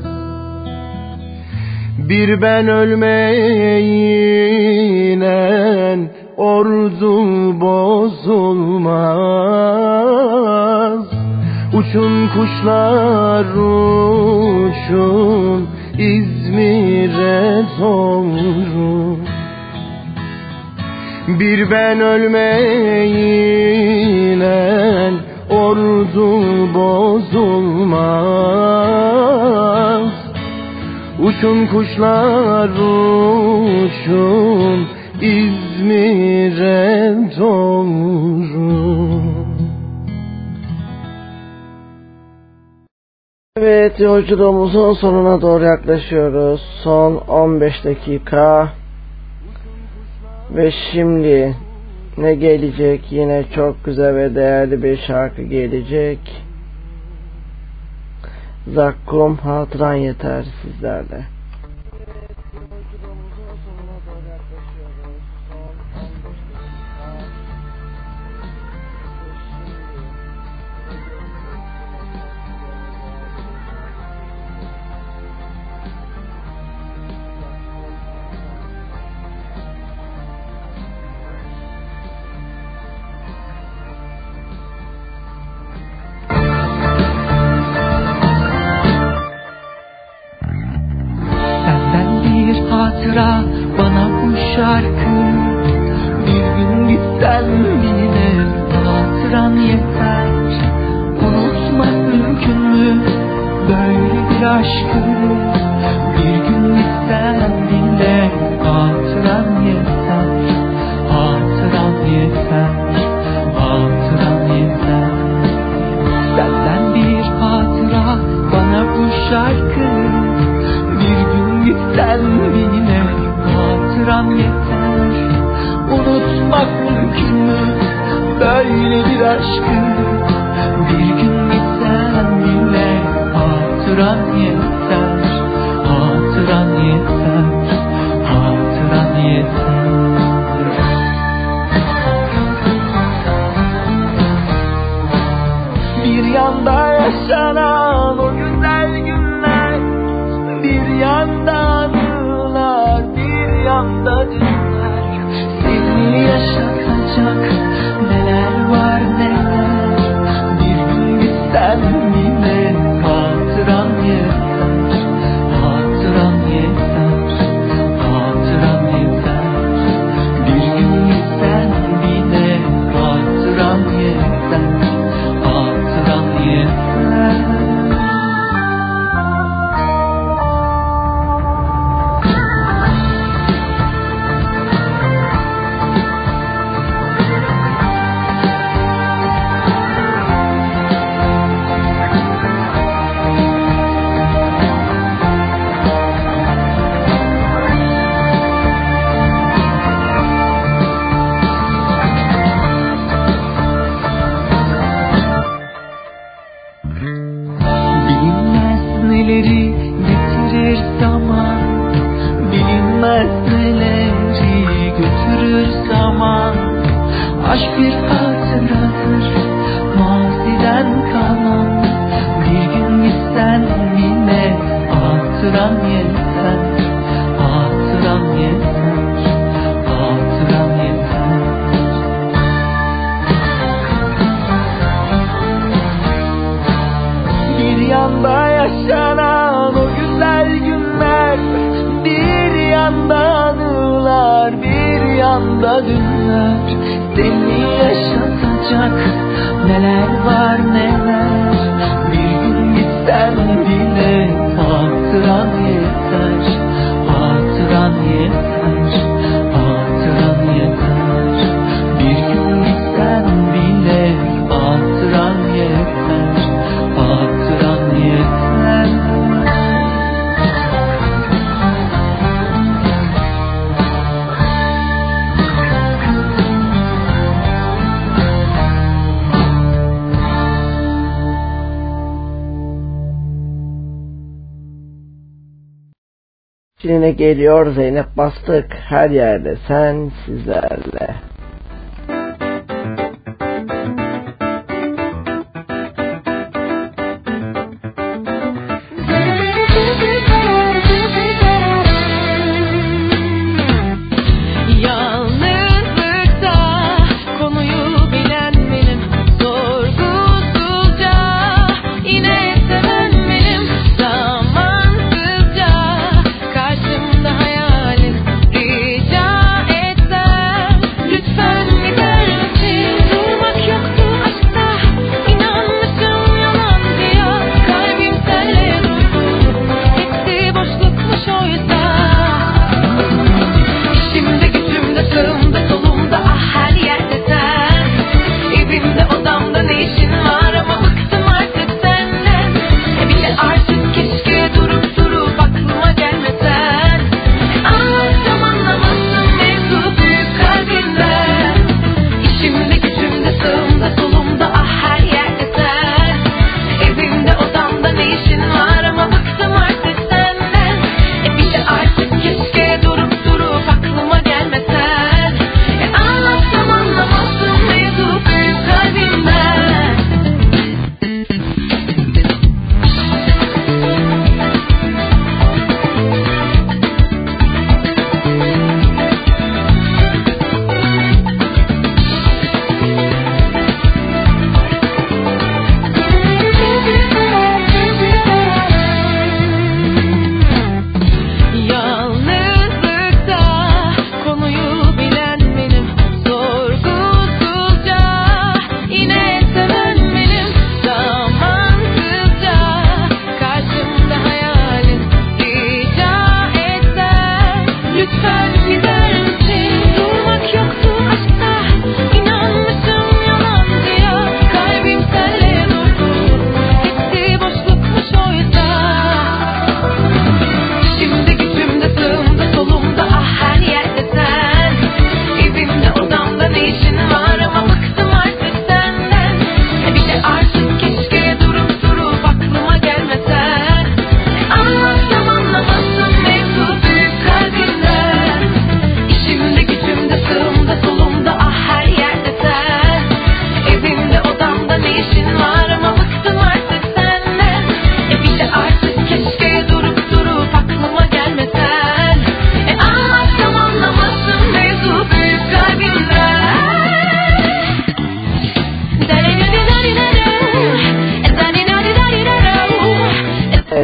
Bir ben ölmeyinen ordu bozulmaz. Uçun kuşlar uçun İzmir'e doğru. Bir ben ölmeyinen ordu bozulmaz. Uçun kuşlar uçun İzmir'e doğru. Evet, yolculuğumuzun sonuna doğru yaklaşıyoruz. Son on beş dakika. Ve şimdi ne gelecek? Yine çok güzel ve değerli bir şarkı gelecek. Zakkum hatıran yeter sizlerle. Bana bu şarkı bir gün gitsen bile hatıran yeter. Unutmak mümkün mü böyle bir aşkı? Bir gün gitsen bile hatıran yeter. Hatıran yeter, hatıran yeter. Senden bir hatıra bana bu şarkı böyle bir aşkı. Bir gün gitsen bile hatıran yeter, hatıran yeter, hatıran yeter. Bir yanda yaşanan o güzel günler, bir yanda anılar, bir yanda dünler. Seni yaşatacak neler var neler. Bir gün gitsen yine hatıran yeter, hatıran yeter, hatıran yeter. Bir gün gitsen yine hatıran yeter, hatıran yeter. Aşk bir hatıradır, maziden kalan. Bir gün gitsen yine hatıran yeter, hatıran yeter, hatıran yeter. Bir yanda yaşanan o güzel günler, bir yanda anılar, bir yanda dünler. Seni yaşatacak neler var neler. Bir gün gitsen bile hatıran yeter, hatıran yeter, hatıran yeter. Bir gün gitsen bile hatıran yeter, hatıran yeter. Yine geliyor Zeynep Bastık, her yerde sen sizlerle. Lütfen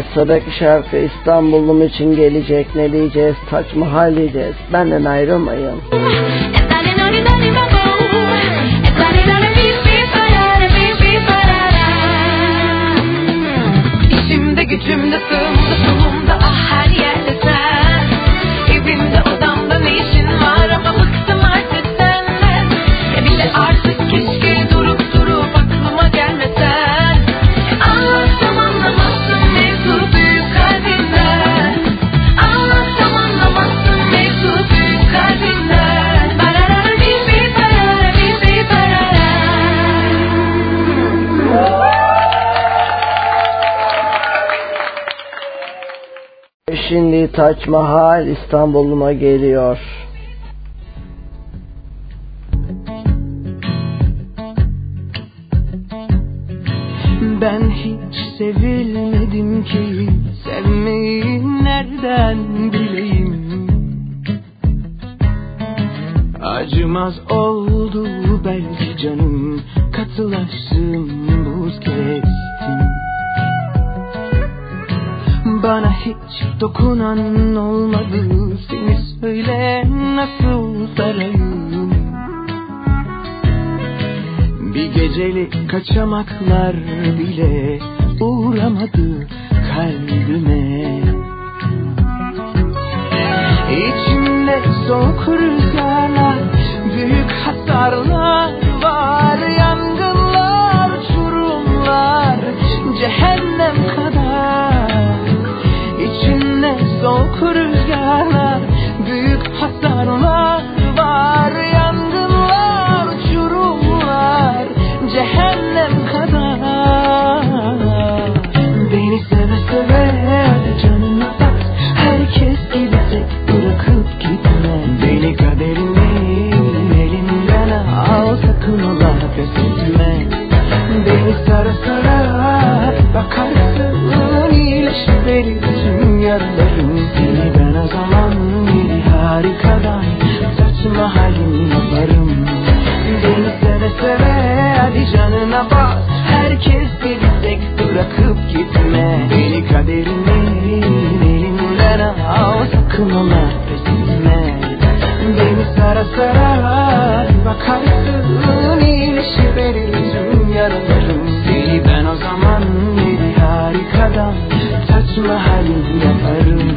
Sıradaki şarkı İstanbul'um için gelecek. Ne diyeceğiz? Taç Mahal diyeceğiz. Benden ayrılmayın. İşimde gücümde sığımda solumda ah her yerde sen. Evimde odamda ne işin var ama bıktım artık senden. Evinde artık keşke durup durup aklıma gelmesen. Anlatsam anlamazsın mevzu büyük kalbinden. Anlatsam anlamazsın mevzu büyük kalbinden. Barara bir bir barara bir bir barara. Şimdi Taç Mahal İstanbul'uma geliyor. Ben hiç sevilmedim ki sevmeyi nereden bileyim. Acımaz oldu belki canım, katılaştım buz kestim. Bana hiç dokunan olmadı, seni söyle nasıl sarayım. Bir gecelik kaçamaklar bile uğramadı kalbime. İçimde soğuk rüzgarlar, büyük hasarlar var. Yangınlar, uçurumlar, cehennem kadar. İçimde soğuk rüzgarlar, büyük hasarlar var. Yangınlar, uçurumlar, cehennem kadar. Beni seve seve canına bak, herkes gibi tek bırakıp gitme. Beni kaderimin elimden al, sakın ola pes etme. Beni sara sara bakarsın, iyileşiverir tüm yaralarım. Seni ben o zaman bir harikadan saçma halim yaparım. Beni seve seve hadi canına bak, herkes bir tek bırakıp gitme. Beni kaderimin elimden al, sakın ola pes etme. Beni sara sara bakarsın, iyileşiverir tüm yaralarım. Seni ben o zaman bir harikadan saçma halim yaparım.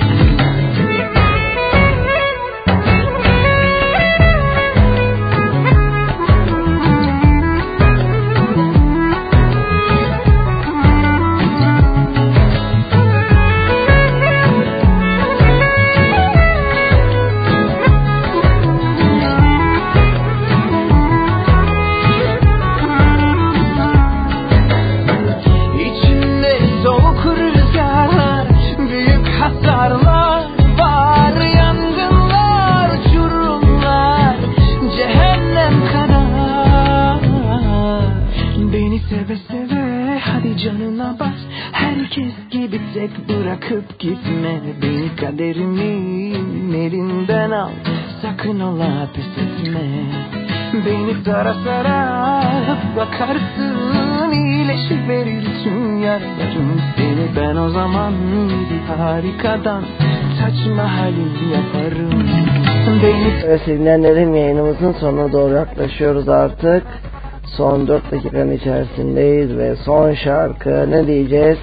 İçimde soğuk rüzgarlar, büyük hasarlar var. Yangınlar, uçurumlar, cehennem kadar. Beni seve seve hadi canına bas, herkes gibi tek bırakıp gitme. Beni kaderimin elinden al, sakın ola pes etme. Beni sara sara bakarsın, iyileşiverir tüm yaralarım. Seni ben o zaman bir harikadan saçma halim yaparım. Beni... Evet dinleyenlerim, yayınımızın sonuna doğru yaklaşıyoruz artık. Son dört dakikanın içerisindeyiz ve son şarkı ne diyeceğiz?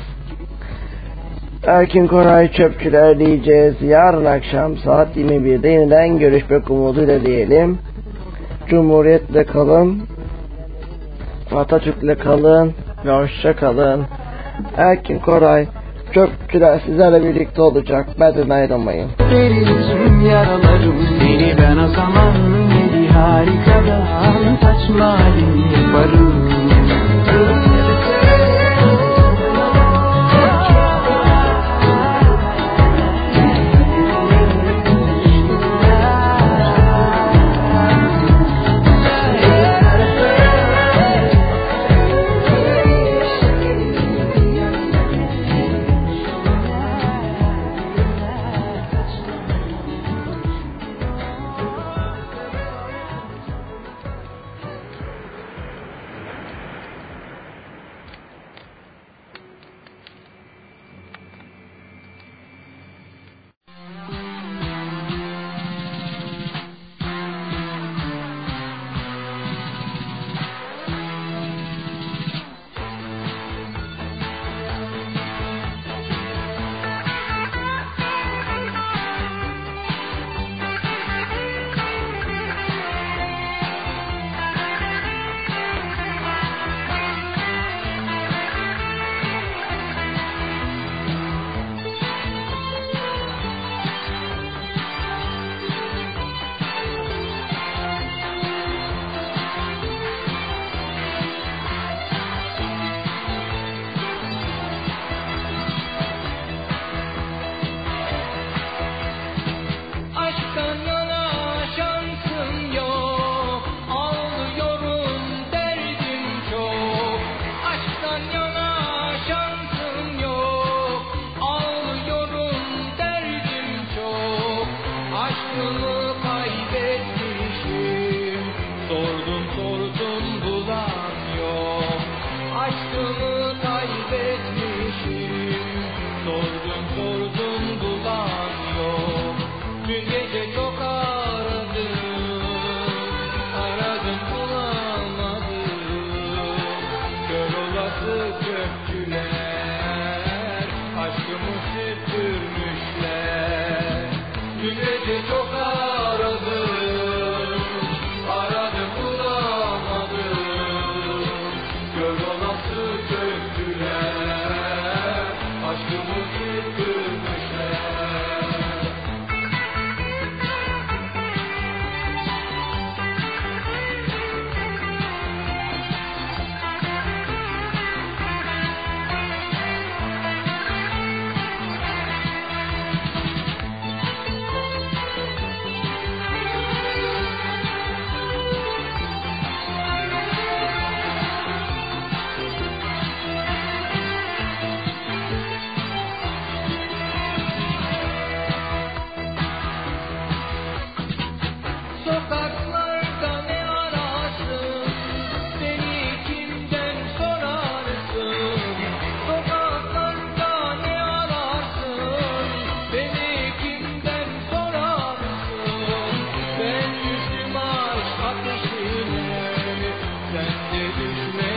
Erkin Koray Çöpçüler diyeceğiz. Yarın akşam saat yirmi birde yeniden görüşmek umuduyla diyelim. Cumhuriyetle kalın, Atatürk'le kalın ve hoşça kalın. Erkin Koray Çöpçüler sizlerle birlikte olacak. Benden ayrılmayın. Verildim yaralarım, seni ben o zaman bir harikadan saçma halim yaparım. derde düşme